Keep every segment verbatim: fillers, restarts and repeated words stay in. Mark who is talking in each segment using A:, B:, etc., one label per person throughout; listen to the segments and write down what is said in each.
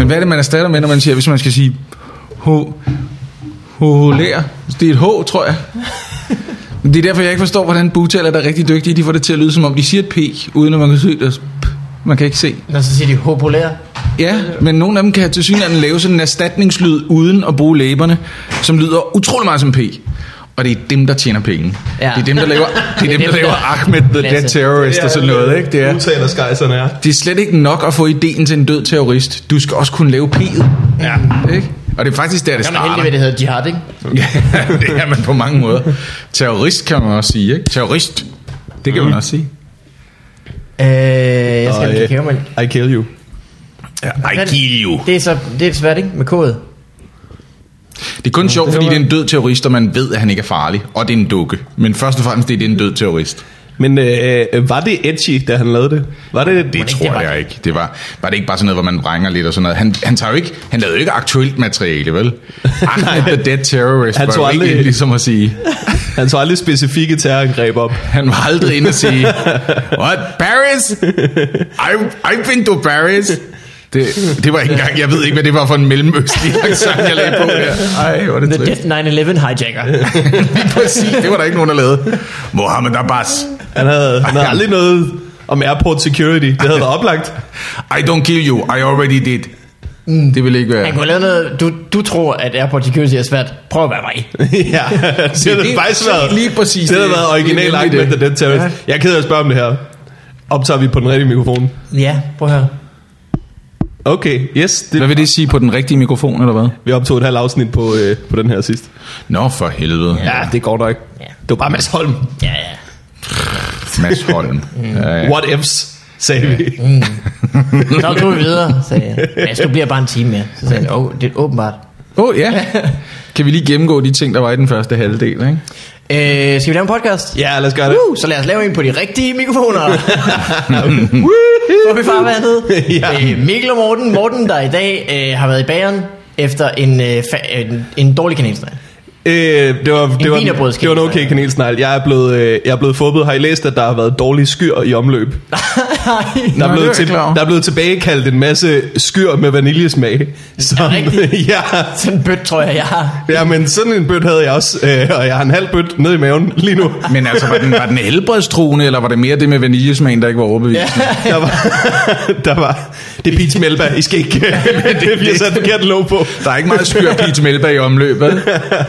A: Men hvad er det, man erstatter med, når man siger, hvis man skal sige ho, hoholær? Det er et H, tror jeg. Men det er derfor, jeg ikke forstår, hvordan bugtaler, der er rigtig dygtige, de får det til at lyde, som om de siger et P, uden at man kan se det. Man kan ikke se.
B: Når så siger de hopolær.
A: Ja, men nogle af dem kan til synligheden lave sådan en erstatningslyd uden at bruge læberne, som lyder utrolig meget som P. Og det er dem, der tjener penge. Ja. Det er dem, der laver, det er dem, der laver Ahmed the Dead Terrorist og sådan noget, ikke? Det er
C: udtalerskejserne er.
A: Det er slet ikke nok at få ideen til en død terrorist. Du skal også kunne lave P'et. Ja. Ikke? Og det er faktisk der, det starter.
B: Kan man heldig ved, det hedder jihad, ikke?
A: Ja, det er man på mange måder. Terrorist kan man også sige, ikke? Terrorist. Det kan mm. man også sige.
B: Øh, jeg skal ikke kæve mig.
C: I kill you.
A: Ja, I kill you.
B: Det er så det er svært, ikke? Med kode.
A: Det er kun sjovt, fordi det er en død terrorist, og man ved, at han ikke er farlig. Og det er en dukke. Men først og fremmest, det er en død terrorist.
C: Men øh, var det edgy, da han lavede det? Var det,
A: det, det tror det var jeg ikke. Det var, var det ikke bare sådan noget, hvor man brænger lidt og sådan noget. Han, han, tager jo ikke, han lavede jo ikke aktuelt materiale, vel? Ahmed the Dead Terrorist han var aldrig, ikke ligesom at sige.
C: Han tog aldrig specifikke terrorangreb op.
A: Han var aldrig inde at sige, what, Paris? I've, I've been to Paris. Det, det var ikke engang, jeg ved ikke, hvad det var for en mellemøstlig accent, jeg lagde på der. Ej, var det
B: The Death nine eleven hijacker.
A: Lige præcis, det var der ikke nogen, der lavede. Mohammed Abbas.
C: Han havde, han havde aldrig noget om airport security. Det havde været oplagt.
A: I don't kill you, I already did. Mm. Det ville ikke være.
B: Han kunne lave noget. Du, du tror, at airport security er svært. Prøv at være mig.
C: Ja, det er det faktisk været.
A: Lige præcis.
C: Det har været original Ahmed the Dead Terrorist. Ja. Jeg er ked af at spørge om det her. Optager vi på den rigtige mikrofon?
B: Ja, prøv at høre.
C: Okay, yes. Det
A: hvad vil det sige på den rigtige mikrofon, eller hvad?
C: Vi optog et halvt afsnit på, øh, på den her sidst.
A: Nå, for helvede.
C: Ja, det går nok. Ja. Det var bare Mads Holm.
B: Ja, ja.
A: Mads Holm.
C: mm. ja, ja. What ifs, sagde ja. vi.
B: Mm. Så tog vi videre, sagde jeg. Mads, du bliver bare en time mere. Så sagde jeg, åh, oh, det er åbenbart.
A: Åh, oh, ja. Kan vi lige gennemgå de ting, der var i den første halvdel, ikke?
B: Øh, skal vi lave en podcast?
C: Ja, lad os gøre det.
B: Uh, så lad os lave en på de rigtige mikrofoner. Får vi farvandet. Ja. øh, Mikkel og Morten. Morten, der i dag øh, har været i bageren efter en, øh, fa- en, en dårlig kanelsnegl.
C: Øh, det var det var, det var en okay kanelsnegl. Jeg er blevet øh, jeg er blevet fåbet. Har I læst, at der har været dårlige skyr i omløb? Der er blevet til, der er blevet tilbagekaldt en masse skyr med vaniljesmag.
B: Som, ja, sådan en bøt tror jeg jeg har.
C: Ja, men sådan en bøt havde jeg også, øh, og jeg har en halv bøt ned i maven lige nu.
A: Men altså, var den, var den helbredstruende, eller var det mere det med vaniljesmagen, der ikke var overbevisende?
C: Ja. Der var, der var det er Peach Melba. I skal ikke det, det bliver sat forkert låg på.
A: Der er ikke meget skyr Peach Melba i omløb, vel?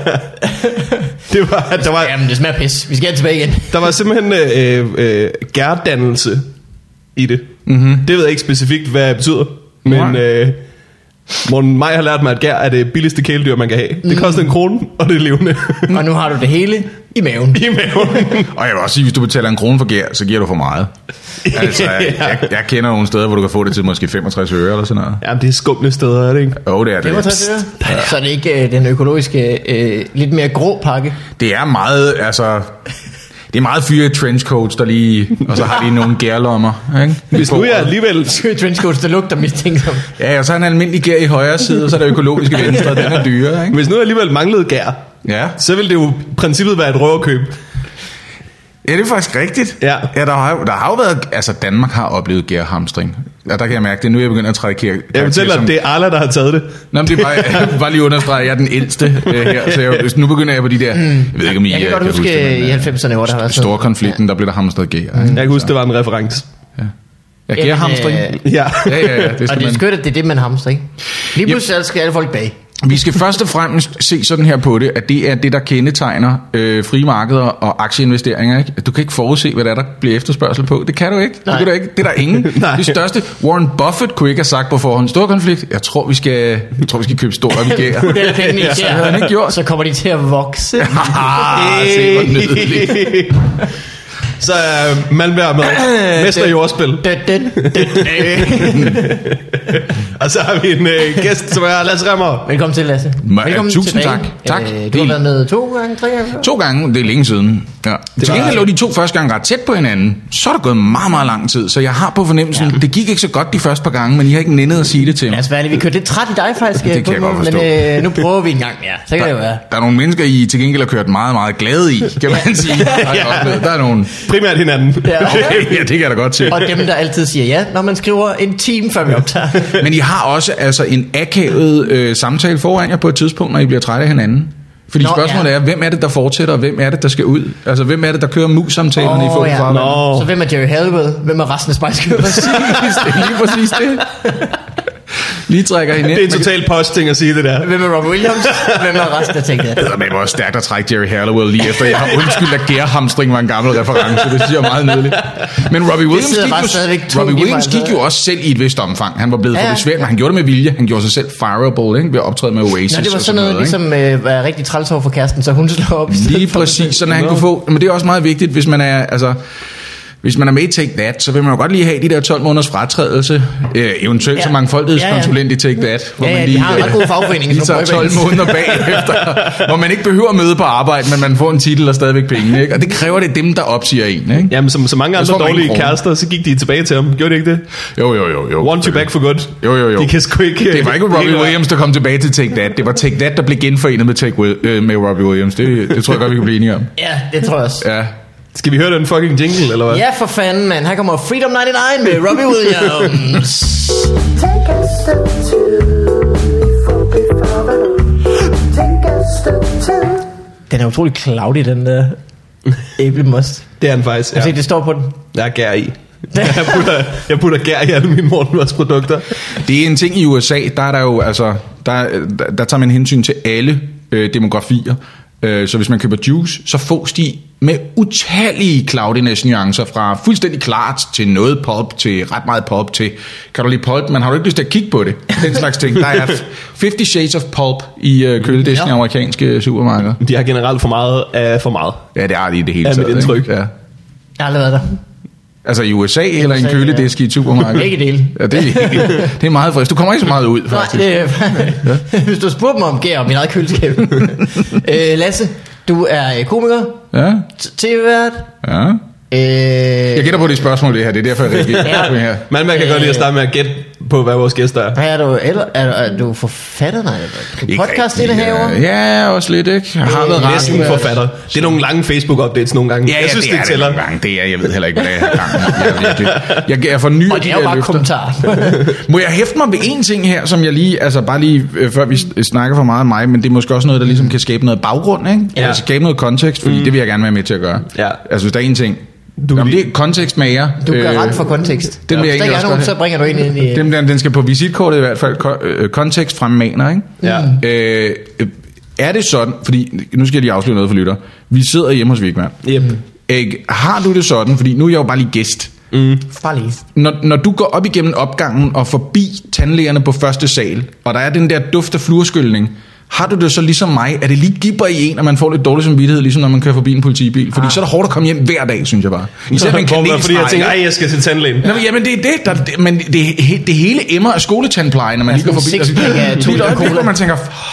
C: Det var, der var,
B: jamen det smager pis. Vi skal tilbage igen.
C: Der var simpelthen øh, øh, gærdannelse i det.
A: Mm-hmm.
C: Det ved jeg ikke specifikt hvad det betyder. Men øh, Morten Maj har lært mig, at gær er det billigste kæledyr man kan have. Det mm. koster en krone, og det er levende.
B: Og nu har du det hele i maven.
C: I maven.
A: Og jeg vil også sige, hvis du betaler en krone for gær, så giver du for meget. Altså, jeg, jeg, jeg kender nogle steder, hvor du kan få det til måske femogtres øre eller sådan noget.
C: Jamen det er skumle steder, er det ikke?
A: Jo, det er det.
B: femogtres øre? Ja. Så er det ikke øh, den økologiske, øh, lidt mere grå pakke?
A: Det er meget, altså... Det er meget fyre trenchcoats, der lige... Og så har de nogle gærlommer, ikke?
C: Hvis nu er alligevel...
B: Fyre trenchcoats, der lugter mistænksomt.
A: Ja, og så er en almindelig gær i højre side, og så er der økologiske venstre, den er dyre, ikke?
C: Hvis nu alligevel manglede gær,
A: ja,
C: så ville det jo i princippet være et røverkøb.
A: Ja, det er faktisk rigtigt.
C: Ja,
A: ja der, har, der har jo været... Altså, Danmark har oplevet gærhamstring. Ja, der kan jeg mærke det. Nu er jeg begyndt at trække karakter.
C: Jeg fortæller, som... at det er Arla, der har taget det.
A: Nå, men det er bare, jeg bare lige understrege, jeg er den ældste øh, her. Så jeg, nu begynder jeg på de der... Mm. Jeg ved ikke, om I
B: jeg kan godt huske, huske det, men, i halvfemserne, hvor der har været sådan...
A: Storkonflikten, ja. Der blev der hamstret gær.
C: Mm. Jeg kan huske, det var en reference.
A: Ja. Ja, gærhamstring.
C: Øh, ja.
A: Ja, ja, ja.
B: Det og det er skørt, at det er det, man hamstrer, ikke? Lige pludselig skal alle folk bag.
A: Vi skal først og fremmest se sådan her på det, at det er det, der kendetegner øh, frie markeder og aktieinvesteringer. Ikke? Du kan ikke forudse, hvad der, er, der bliver efterspørgsel på. Det kan du ikke. Det, kan du ikke. Det er der ingen. Det største. Warren Buffett kunne ikke have sagt på forhånd stor konflikt. Jeg tror, vi skal, jeg tror, vi skal købe store vigærer.
B: Det er pengene ikke.
A: Ja, han ikke gjort.
B: Så kommer de til at vokse.
A: Ah, se hvor nydeligt.
C: Så uh, Malmberg med mester i ordspil. Og så har vi en uh, gæst, som er Lasse Remmer.
B: Velkommen til, Lasse.
A: Velkommen Tusind tilbage. tak. tak.
B: Øh, du har været med to gange, tre gange?
A: To gange, det er længe siden. Ja. Til gengæld lå de to første gange ret tæt på hinanden. Så er der gået meget, meget lang tid. Så jeg har på fornemmelsen, ja. det gik ikke så godt de første par gange, men I har ikke nændet at sige det til mig.
B: Altså, vi kørte lidt træt i dig faktisk.
A: Det kan jeg godt forstå.
B: Men øh, nu prøver vi en gang, ja. Så kan
A: der,
B: det jo være.
A: Der er nogle mennesker, I til gengæld har kørt meget, meget glade i, kan man sige. ja. Der er nogle...
C: Primært hinanden.
A: Ja, okay. ja, det kan jeg da godt til.
B: Og dem, der altid siger ja, når man skriver en time, før vi optager.
A: Men I har også altså en akavet øh, samtale foran jer på et tidspunkt, når I bliver trætte af hinanden. Fordi Nå, spørgsmålet ja. er, hvem er det, der fortsætter, og hvem er det, der skal ud? Altså, hvem er det, der kører mus-samtalerne oh, i fuld
B: ja.
A: farvand?
B: Så hvem er Jerry Halliwell? Hvem er resten af Spice Girls?
A: Præcis, det er lige præcis det. Lige trækker hende ind.
C: Det er totalt posting at sige det der.
B: Hvem er Robbie Williams? Hvem er resten af ting der?
A: Det var også stærkt at trække Jerry Halliwell lige efter. Jeg har undskyldt, at gærhamstring var en gammel reference. Det synes jeg er meget nydeligt. Men Robbie Williams, gik jo, Robbie Williams gik jo også selv i et vist omfang. Han var blevet ja, for besværet, men han gjorde det med vilje. Han gjorde sig selv fireable, ikke? Ved at optræde med Oasis.
B: Nå, det var sådan noget, noget ligesom øh, var rigtig træls over for kæresten, så hun slår op.
A: Lige præcis, sådan han kunne få. Men det er også meget vigtigt, hvis man er... altså hvis man er med i Take That, så vil man jo godt lige have de der tolv måneders fratrædelse, øh, eventuelt ja. som mangfoldighedskonsulent ja, ja. i Take That, hvor
B: ja, ja,
A: man lige,
B: de har en ret god fagforening,
A: lige tager tolv måneder bagefter, hvor man ikke behøver at møde på arbejde, men man får en titel og stadigvæk penge, ikke? Og det kræver det dem, der opsiger en, ikke?
C: Jamen, som så mange andre dårlige kærester, så gik de tilbage til ham. Gjorde de ikke det?
A: Jo, jo, jo. jo
C: Want you back for good.
A: Jo, jo, jo.
C: De kan sgu ikke...
A: Det var ikke Robbie Williams, der kom tilbage til Take That. Det var Take That, der blev genforenet med, Take Will, øh, med Robbie Williams. Det, det tror jeg godt, vi kan blive enige om.
B: Ja, det tror jeg også.
A: Ja.
C: Skal vi høre den fucking jingle, eller hvad?
B: Ja, for fanden, mand. Her kommer Freedom nioghalvfems med Robbie Williams. Take a step two, take a step two. Den er utrolig cloudy, den der æblemost.
C: Det er den faktisk, ja.
B: Altså, det står på den.
C: Der er gær i. Jeg putter, jeg putter gær i alle mine morgenmadsprodukter.
A: Det er en ting i U S A, der er der jo, altså, der, der, der tager man hensyn til alle øh, demografier. Så hvis man køber juice, så fås de med utallige cloudiness-nuancer fra fuldstændig klart til noget pulp, til ret meget pulp, til kan du lide pulp, men har du ikke lyst til at kigge på det? Den slags ting. Der er fifty shades of pulp i uh, køledisken i amerikanske supermarkeder.
C: De har generelt for meget af for meget.
A: Ja, det er det i det hele taget.
C: Ja, mit indtryk.
A: Ja.
B: Jeg har aldrig været der.
A: Altså i U S A I eller U S A, en køledisk ja. i et supermarked?
B: Ikke del.
A: Ja, det, er, det er meget frisk. Du kommer ikke så meget ud, faktisk.
B: Nej, det er, hvis du spurgte mig om gær om min eget køleskab. øh, Lasse, du er komiker.
A: Ja.
B: T V-vært.
A: Ja.
B: Øh,
A: jeg gætter på det spørgsmål, det her. Det er derfor, jeg reagerer.
B: ja.
C: Man, man kan øh, godt lide at starte med at gætte på, hvad vores gæster er.
B: Er du, eller, er, er du forfatter? Nej, podcast-indehaver?
A: Ja, også lidt, ikke? Jeg har været
C: næsten forfatter. Det er nogle lange Facebook-updates nogle gange.
A: Ja, ja,
C: jeg synes,
A: det,
C: det,
A: det
C: tæller.
A: Det er det er, jeg ved heller ikke, hvad det er her gang. Jeg, jeg, jeg fornyer
B: og det er jo bare kommentarer.
A: Må jeg hæfte mig ved en ting her, som jeg lige, altså bare lige, før vi snakker for meget om mig, men det er måske også noget, der ligesom kan skabe noget baggrund, ikke?
B: Ja.
A: Altså skabe noget kontekst, fordi mm. det vil jeg gerne være med til at gøre.
C: Ja.
A: Altså hvis der er en ting, du Jamen, det er kontekstmager.
B: Du kan øh, ret for kontekst.
A: Den
B: ja. Hvis der nogen, så bringer du ind i...
A: Den, den, den skal på visitkortet i hvert fald ko- kontekst fremmaner, ikke?
C: Ja.
A: Øh, er det sådan, fordi nu skal jeg lige afsløre noget for lytter. Vi sidder hjemme hos Vigman.
C: Yep.
A: Øh, har du det sådan, fordi nu er jeg jo bare lige gæst.
C: Mm.
B: Bare lige.
A: Når, når du går op igennem opgangen og forbi tandlægerne på første sal, og der er den der duft af fluorskyldning, har du det så ligesom mig, at det lige gipper i en, og man får lidt dårlig samvittighed, ligesom når man kører forbi en politibil? Fordi ah. så er det hårdt at komme hjem hver dag, synes jeg bare.
C: Især med en kanelstreg. Fordi jeg tænker, ej, jeg skal til tandlægen.
A: Nå, jamen det er det, der, det men det, det hele emmer af skoletandpleje, når man lige går forbi. Altså, lige et øjeblik, hvor man tænker,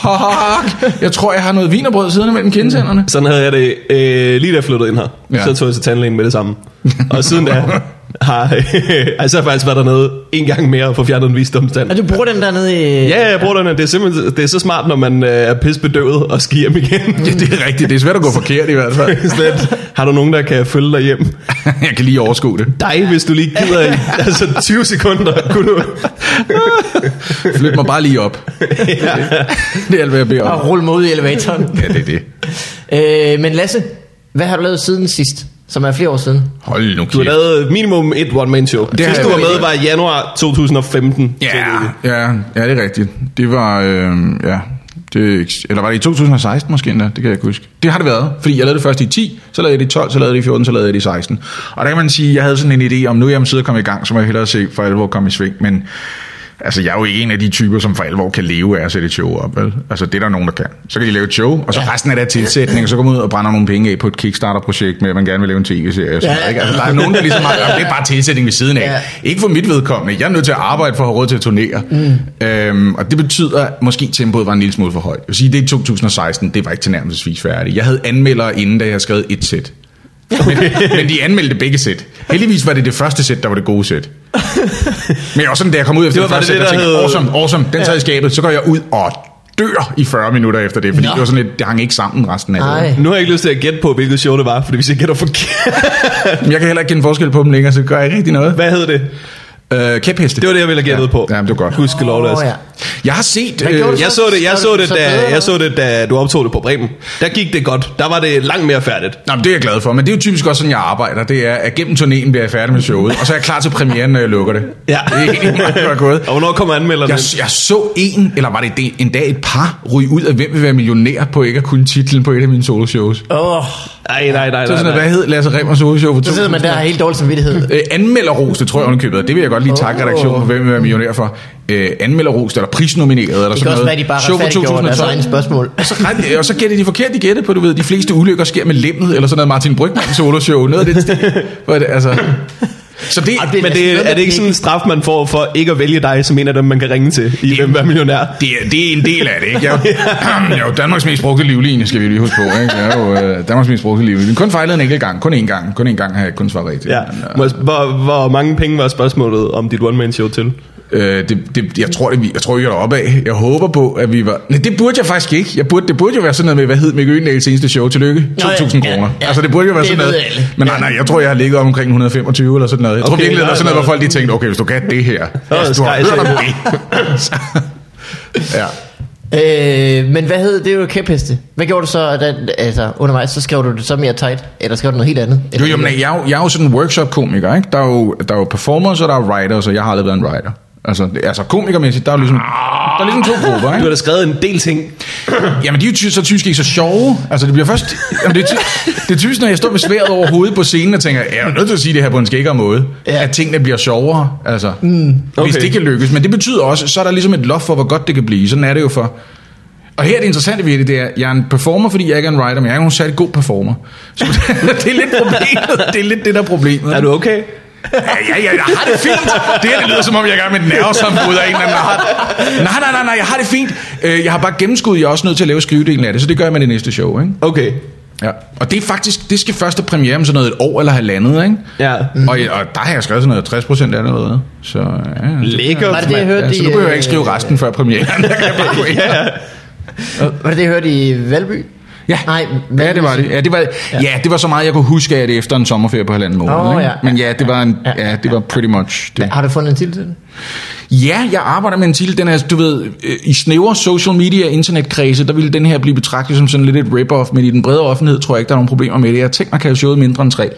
A: fuck, jeg tror, jeg har noget wienerbrød siddende mellem kindtænderne.
C: Sådan havde jeg det øh, lige da jeg flyttede ind her. Ja. Så tog jeg til tandlægen med det samme. Og siden da har altså faktisk været dernede en gang mere og få fjernet en visdomstand.
B: Og du bruger den dernede i...
C: Ja, jeg bruger den. Det er simpelthen det er så smart, når man øh, er pisbedøvet og skal hjem igen.
A: Ja, det er rigtigt. Det er svært at gå forkert i hvert fald.
C: Slet. Har du nogen, der kan følge dig hjem?
A: Jeg kan lige overskue det.
C: Dig, hvis du lige gider i altså tyve sekunder. Kunne du...
A: Flyt mig bare lige op. Ja. Det er alt, hvad jeg beder om.
B: Og rulle mig ud i elevatoren.
A: Ja, det er det.
B: Øh, men Lasse, hvad har du lavet siden sidst? Som er flere år siden.
A: Hold nu kæft.
C: Du har lavet minimum et one-man-show. Det sidste du var med var i januar to tusind og femten.
A: Ja, ja, ja, det er rigtigt. Det var, øh, ja, det, eller var det i to tusind og seksten måske endda? Det kan jeg ikke huske. Det har det været, fordi jeg lavede det først i ti, så lavede jeg det i tolv, så lavede jeg det i fjorten, så lavede jeg det i seksten. Og der kan man sige, jeg havde sådan en idé om, nu er jeg siddet og kommet i gang, så må jeg hellere se for alvor komme i sving, men... Altså, jeg er jo ikke en af de typer, som for alvor kan leve af at sætte et show op, vel? Altså, det er der nogen, der kan. Så kan de lave et show, og så ja. resten af der tilsætning, og så kommer ud og brænder nogle penge af på et Kickstarter-projekt med, at man gerne vil lave en tv-serie. Ja. Ikke? Altså, der er nogen, der ligesom har, det er bare tilsætning ved siden af. Ja. Ikke for mit vedkommende. Jeg er nødt til at arbejde for at have råd til at turnere. Mm. Øhm, og det betyder, at måske tempoet var en lille smule for højt. Jeg vil sige, det i to tusind og seksten, det var ikke tilnærmelsesvis færdigt. Jeg havde anmeldere inden, da jeg havde skrevet et sæt. men, men de anmeldte begge sæt. Heldigvis var det det første sæt, der var det gode sæt. Men jeg var sådan, da jeg kom ud efter det, det første sæt, og tænkte, awesome, awesome, den tager i skabet. Så går jeg ud og dør i fyrre minutter efter det, fordi Nå. det var sådan lidt, det hang ikke sammen resten af det.
C: Nu har jeg ikke lyst til at gætte på, hvilket show det var, fordi hvis jeg gætter forkert.
A: Jeg kan heller ikke kende forskel på dem længere, så gør jeg ikke rigtig noget.
C: Hvad hed det?
A: Øh, kæpheste.
C: Det var det, jeg ville have gættet
A: ja.
C: på.
A: Ja, det var godt.
C: Husk lov,
A: oh, ja. Jeg har set...
C: Øh, jeg så det, jeg så det, da, jeg så det, da du optog det på Bremen. Der gik det godt. Der var det langt mere færdigt.
A: Nå, men det er jeg glad for. Men det er jo typisk også sådan, jeg arbejder. Det er, at gennem turnéen bliver jeg færdig med showet. Og så er jeg klar til premieren, når jeg lukker det.
C: Ja.
A: Det er helt meget gået.
C: Og hvornår kommer anmelderne?
A: Jeg, jeg så en, eller var det en dag et par, ryge ud af Hvem vil være millionær på ikke at kunne titlen på et af mine soloshows.
B: Åh. Oh.
C: Nej, nej, nej.
A: Så sådan, hvad hed Lasse Rimmers soloshow?
B: Så sidder man der helt dårlig samvittighed.
A: Øh, anmelderros, det tror jeg underkøbet. Det vil jeg godt lige takke redaktionen på Hvem vil være millionær for. Øh, anmelderros, eller prisnomineret, eller
B: det
A: sådan noget.
B: Det kan også være, de bare retfærdiggjorde deres egne spørgsmål.
A: Og så, og så gætter de forkert, de gætter på, du ved, de fleste ulykker sker med lemmet, eller sådan noget Martin Brygmann soloshow, noget af det stil. Hvor det, altså... Så det,
C: det men det, er det ikke sådan en straf, man får for ikke at vælge dig, som en af dem, man kan ringe til i Hvem vil være millionær?
A: Det er, det er en del af det, ikke? Jeg er jo Danmarks mest brugte livline, skal vi lige huske på, ikke? Jeg er jo uh, Danmarks mest brugte livline. Kun fejlet en enkelt gang, kun én gang. Kun én gang har jeg kun svaret rigtigt.
C: Ja. Men, uh, hvor, hvor mange penge var spørgsmålet om dit one-man-show til?
A: Øh, det, det, jeg tror, det, jeg tror, vi er deroppe af. Jeg håber på, at vi var... Nej, det burde jeg faktisk ikke. Jeg burde, det burde jo være sådan noget med, hvad hed Mikke Øgendahl seneste show? Tillykke. to tusind kroner. Ja, ja. Altså, det burde jo være det sådan noget. Men nej, nej, jeg tror, jeg har ligget omkring et hundrede og femogtyve eller sådan noget. Jeg okay, tror virkelig, det var sådan noget, hvor folk de tænkte, okay, hvis du kan det her. Altså, du har hørt om det. Ja.
B: Øh, men hvad hed det? Er jo kæpheste. Hvad gjorde du så da, altså, undervejs? Så skrev du det så mere tight? Eller skrev du noget helt andet?
A: Jo, jo, men jeg, jeg, jeg er jo sådan en workshop-komiker, ikke? Der er jo, der er jo performers, og der er writers, og jeg har aldrig været en writer. Altså, altså komikermæssigt, der er ligesom, der er ligesom to grupper, ikke?
C: Du har da skrevet en del ting.
A: Jamen, de er jo så typisk ikke så sjove. Altså, det bliver først... Jamen, det, er ty, det er typisk, når jeg står med sværet over hovedet på scenen og tænker, jeg er nødt til at sige det her på en skækkere måde. Ja. At tingene bliver sjovere, altså. Mm, okay. Hvis det kan lykkes. Men det betyder også, så er der ligesom et loft for, hvor godt det kan blive. Sådan er det jo for... Og her er det interessante ved det, det er, jeg er en performer, fordi jeg ikke er en writer, men jeg er jo en særlig god performer. Så det er lidt problemet. Det er lidt det der problemet.
C: Er du okay?
A: Ja, ja, ja, jeg har det fint. Det her, det lyder som om, jeg er i gang med et nervesambrud af en eller anden art. Nej, nej, nej, nej, jeg har det fint. Jeg har bare gennemskuddet, jeg er også nødt til at lave skrivedelen af det, så det gør jeg med det næste show, ikke?
C: Okay.
A: Ja, og det er faktisk, det skal først premiere om sådan noget et år eller halvandet, ikke?
C: Ja.
A: Mm. Og, og der har jeg skrevet sådan noget tres procent af det eller noget. Så ja,
C: lækkert.
B: Var det det, jeg hørte?
A: Ja, så nu behøver jeg ikke skrive resten før premieren. Jeg kan bare gå ind.
C: Ja.
B: Var det det, jeg hørte i Valby?
A: Ja,
B: Nej,
A: ja, det var det. Ja, det var, ja. ja, det var så meget, jeg kunne huske af det efter en sommerferie på halvanden måned.
B: Oh, ja.
A: Men ja, det var, en, ja, det var pretty much det.
B: Har du fundet en titel til det?
A: Ja, jeg arbejder med en titel. Den er, du ved, i snævre social media internetkredse, der ville den her blive betragtet som sådan lidt et rip-off, men i den brede offentlighed tror jeg ikke, der er nogen problemer med det. Jeg tænker, man kan jo showet mindre end tre.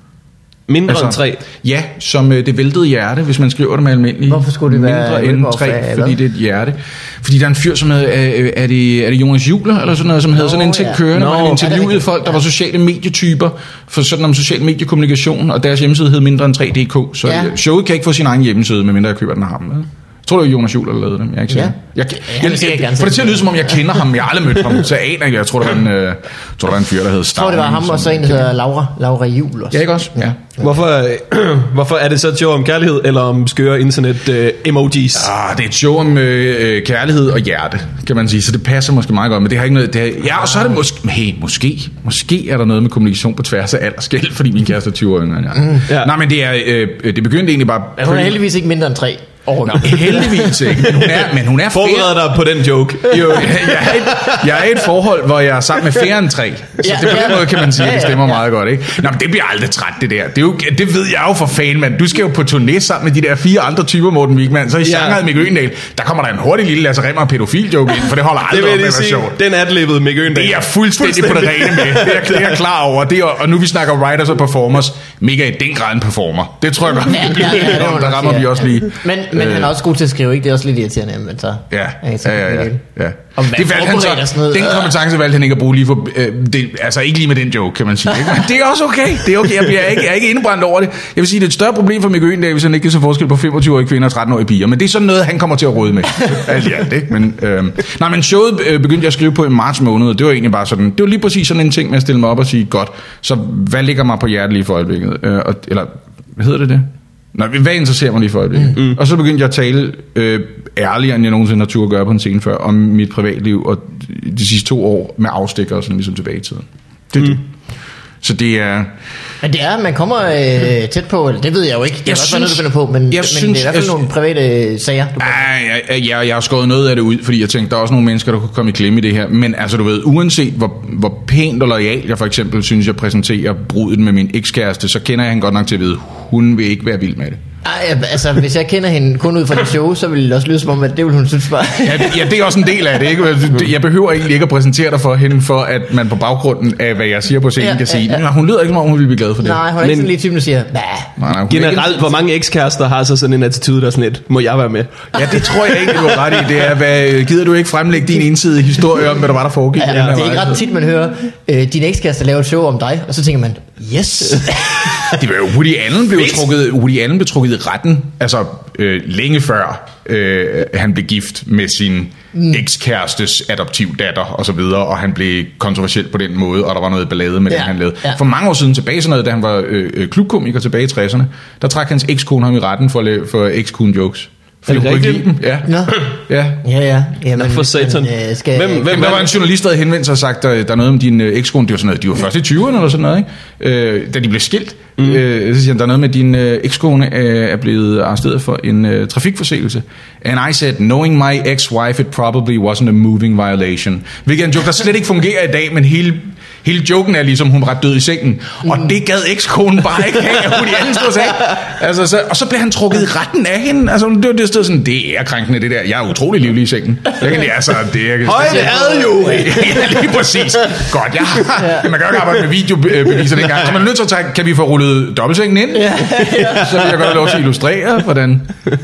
C: Mindre altså, end tre?
A: Ja, som uh, det væltede hjerte, hvis man skriver det med almindeligt.
B: Hvorfor skulle det være
A: mindre end tre?
B: Af,
A: fordi det er et hjerte. Fordi der er en fyr, som hedder, er, er, det, er det Jonas Juler, eller sådan noget, som havde sådan en ting kørende, hvor han interviewede folk, der var sociale medietyper, for sådan om social mediekommunikation, og deres hjemmeside hed mindre end tre punktum d k, så ja. Showet kan ikke få sin egen hjemmeside, medmindre jeg køber den af ham. Med. Jeg tror, det var Jonas Juhl, der lavede dem. Jeg er ikke sikker.
B: Ja.
A: Jeg, jeg, jeg, jeg, for det til at lyde, som om jeg kender ham. Jeg har aldrig mødt ham, så jeg aner ikke. Jeg tror, der var en, øh, tror, der var en fyr, der hed Stavn.
B: Jeg tror, det var ham, og så en, der hedder Laura. Laura Juhl også.
A: Ja, ikke også? Ja.
C: Hvorfor, øh, hvorfor er det så et show om kærlighed, eller om skøre internet øh, emojis?
A: Ah, det er et show om øh, kærlighed og hjerte, kan man sige. Så det passer måske meget godt, men det har ikke noget... Det har, ja, og så er det måske... Hey, måske. Måske er der noget med kommunikation på tværs af alderskel, fordi min kæreste er tyve år yngre end jeg. Mm. Ja. Nej, men det er... Øh, det begyndte egentlig bare...
B: Ja, hun er heldigvis ikke mindre end tre.
A: Oh, no. Heldigvis ikke, men hun er, men hun er
C: forbered dig på den joke.
A: Jo, jeg, jeg, er et, jeg er i et forhold, hvor jeg er sammen med flere end tre. Så ja, det på den måde kan man sige, at det stemmer meget godt, ikke? Nå, men det bliver aldrig træt, det der. Det, er jo, det ved jeg jo for fan, mand. Du skal jo på turné sammen med de der fire andre typer, Morten Wigman. Så i ja. Shanghai Mikke Øgendahl, der kommer der en hurtig lille Lasse Rimmer pædofil-joke ind, for det holder aldrig op med at være sjovt.
C: Den adlibbede Mikke Øgendahl.
A: Det er fuldstændig, fuldstændig på det rene med. Det er, det er jeg klar over. Det er, og nu vi snakker writers og performers. Mikke er i den grad en performer. Det tror jeg godt, ja, ja, ja, ja, der rammer vi også lige.
B: Men, men øh, han er også god til at skrive, ikke? Det er også lidt irriterende, men så...
A: Ja, ja, ja, ja, ja.
B: Det valgte han så,
A: den kompetence valgte han ikke at bruge lige for... Øh, det, altså ikke lige med den joke, kan man sige. Ikke? Men det er også okay. Det er okay. Jeg, bliver ikke, jeg er ikke indbrændt over det. Jeg vil sige, det er et større problem for Mikke Øgendahl, hvis han ikke kan se forskel på femogtyve-årige kvinder og tretten-årige piger. Men det er sådan noget, han kommer til at råde med. Alt i alt, ikke? Men, øh, nej, men showet øh, begyndte jeg at skrive på i marts måned. Det var egentlig bare sådan... Det var lige præcis sådan en ting med at stille mig op og sige, godt, så hvad ligger mig på hjertet lige for øjeblikket? Øh, og, eller, hvad hedder det det? Nej, hvad interesserer mig lige for øjeblikket? Mm. Og så begyndte jeg at tale øh, ærligere, end jeg nogensinde har tur at gøre på en scene før, om mit privatliv og de sidste to år med afstikker og sådan ligesom tilbage i tiden. Det er mm. det. Så det er...
B: Men det er, man kommer øh, tæt på, eller det ved jeg jo ikke. Det er også noget, du finder på, men, men
A: synes,
B: det er i hvert fald jeg, nogle private sager.
A: Du ja, jeg, jeg, jeg har skåret noget af det ud, fordi jeg tænkte, der er også nogle mennesker, der kunne komme i klemme i det her. Men altså, du ved, uanset hvor, hvor pænt og loyal jeg for eksempel synes, jeg præsenterer brudet med min ekskæreste, så kender jeg hende godt nok til at vide, hun vil ikke være vild med det.
B: Ej, altså, hvis jeg kender hende kun ud fra det show, så vil det også lyde som om, at det vil hun synes bare.
A: ja, det, ja, det er også en del af det, ikke? Jeg behøver egentlig ikke at præsentere dig for hende, for at man på baggrunden af, hvad jeg siger på scenen, ja, kan sige, ja, ja. Hun lyder ikke som om, hun vil blive glad for det.
B: Nej, hun er ikke sådan lige typen, der siger, nej.
C: nej generelt, hvor mange ekskærester har så sådan en attitude, der sådan lidt, må jeg være med?
A: Ja, det tror jeg ikke, du har ret i. Det er, hvad, gider du ikke fremlægge din ensidige historie om, hvad der var, der foregik?
B: Ja, ja, det er ikke ret tit, man hører, øh, din ekskæreste laver et show om dig, og så tænker man, yes.
A: Det var jo, Woody Allen blev trukket, Woody Allen blev trukket i retten, altså øh, længe før øh, han blev gift med sin mm. ekskærestes adoptivdatter og så videre, og han blev kontroversiel på den måde, og der var noget ballade med ja, det, han lavede. Ja. For mange år siden tilbage, sådan noget, da han var øh, klubkomiker tilbage i tresserne, der trak hans ekskone ham i retten for, for ekskone-jokes.
C: Er det rigtigt?
A: Ja.
B: Nå.
A: Ja.
B: Ja, ja. Jamen,
C: for satan.
B: Men, øh, skal...
A: Hvem, hvem der var en journalist, der havde henvendt sig og sagt, der, der er noget om din øh, ekskone, det var sådan noget, de var først i tyverne eller sådan noget, ikke? Øh, da de blev skilt. Mm. Øh, så siger han, der er noget med, din øh, ekskone øh, er blevet arresteret for en øh, trafikforseelse. And I said, knowing my ex-wife, it probably wasn't a moving violation. Hvilket er en joke, der slet ikke fungerer i dag, men hele... Hele joken er ligesom, hun var ret død i sengen. Og mm. det gad ekskonen bare ikke have, at hun i anden stod sig. Altså, så, og så blev han trukket i retten af hende. Altså, det var det sted sådan, det er krænkende det der. Jeg er utrolig livlig i sengen. Jeg kan, altså, det er...
C: Høj, det er jo!
A: Ja, lige præcis. Godt, ja. Man kan jo ikke arbejde med videobeviser dengang. Så man er nødt til at tage, kan vi få rullet dobbeltsengen ind? Ja, ja. Så vil jeg godt have lov til at illustrere, hvordan...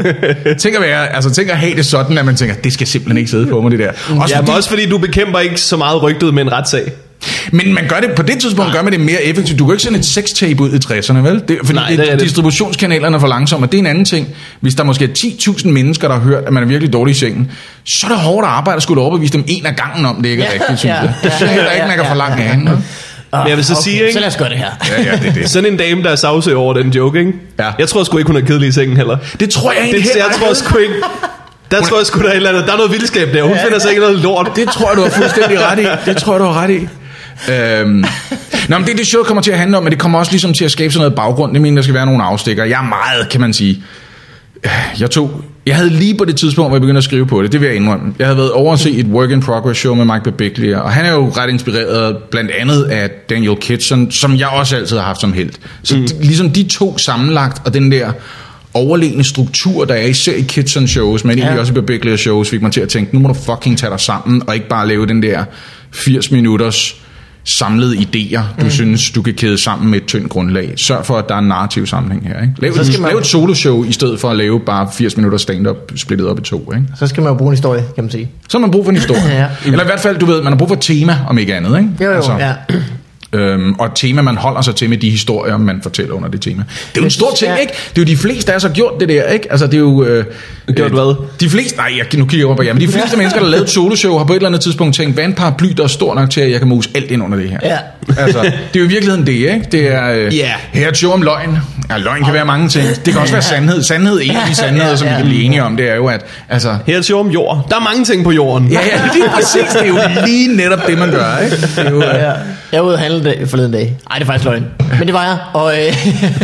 A: Tænk at, være, altså, tænk at have det sådan, at man tænker, det skal simpelthen ikke sidde på mig, det der.
C: Også, ja, fordi, også fordi du bekæmper ikke så meget rygtet med en retssag.
A: Men man gør det, på det tidspunkt gør man det mere effektivt. Du kan ikke sende et sextape ud i tresserne, vel? Det, fordi Nej, det er distributionskanalerne er for langsomme, og det er en anden ting. Hvis der måske er ti tusind mennesker, der har hørt, at man er virkelig dårlig i sengen, så er det hårdt arbejde at skulle overbevise dem en af gangen om, det ikke er ja, rigtigt, synes ja, jeg. Det synes jeg heller ikke, man kan forlange af hende.
C: Men jeg vil så okay, sige, ikke?
B: Så lad os gøre det her.
A: Ja, ja, det er det.
C: Sådan en dame, der er savsøg over den joke, ikke? Ja. Jeg tror sgu ikke, hun er kedelig i sengen heller.
A: Det tror jeg egentlig
C: det, Jeg tror sgu ikke... Der tror jeg sgu, der er et eller andet. Der er noget vildskab der. Hun ja. finder sig ikke noget lort.
A: Det tror jeg, du har fuldstændig ret i. Det tror jeg, du har ret i. Øhm. Nå, men det det show kommer til at handle om, men det kommer også ligesom til at skabe sådan noget baggrund. Det mener, der skal være nogle afstikker. Jeg er meget, kan man sige. Jeg tog, jeg havde lige på det tidspunkt, hvor jeg begyndte at skrive på det, det vil jeg indrømme. Jeg havde været over at se et work in progress show med Mike Birbiglia, og han er jo ret inspireret blandt andet af Daniel Kitson, som jeg også altid har haft som helt. Så mm. de, ligesom de to sammenlagt, og den der overlegne struktur, der er især i Kitson shows, men egentlig ja. også i Birbiglia shows, fik mig til at tænke, nu må du fucking tage dig sammen, og ikke bare lave den der firs minutters samlede idéer, du mm. synes, du kan kæde sammen med et tyndt grundlag. Sørg for, at der er en narrativ sammenhæng her. Ikke? Lav, et, man... lav et soloshow, i stedet for at lave bare firs minutter stand-up, splittet op i to. Ikke?
B: Så skal man jo bruge en historie, kan man sige.
A: Så har man brug for en historie. ja. Eller i hvert fald, du ved, man har brug for et tema, om ikke andet. Ikke?
B: Jo, jo, altså, ja.
A: Øhm, og et tema, man holder sig til med de historier, man fortæller under det tema. Det er jo en stor ting, ikke? Det er jo de fleste, der har så gjort det der, ikke? Altså, det er jo... Øh,
C: gjort hvad?
A: De fleste... Nej, jeg, nu kigger jeg over på jer, men de fleste mennesker, der har lavet et soloshow, har på et eller andet tidspunkt tænkt, hvad en paraply, der er stor nok til, at jeg kan mose alt ind under det her.
B: Ja.
A: Altså, det er jo i virkeligheden det, ikke? Det er... Øh, yeah. Her er et show om løgn. Ja, løgn kan være mange ting. Det kan også være sandhed. Sandhed, en af de sandheder, ja, ja. som vi kan blive enige om, det er jo, at... Altså,
C: her er et show om jord. Der er mange ting på jorden.
A: Ja, ja, det er præcis. Det er jo lige netop det, man gør, ikke? Det er jo,
B: ja. Jeg var ude at handle det forleden dag. Ej, det er faktisk løgn. Men det var jeg. Og, øh...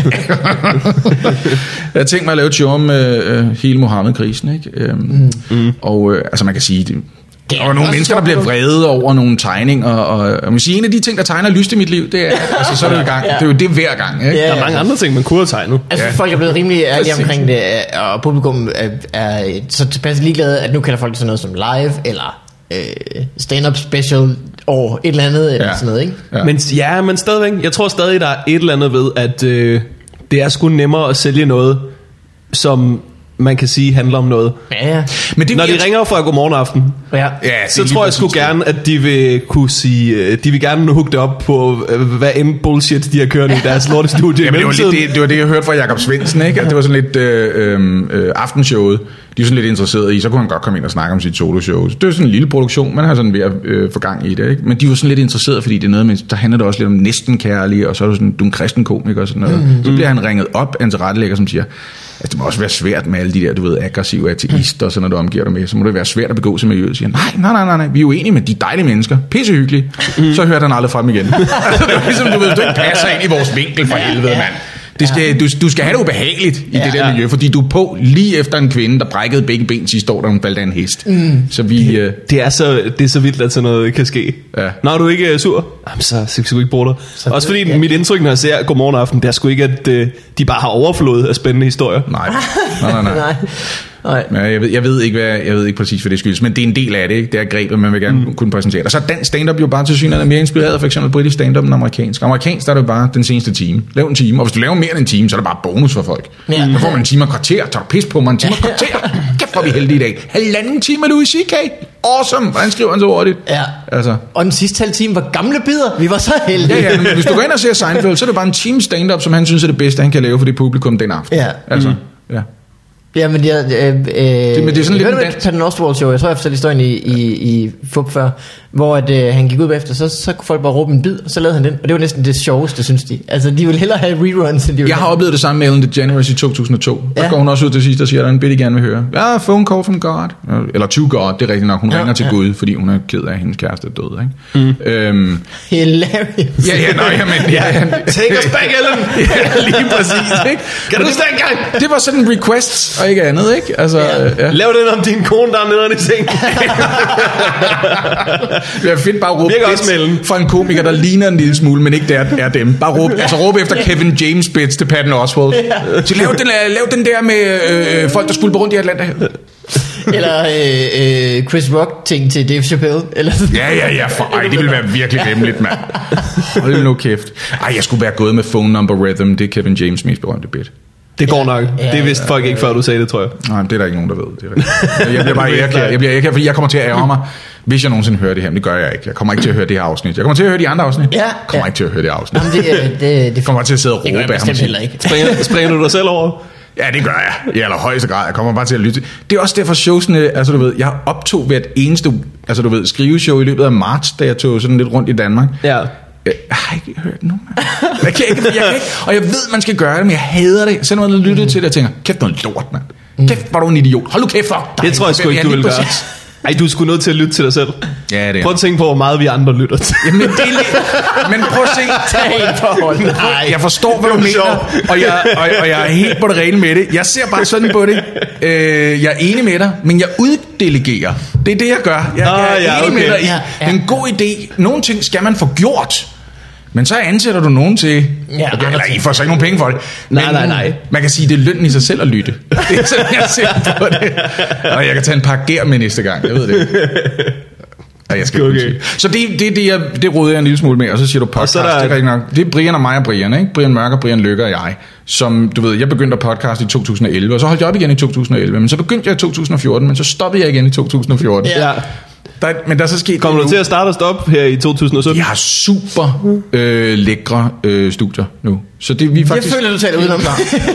A: jeg tænkte mig at lave et show om øh, hele Mohammed-krisen, ikke? Øhm, mm. Og øh, altså man kan sige, det, det der var nogle mennesker, der bliver vrede over nogle tegninger, og, og man kan sige, en af de ting, der tegner lyst i mit liv, det er, altså så er det i gang. Ja. Det er jo det hver gang, ikke?
C: Ja, der er mange andre ting, man kunne have tegnet.
B: Altså ja. Folk er blevet rimelig ærlige omkring det, og publikum er, er så tilpas ligeglade, at nu kalder folk sådan noget som live, eller øh, stand-up special, og et eller andet, eller ja. sådan noget, ikke?
C: Ja. Men ja, men stadigvæk, jeg tror stadig, der er et eller andet ved, at øh, det er sgu nemmere at sælge noget, som man kan sige handler om noget.
B: Ja, ja.
C: Men det, når de jeg... ringer fra Godmorgen Aften,
B: ja.
C: Ja, så tror jeg sgu gerne, at de vil kunne sige, de vil gerne hooke det op på, hvad end bullshit de har kørt i deres lortestudie.
A: Jamen, det, var lidt, det, det var det, jeg hørte fra Jakob Svendsen, ikke? At det var sådan lidt øh, øh, aftenshowet. de er sådan lidt interesserede i, så kunne han godt komme ind og snakke om sit soloshow. Det er sådan en lille produktion, man har sådan ved at øh, få gang i det, ikke? Men de var sådan lidt interesserede, fordi det er noget med, der handler det også lidt om næsten kærlige, og så er du sådan, du er en kristen komiker og sådan noget. Mm. Så bliver han ringet op af en tilrettelægger, som siger, altså det må også være svært med alle de der, du ved, aggressive ateister og sådan noget, du omgiver dig med. Så må det være svært at begå sig med jøder. Siger, nej, nej, nej, nej, nej, vi er jo enige med de dejlige mennesker. Pissehyggelige. Mm. Så hørte han aldrig fra dem igen. Altså, det er ligesom, du ved, du ikke passer ind i vores vinkel for helvede, mand. Det skal, du, du skal have det ubehageligt i ja, det der ja. miljø, fordi du er på lige efter en kvinde, der brækkede begge ben sidste år, da hun faldt af en hest. Mm. Så vi,
C: det, øh... det, er så, det er så vildt, at sådan noget kan ske. Ja. Når er du ikke er sur, jamen, så skal vi ikke bruge dig. Så også fordi ja. mit indtryk, når jeg ser Godmorgen Aften, det er sgu ikke, at øh, de bare har overflod af spændende historier.
A: Nej, nej, nej. nej. nej. Nej. Jeg, ved, jeg, ved ikke, hvad, jeg ved ikke præcis, hvad det skyldes, men det er en del af det, ikke? Det er grebet, man vil gerne mm. kunne præsentere. Og så er dansk stand-up jo bare til synligheden mere inspireret af for eksempel britisk stand-up end amerikansk. Amerikansk, der er det jo bare den seneste time. Lav en time, og hvis du laver mere end en time, så er det bare bonus for folk. Ja. Så får man en time og kvarter, tager pis på mig en time og kvarter. Kæft, hvor er vi heldige i dag. Halvanden time af Louis C K. Awesome, hvordan skriver han så hurtigt?
B: Ja. Altså. Og den sidste halv time var gamle bidder. Vi var så heldige.
A: Ja, ja, men hvis du går ind og ser Seinfeld, så er det bare en time stand-up, som han synes er det bedste, han kan lave for det publikum den aften.
B: Ja.
A: Altså,
B: mm. ja. Ja, men jeg, øh, øh, det, men det er sådan jeg hørte med Patton Oswalt show. Jeg tror jeg fortalte historien i, i, i F U B før, hvor at, øh, han gik ud bagefter, så, så kunne folk bare råbe en bid, og så lavede han den. Og det var næsten det sjoveste, synes de. Altså, de ville hellere have reruns, end de ville.
A: Jeg har oplevet det samme med Ellen DeGeneres i to tusind og to. Der ja. går hun også ud til sidst og siger, at der er en bid, de gerne vil høre. Ja, phone call from God. Eller to God, det er rigtigt nok. Hun ja, ringer til ja. Gud, fordi hun er ked af, at hendes kæreste er død, ikke? Mm. Øhm,
B: Hilarious.
A: Ja, ja, nej, men ja, ja.
C: Take us back, Ellen.
A: Ja, lige præcis, ikke?
C: Kan du huske den gang?
A: Det var sådan en request, og ikke andet, ikke? Altså, ja. Ja.
C: Lav den om din kone, der er nede i seng.
A: Jeg finder bare råb fra en komiker, der ligner en lille smule, men ikke der er dem. Bare råb, altså råb efter Kevin James bits til Patton Oswalt. Ja. Så lav den, lav den der med øh, folk, der spulper rundt i Atlanta.
B: Eller øh, øh, Chris Rock ting til Dave Chappelle eller
A: ja ja ja for, ej, det ville være virkelig hemmeligt, mand. Hold nu kæft. Ej, jeg skulle være gået med Phone Number Rhythm. Det er Kevin James mest berømte bit.
C: Det går nok. Ja, det vidste ja, folk ikke før du sagde det, tror jeg.
A: Nej, det er der ikke nogen der ved. Det er jeg bliver bare ærgerlig. Jeg bliver ærgerlig, fordi jeg kommer til at ærge mig, hvis jeg nogensinde hører det her. Men det gør jeg ikke. Jeg kommer ikke til at høre det her afsnit. Jeg kommer til at høre de andre afsnit. Jeg kommer
B: ja.
A: ikke til at høre det afsnit.
B: Jamen, det, det, det
A: kommer til at sidde og råbe af ham.
C: Springer, springer du dig selv over?
A: Ja, det gør jeg. I allerhøjeste grad. Jeg kommer bare til at lytte. Det er også derfor showsene, altså du ved, jeg optog hvert eneste, altså du ved, skriveshow i løbet af marts, da jeg tog sådan lidt rundt i Danmark.
C: Ja.
A: Jeg har ikke hørt nogen. Jeg kan ikke, jeg kan ikke, og jeg ved, man skal gøre det, men jeg hader det. Selv når man lytter mm. til det, og tænker, kæft, noget lort, mand. Kæft, var du en idiot. Hold nu kæft for.
C: Det tror jeg sgu ikke, du vil gøre. Ej, du er sgu nødt til at lytte til dig selv.
A: Ja, det er.
C: Prøv at tænke på, hvor meget vi andre lytter til.
A: Jamen, det er lidt... Men prøv at se...
B: Tag et forhold.
A: Nej, jeg forstår, hvad du mener, og jeg, og, og jeg er helt på det rene med det. Jeg ser bare sådan på det. Øh, jeg er enig med dig, men jeg uddelegerer. Det er det, jeg gør. Jeg, jeg er ah, ja, enig okay. med dig i. Ja, ja. Det er en god idé. Nogle ting skal man få gjort. Men så ansætter du nogen til... Ja, okay, eller I får så ikke nogen penge for det. Men
C: nej, nej, nej.
A: Man kan sige, det er lønnen i sig selv at lytte. Det er sådan, jeg ser på det. Og jeg kan tage en par gær med næste gang. Jeg ved det. Ja, jeg skal okay. Så det, det, det, jeg, det råder jeg en lille smule med. Og så siger du podcast. Der... Det, er rigtig nok. Det er Brian og mig og Brian, ikke? Brian Mørk og Brian Lykke og jeg. Som, du ved, jeg begyndte at podcast i to tusind og elleve. Og så holdt jeg op igen i to tusind og elleve. Men så begyndte jeg i to tusind og fjorten. Men så stoppede jeg igen i to tusind og fjorten.
B: Ja.
A: Der, men der er så sket...
C: Kommer du til at starte og stoppe her i to tusind og sytten?
A: Jeg har super øh, lækre øh, studier nu. Så det vi faktisk...
B: Jeg føler, du taler udenom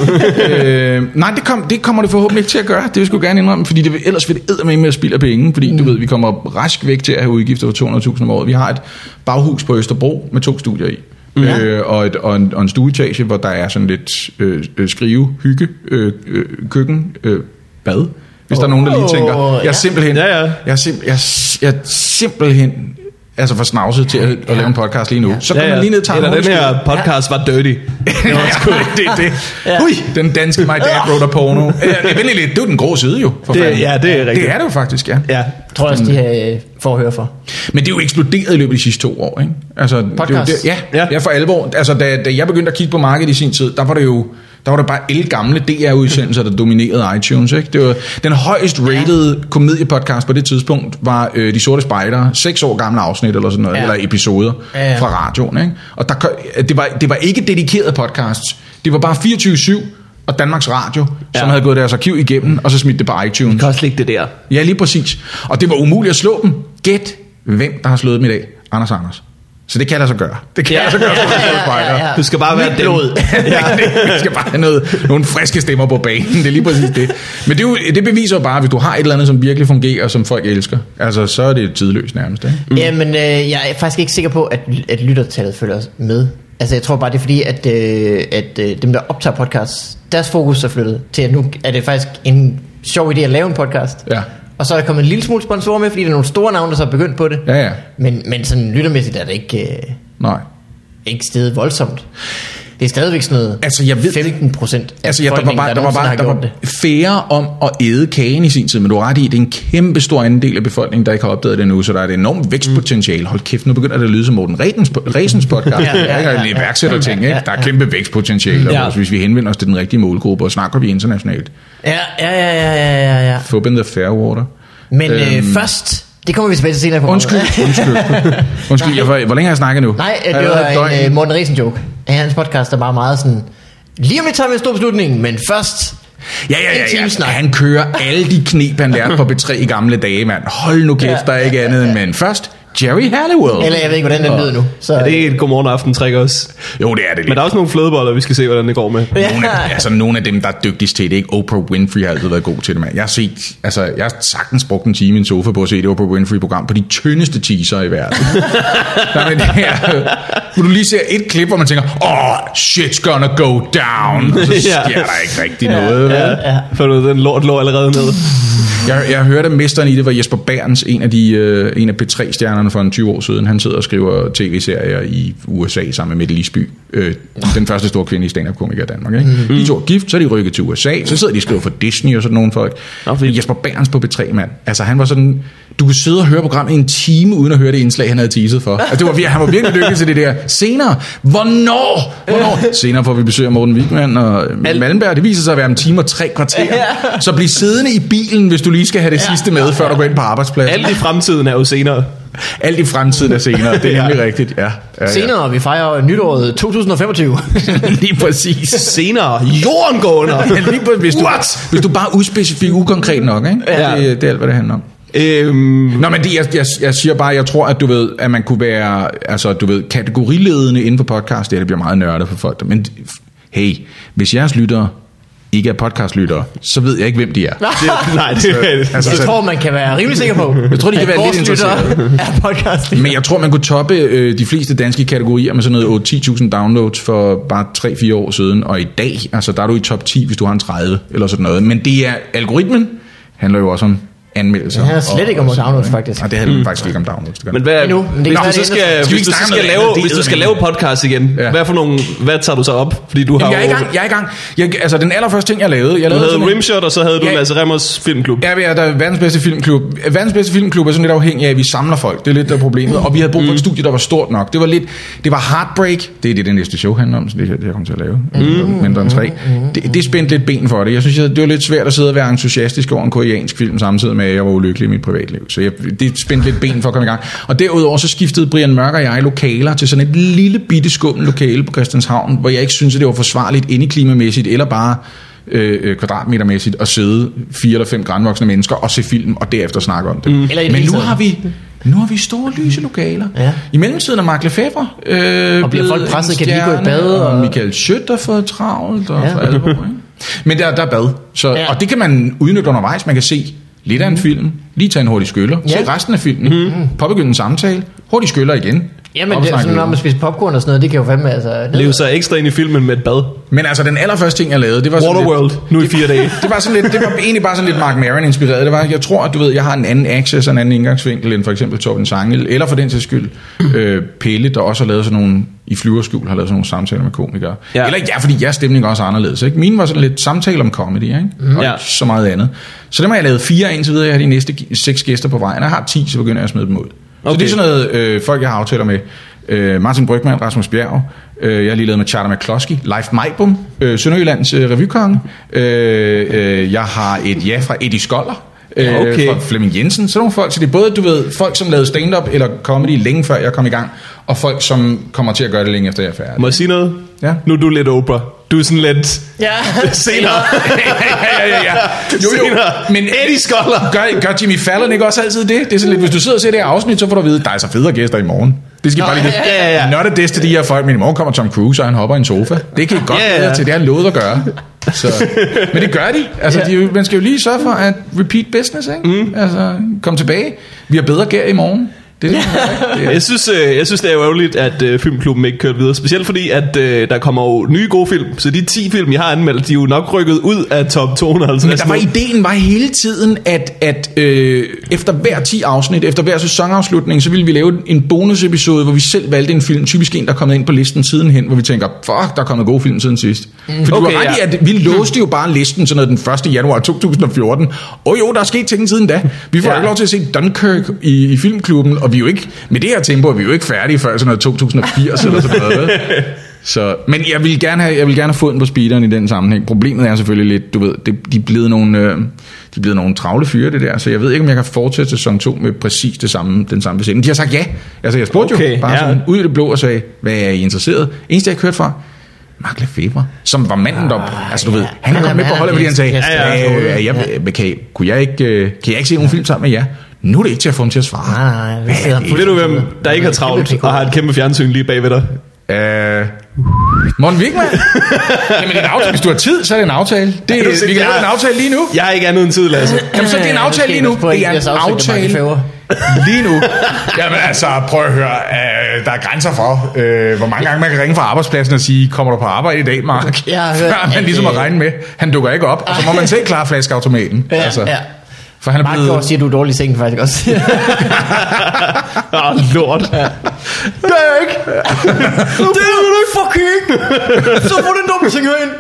A: øh, Nej, det, kom, det kommer det forhåbentlig ikke til at gøre. Det vil jeg sgu gerne indrømme, fordi det vil, ellers vil det eddermame med at spilde af penge. Fordi mm. du ved, vi kommer rask væk til at have udgifter for to hundrede tusind om året. Vi har et baghus på Østerbro med to studier i. Mm. Øh, og, et, og, en, og en stueetage, hvor der er sådan lidt øh, skrive, hygge, øh, øh, køkken, øh, bad. Hvis der er nogen, der lige tænker, jeg er simpelthen,
C: ja, ja.
A: Jeg er simp- jeg, jeg er simpelthen altså for snavset til at, at ja. lave en podcast lige nu. Ja. Så kan ja, ja. man lige ned og tage
C: en den her podcast ja. var dirty.
A: Det var sgu det, det. Ja. Ui, den danske My Dad Wrote a Porno. Ja, det, lidt, det er jo den grå side jo. For
C: det, ja, det er rigtigt.
A: Det er det jo faktisk, ja.
B: Ja, tror jeg også, de har får at høre for.
A: Men det er jo eksploderet i løbet af de sidste to år, ikke? Altså,
B: podcast?
A: Det, det, ja, ja, ja, for alvor. Altså, da, da jeg begyndte at kigge på markedet i sin tid, der var det jo der var der bare elgamle D R-udsendelser, der dominerede iTunes, ikke? Det var den højst rated ja. komediepodcast på det tidspunkt var øh, De Sorte Spejdere, seks år gamle afsnit eller sådan noget, ja. eller episoder ja, ja. fra radioen, ikke? Og der, det, var, det var ikke dedikerede podcasts. Det var bare fireogtyve syv og Danmarks Radio, ja. som havde gået deres arkiv igennem, og så smidt det på iTunes.
C: Det kan også ligge det der.
A: Ja, lige præcis. Og det var umuligt at slå dem. Gæt, hvem der har slået dem i dag? Anders Anders. Så det kan lade sig gøre. Det kan
B: Ja.
A: lade sig gøre.
B: Ja, ja, ja, ja.
C: Du skal bare være dem.
B: blod.
A: Ja, vi skal bare have noget, nogle friske stemmer på banen. Det er lige præcis det. Men det, er jo, det beviser jo bare, at hvis du har et eller andet, som virkelig fungerer, som folk elsker, altså, så er det tidløst nærmest. Ikke?
B: Mm. Jamen, øh, jeg er faktisk ikke sikker på, at, at lyttertallet følger med. Altså, jeg tror bare, det er fordi, at, øh, at øh, dem, der optager podcasts, deres fokus er flyttet til, at nu er det faktisk en sjov idé at lave en podcast.
A: Ja.
B: Og så er der kommet en lille smule sponsorer med, fordi der er nogle store navne, der så er begyndt på det.
A: Ja, ja.
B: Men, men sådan lyttermæssigt er det ikke, øh,
A: Nej.
B: ikke steget voldsomt. Det er stadigvæk sådan noget
A: Altså, jeg ved
B: femten procent af
A: Altså, ja, der var bare, der var bare der var
B: det.
A: færre om at æde kagen i sin tid, men du har ret i, det er en kæmpe stor andel af befolkningen, der ikke har opdaget det nu, så der er et enormt vækstpotentiale. Hold kæft, nu begynder det at lyde som Morten Ræsens podcast.
B: Ja, ja, ja, ja.
A: Det er iværksætterting, ikke? Der er kæmpe vækstpotentiale,
C: Ja.
A: og hvis vi henvender os til den rigtige målgruppe, og snakker vi internationalt.
B: Ja, ja, ja, ja, ja, ja, ja.
A: Fup in the fair water.
B: Men øh,
A: Øhm.
B: først, det kommer vi tilbage til senere på.
A: Undskyld, undskyld. Undskyld, jeg, hvor længe har jeg snakket nu?
B: Nej, det
A: Har jeg været et
B: var
A: døgn?
B: en uh, Morten Ræsen joke. Hans podcast er bare meget sådan, lige om lidt tager vi en stor beslutning, men først
A: Ja, ja,
B: en
A: ja,
B: time
A: ja.
B: snak.
A: Han kører alle de knep, han lærte på B tre i gamle dage, mand. Hold nu kæft,
B: Ja.
A: der er ikke andet, men først Jerry Halliwell.
B: Eller jeg ved ikke, hvordan den lyder nu. Så,
C: Er det et godmorgen aften træk også?
A: Jo, det er det lidt.
C: Men der er også nogle flødeboller, vi skal se, hvordan det går med.
B: Ja.
A: Nogle af, altså, nogle af dem, der er dygtigst til det, ikke? Oprah Winfrey har altid været god til det, mand. Jeg har set, altså, jeg har sagtens brugt en time i en sofa på at se et Oprah Winfrey-program på de tyndeste teaser i verden. Nej, men det her, hvor du lige ser et klip, hvor man tænker, oh, shit's gonna go down. Og så sker
C: Ja.
A: der ikke rigtig noget. vel?
B: ja.
C: For du ved, den lort lå allerede nede.
A: Jeg, jeg hørte, at mesteren i det var Jesper Berns, en af, de, øh, en af P tre-stjernerne for en tyve år siden. Han sidder og skriver tv-serier i U S A sammen med Mette Lisby, øh, den første store kvindelige stand-up-komiker i Danmark. Ikke? Mm-hmm. De to er gift, så er de rykket til U S A, så sidder de og skriver for Disney og sådan nogle folk.
C: Nå, fint.
A: Jesper Berns på P tre, mand. Altså han var sådan, du kunne sidde og høre programmet i en time, uden at høre det indslag, han havde teaset for. Altså, det var, vir- han var virkelig lykkelig til det der. Senere, hvornår? Hvornår? Senere får vi besøg af Morten Wigman og Al- Malmberg. Det viser sig at være en time og tre kvarter. Så bliv siddende i bilen, hvis du lige skal have det sidste med, før du går ind på arbejdspladsen.
C: Alt i fremtiden er jo senere.
A: Alt i fremtiden er senere, det er nemlig rigtigt. Ja, ja, ja.
B: Senere, vi fejrer nytåret to tusind og femogtyve.
A: Lige præcis.
C: Senere, jorden går under.
A: Ja, lige præcis. Hvis, du, hvis du bare er uspecifik, ukonkret nok, ikke?
C: Ja.
A: Det, det er alt, hvad det handler om.
C: Øhm,
A: Nå, men det, jeg, jeg, jeg siger bare, jeg tror, at du ved, at man kunne være, altså, du ved, kategoriledende inden for podcast, det, her, det bliver meget nørdet for folk. Men hey, hvis jeres lyttere ikke er podcastlyttere, så ved jeg ikke, hvem de er.
C: det, nej, det er
A: Altså,
B: Jeg
A: så-
B: tror, man kan være rimelig sikker på,
A: Jeg tror, de kan
B: at
A: være lidt
B: vores lyttere
A: interesserede.
B: er podcast.
A: Men jeg tror, man kunne toppe øh, de fleste danske kategorier med sådan noget otte til ti tusind downloads for bare tre fire år siden. Og i dag, altså der er du i top ti, hvis du har en tredive eller sådan noget. Men det er, algoritmen handler jo også om anmeldelser.
B: Det handler slet ikke om
A: og sådan
B: downloads,
A: noget, ikke?
B: faktisk.
A: Nej, det handler mm. faktisk ikke om downloads. Det gør
C: men
A: det.
C: hvad,
B: Endnu, men det
C: hvis,
B: kan
C: du
B: være,
C: så
B: det
C: skal,
B: ændrer
A: sig.
C: hvis, du så
A: Skal vi
C: skal
A: ikke snakke
C: lave,
A: om det?
C: hvis du skal
A: Det er
C: lave podcast igen,
A: Ja.
C: hvad for nogle, hvad tager du så op? Fordi du har
A: Jamen, jeg er i
C: jo-
A: gang. Jeg er i gang. Jeg, altså, den allerførste ting, jeg lavede... Jeg
C: Du
A: lavede
C: havde
A: sådan en-
C: Rimshot, og så havde du
A: Ja.
C: Lasse Remmers filmklub.
A: Ja, vi er der er verdens bedste filmklub. Verdens bedste filmklub er sådan lidt afhængig af, at vi samler folk. Det er lidt der problemet. Og vi havde brug for et studie, der var stort nok. Det var lidt, det var Heartbreak. Det er det, det næste show handler om, så det er det, jeg kommer til at lave. Mm. Mindre end tre. Det, det spændte lidt ben for det. Jeg synes, det var lidt svært at sidde og være entusiastisk over en koreansk film, samtidig med, at jeg var ulykkelig i mit privatliv. Så jeg, det spændte lidt ben for at komme i gang. Og derudover så skiftede Brian Mørk og jeg lokaler til sådan et lille bitte skummel lokale på Christianshavn, hvor jeg ikke synes, at det var forsvarligt indeklimamæssigt, eller bare øh, kvadratmetermæssigt at sidde fire eller fem grænvoksne mennesker og se film og derefter snakke om det. Mm.
B: Eller i det
A: Men
B: hele
A: nu
B: taget.
A: har vi nu har vi store lyse lokaler.
B: Ja.
A: I mellemtiden er Mark Lefebvre øh,
B: Og bliver folk
A: blevet
B: presset,
A: en
B: kan de lige gå i
A: stjerne,
B: bad,
A: og
B: og-
A: Michael Schødt har fået travlt og
B: Ja.
A: for alvor, ikke? Men der, der er bad. Så,
B: Ja.
A: og det kan man udnytte undervejs. Man kan se lidt af en film, lige tage en hurtig skyller,
B: Ja.
A: se resten af filmen, mm. påbegynde en samtale, hurtig skyller igen.
B: Jamen,
A: op
B: det er
A: og snakke
B: sådan, når
A: videre.
B: man spiser popcorn og sådan noget, det kan jo fandme, altså...
C: Leve sig ekstra ind i filmen med et bad.
A: Men altså, den allerførste ting, jeg lavede, det var sådan
C: Waterworld,
A: lidt,
C: nu i fire dage.
A: det var sådan lidt, det var egentlig bare sådan lidt Mark Maron inspireret. Det var, jeg tror, at du ved, jeg har en anden access og en anden indgangsvinkel end for eksempel Torben Sangel, eller for den til skyld øh, Pelle, der også har lavet sådan nogle, i flyverskjul har lavet sådan nogle samtaler med komikere.
C: Ja.
A: Eller ja, fordi jeres stemning også er anderledes. Ikke? Mine var sådan lidt samtale om comedy, ikke? Mm. Og
C: Ja.
A: ikke så meget andet. Så dem har jeg lavet fire indtil videre. Jeg har de næste seks gæster på vejen. Jeg har ti, så begynder jeg at smide dem ud. Så
C: Okay.
A: det er sådan noget, øh, folk jeg har aftaler med. Øh, Martin Brygmann, Rasmus Bjerg, øh, jeg har lige lavet med Charter McCloskey, Leif Meibum, øh, Sønderjyllands øh, revykonge, øh, øh, jeg har et ja fra Eddie Skoller, øh,
C: Ja, okay.
A: fra Flemming Jensen, så nogle folk, så det er både, du ved, folk som lavede stand-up eller comedy længe før jeg kom i gang, og folk som kommer til at gøre det længe efter jeg er færdig.
C: Må jeg sige noget?
A: Ja.
C: Nu er du lidt Oprah. du er sådan lidt
B: ja.
C: senere.
A: ja, ja, ja. Jo, jo.
C: Men Eddie Skoller.
A: Gør, gør Jimmy Fallon ikke også altid det? Det er sådan lidt, hvis du sidder og ser det her afsnit, så får du at vide, der er så federe gæster i morgen. Det skal Nå, bare lige
C: ja, ja, ja.
A: Not a diss til de her folk, men i morgen kommer Tom Cruise, og han hopper i en sofa. Det kan I godt ja, ja. til, det har lovet at gøre. Så. Men det gør de. Altså, ja. de, man skal jo lige sørge for at repeat business, ikke? Mm. Altså, kom tilbage. Vi har bedre gær i morgen. Det er det, det er.
C: Jeg synes, øh, jeg synes det er jo ærgerligt, at øh, filmklubben ikke kørte videre. Specielt fordi, at øh, der kommer jo nye gode film. Så de ti film, jeg har anmeldt, de er jo nok rykket ud af top to hundrede og halvtreds.
A: Men der var ideen var hele tiden, at, at øh, efter hver ti afsnit, efter hver sæsonafslutning, så ville vi lave en bonusepisode, hvor vi selv valgte en film. Typisk en, der er kommet ind på listen sidenhen, hvor vi tænker, fuck, der er kommet gode film siden sidst. Mm. For okay, du var ret ja. i, at vi låste jo bare listen sådan noget den første januar to tusind og fjorten. Og jo, der er sket ting siden da. Vi får ja. ikke lov til at se Dunkirk i, i filmklubben, og vi er jo ikke, med det her tempo er vi jo ikke færdige før sådan noget to tusind og firs eller sådan noget. Så, men jeg vil gerne have, jeg vil gerne have foden på speederen i den sammenhæng. Problemet er selvfølgelig lidt, du ved, det, de er blevet nogle, øh, de er blevet nogle travle fyre det der, så jeg ved ikke om jeg kan fortsætte sæson to med præcis det samme, den samme besætning. De har sagt ja. Altså jeg spurgte okay, jo bare ja. sådan ud i det blå og sagde, hvad er I interesseret? Eneste jeg har hørt fra Mark Lefebvre, som var manden der, ah, altså du ja. ved, han er kommet med på holdet, fordi han sagde, ja, ja, ja, ja, jeg, kan, kunne jeg ikke, kan jeg ikke se nogen film sammen med jer? Nu er det ikke til at få ham til at svare.
B: Nej, nej,
C: nej. Ved du hvem, der ikke har travlt og har et kæmpe fjernsyn lige bagved dig?
A: Uh, Morten Wigman. Jamen en aftale, hvis du har tid, så er det en aftale. Det, er, vi kan lave en aftale lige nu.
C: Jeg har ikke andet end tid, Lasse.
A: Jamen så det er en aftale lige nu. Det er en aftale lige nu. Jamen altså, prøv at høre. Uh, der er grænser for, uh, hvor mange gange man kan ringe fra arbejdspladsen og sige, kommer du på arbejde i dag, Mark? Før man ligesom at regne med. Han dukker ikke op, og så må man selv klare flaskeautomaten.
B: Ja, altså. ja.
A: For han er
B: Mark blevet... siger, du er dårlig i sengen faktisk også.
C: Åh, oh, lort. Ja.
B: Det er jeg ikke. Det er du ikke fucking. Så får den dumme ting herind.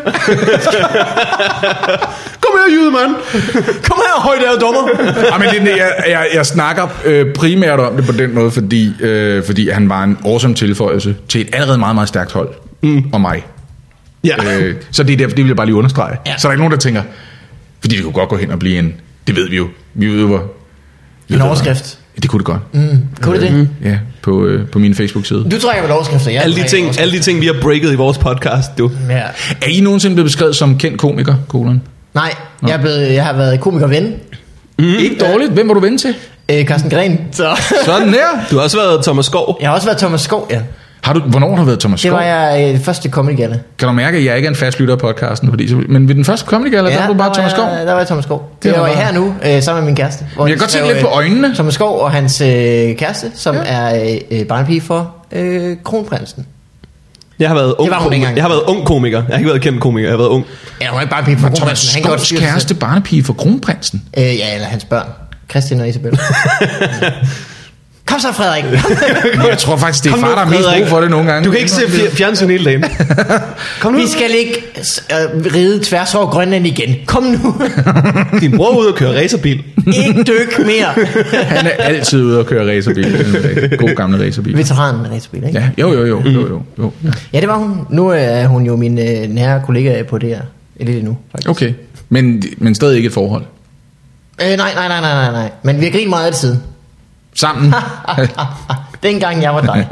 C: Kom her, jydemand.
B: Kom her, højdæret dommer.
A: Ja, men det, jeg, jeg, jeg snakker øh, primært om det på den måde, fordi, øh, fordi han var en awesome tilføjelse til et allerede meget, meget stærkt hold. Mm. Og mig. Ja. Øh, så det, det vil jeg bare lige understrege. Ja. Så der er ikke nogen, der tænker, fordi det kunne godt gå hen og blive en... Det ved vi jo. Vi øver.
B: En overskrift.
A: Det kunne det godt.
B: Mm. Kunne det det?
A: Ja, på, øh, på min Facebook-side.
B: Du trækker vel overskrifter, ja.
C: Alle de, ting, alle de ting, vi har breaket i vores podcast, du.
B: Ja.
A: Er I nogensinde blevet beskrevet som kendt komiker, kolon?
B: Nej, jeg, er blevet, jeg har været komikerven.
A: Mm. Ikke dårligt. Hvem var du ven til?
B: Øh, Carsten Gren. Så.
A: Sådan der.
C: Du har også været Thomas Skov.
B: Jeg har også været Thomas Skov, ja.
A: Har du, hvornår har du været Thomas Skov?
B: Det var jeg øh, første Comedy Galla.
A: Kan du mærke, at jeg ikke er en fast lytter af podcasten? Fordi, så, men ved den første Comedy Galla, ja, der var du bare
B: der
A: Thomas Skov?
B: Ja, der var jeg Thomas Skov. Det, det var jeg her nu, øh, sammen med min kæreste.
A: Men jeg kan godt se lidt på øjnene.
B: Thomas Skov og hans øh, kæreste, som ja. er øh, barnepige for øh, Kronprinsen.
C: Jeg har været ung,
B: det var hun
C: jeg har været ung komiker. Jeg har ikke været kendt komiker, jeg har været ung.
B: Ja, hun er ikke barnepige for Kronprinsen.
A: Thomas Skovs kæreste barnepige for Kronprinsen?
B: Øh, ja, eller hans børn. Christian og Isabel. Kom så, Frederik.
A: Jeg tror faktisk, det er far, der er mest brug for det nogle gange.
C: Du kan ikke se fjernsyn hele dagen.
B: Kom nu. Vi skal ikke uh, ride tværs over Grønland igen. Kom nu.
C: Din bror er ude og køre racerbil.
B: Ikke dyk mere.
A: Han er altid ude og køre racerbil. God gamle racerbil.
B: Veteranen racerbil, ikke?
A: Ja, jo, jo, jo. jo, jo, jo.
B: Ja, det var hun. Nu er hun jo min uh, nære kollega på det her. Eller det nu, faktisk.
A: Okay, men, men stadig ikke et forhold?
B: Øh, nej, nej, nej, nej, nej. Men vi har grinet meget af det siden.
A: Sammen.
B: Dengang jeg var dig.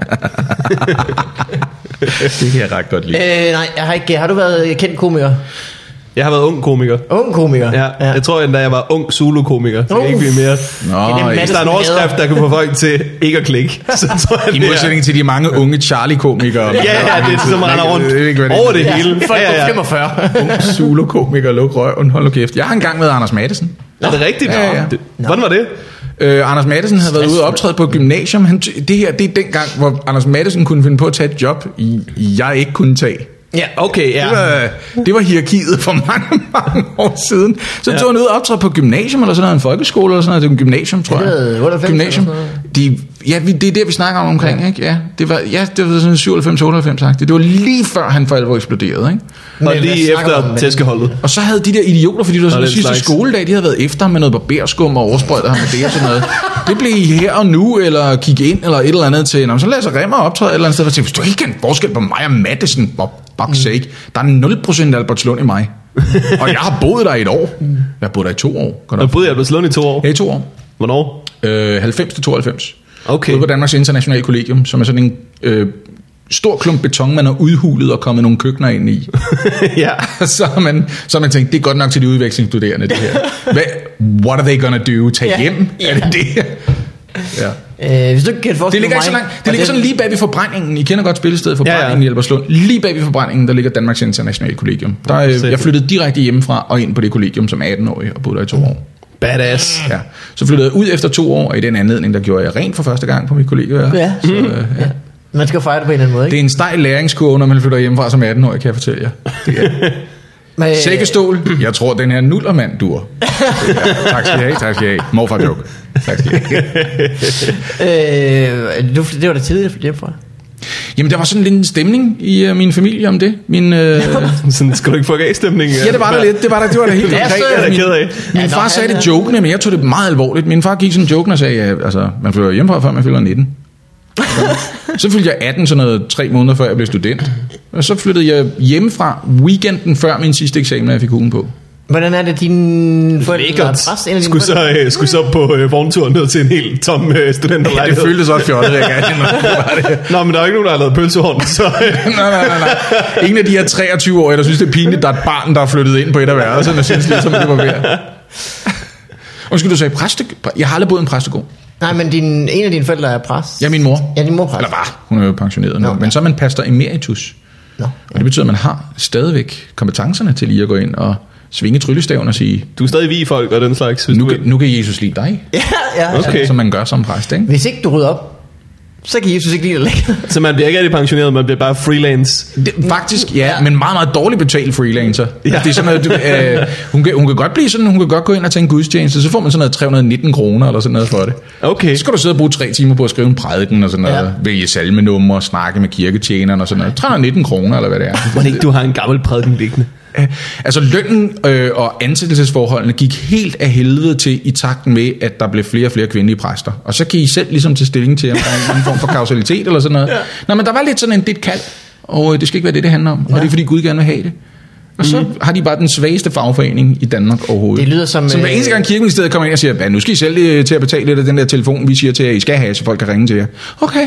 A: Det kan jeg ret godt lide.
B: øh, Nej, jeg har ikke. Har du været kendt komiker?
C: Jeg har været ung komiker.
B: Ung komiker?
C: Ja, ja. Jeg tror endda jeg var ung Zulu-komiker. Så uh. ikke blive mere. Nå, det er hvis der er en overskrift, der kan få folk til ikke at klikke, så tror jeg,
A: i modsætning til de mange unge Charlie-komikere.
C: Ja, ja, det er som render rundt over det hele.
B: Folk på femogfyrre.
A: Ung Zulu-komiker, luk røven, hold nu kæft. Jeg har engang med Anders Mattesen.
C: Er det rigtigt?
A: Ja, ja.
C: Hvordan var det?
A: Uh, Anders Mattesen havde været ude og optræde på et gymnasium. Han, det her, det er dengang, hvor Anders Mattesen kunne finde på at tage et job, i, jeg ikke kunne tage.
C: Ja, okay, ja.
A: Det var, det var hierarkiet for mange, mange år siden. Så ja. tog han ud og optræde på gymnasium, eller sådan noget, en folkeskole, eller sådan noget. Det var en gymnasium, tror jeg.
B: Det var otteoghalvfems
A: gymnasium. De, ja, vi, det er det, vi snakker om omkring, ja. ikke? Ja, det var, ja, det var sådan syvoghalvfems otteoghalvfems, sagt. Det var lige før han for alvor eksploderede, ikke?
C: Og lige efter tæskeholdet.
A: Og så havde de der idioter, fordi det var sådan den sidste skoledag, de havde været efter ham med noget barberskum og oversprøjtet ham med det og sådan noget. Det blev I her og nu, eller kigge ind, eller et eller andet til. Nå, så lader sig Remmer optræde et eller andet sted, og tænkte, hvis du ikke kan forskel på mig og Mattesen, for fuck's sake, der er nul procent Albertslund i mig. Og jeg har boet der i et år. Jeg har boet der i to år.
C: Du har boet i Albertslund i to år?
A: Ja, i to år.
C: Hvornår?
A: Øh, halvfems til tooghalvfems.
C: Okay.
A: Ude på Danmarks Internationale Kollegium, som er sådan en øh, stor klump beton, man har udhulet og kommet nogle køkkener ind i.
C: Ja.
A: så, har man, så har man tænkt, det er godt nok til de udvekslingsstuderende, det her. Hvad, what are they gonna do? Tag yeah. hjem?
B: Yeah.
A: Er det det? Ja.
B: Øh, hvis du kan
A: det ligger, så langt, det ligger sådan lige bag ved forbrændingen. I kender godt spillestedet forbrændingen ja, ja. i Albertslund. Lige bag ved forbrændingen, der ligger Danmarks Internationale Kollegium. Der, øh, jeg flyttede direkte hjemmefra og ind på det kollegium som atten-årig og boede der i to år.
C: Badass.
A: Ja. Så flyttede jeg ud efter to år, og i den anledning, der gjorde jeg rent for første gang på mit kollegium.
B: Ja. Så, øh, ja. Man skal jo fejre det på en eller anden måde, ikke?
A: Det er en stejl læringskurve, når man flytter hjemmefra som atten-årig, kan jeg fortælle jer. Det er. Men, sækkestol. Jeg tror, den her nullermand dur. Ja, tak skal I have, tak skal I have. Morfar joke. Tak skal I
B: have. øh, du, det var da tidligt at flytte hjemmefra.
A: Jamen, der var sådan lidt en stemning i uh, min familie om det. Min, uh...
C: sådan, skal du ikke få A-stemning?
A: Ja, det var der lidt. Det var der, det var der helt
C: konkret. Jeg er
A: min,
C: ked af.
A: Min ja, far sagde det jokende, men jeg tog det meget alvorligt. Min far gik sådan jokende og sagde, ja, altså, man flytter hjemmefra, før man fylder nitten. Så fyldte jeg atten, sådan noget tre måneder før jeg blev student. Og så flyttede jeg hjemmefra weekenden før min sidste eksamen, jeg fik ugen på.
B: Hvordan er det, din forældre er præst? En af
C: skulle, så, øh, skulle så på øh, vognturen ned til en helt tom øh, studenterlejlighed.
A: Ja, det føltes også fjollet, jeg gerne.
C: Nå, men der er ikke nogen, der har lavet pølsehorn. Så, øh.
A: nej, nej, nej, nej. Ingen af de her treogtyve-årige, der synes, det er pinligt, der er et barn, der er flyttet ind på et af værelserne, og synes lidt, som det var værd. Undskyld, du sagde præste... Jeg har aldrig boet i en præstegård.
B: Nej, men din, en af dine forældre er præst.
A: Ja, min mor.
B: Ja, din mor præst.
A: Eller var. Hun er jo pensioneret nu. Nå, men så er man pastor emeritus. Nå, ja. Og det betyder, at man har stadigvæk kompetencerne til lige at gå ind og svinge tryllestaven og sige...
C: Du er stadig vig folk og den slags.
A: Nu, kan, nu kan Jesus lide dig.
B: Ja, ja.
A: Okay. Som man gør som præst, ikke?
B: Hvis ikke du rydder op, så kan Jesus ikke lide dig længere.
C: Så man bliver ikke rigtig pensioneret, man bliver bare freelance.
A: Det, faktisk, ja, men meget, meget dårligt betalt freelancer. Ja. Altså, det er sådan noget, du, øh, hun, kan, hun kan godt blive sådan, hun kan godt gå ind og tage en gudstjeneste, så får man sådan noget tre hundrede og nitten kroner eller sådan noget for det.
C: Okay.
A: Så skal du sidde og bruge tre timer på at skrive en prædiken og sådan noget, ja. Vælge salmenummer, snakke med kirketjeneren og sådan noget. tre hundrede og nitten kroner eller hvad det er.
C: Må det ikke, du har en gammel prædiken liggende?
A: Altså lønnen øh, og ansættelsesforholdene gik helt af helvede til i takten med, at der blev flere og flere kvindelige præster. Og så kan I selv ligesom tage stilling til, om der er en form for kausalitet eller sådan noget. Ja. Nå, men der var lidt sådan en dit kald, og øh, det skal ikke være det, det handler om. Ja. Og det er fordi Gud gerne vil have det. Og så mm. har de bare den svageste fagforening i Danmark overhovedet.
B: Det lyder som...
A: Som hver eneste gang Kirkeministeriet kommer ind og siger, ja, nu skal I selv til at betale lidt af den der telefon, vi siger til jer, I skal have, så folk kan ringe til jer. Okay.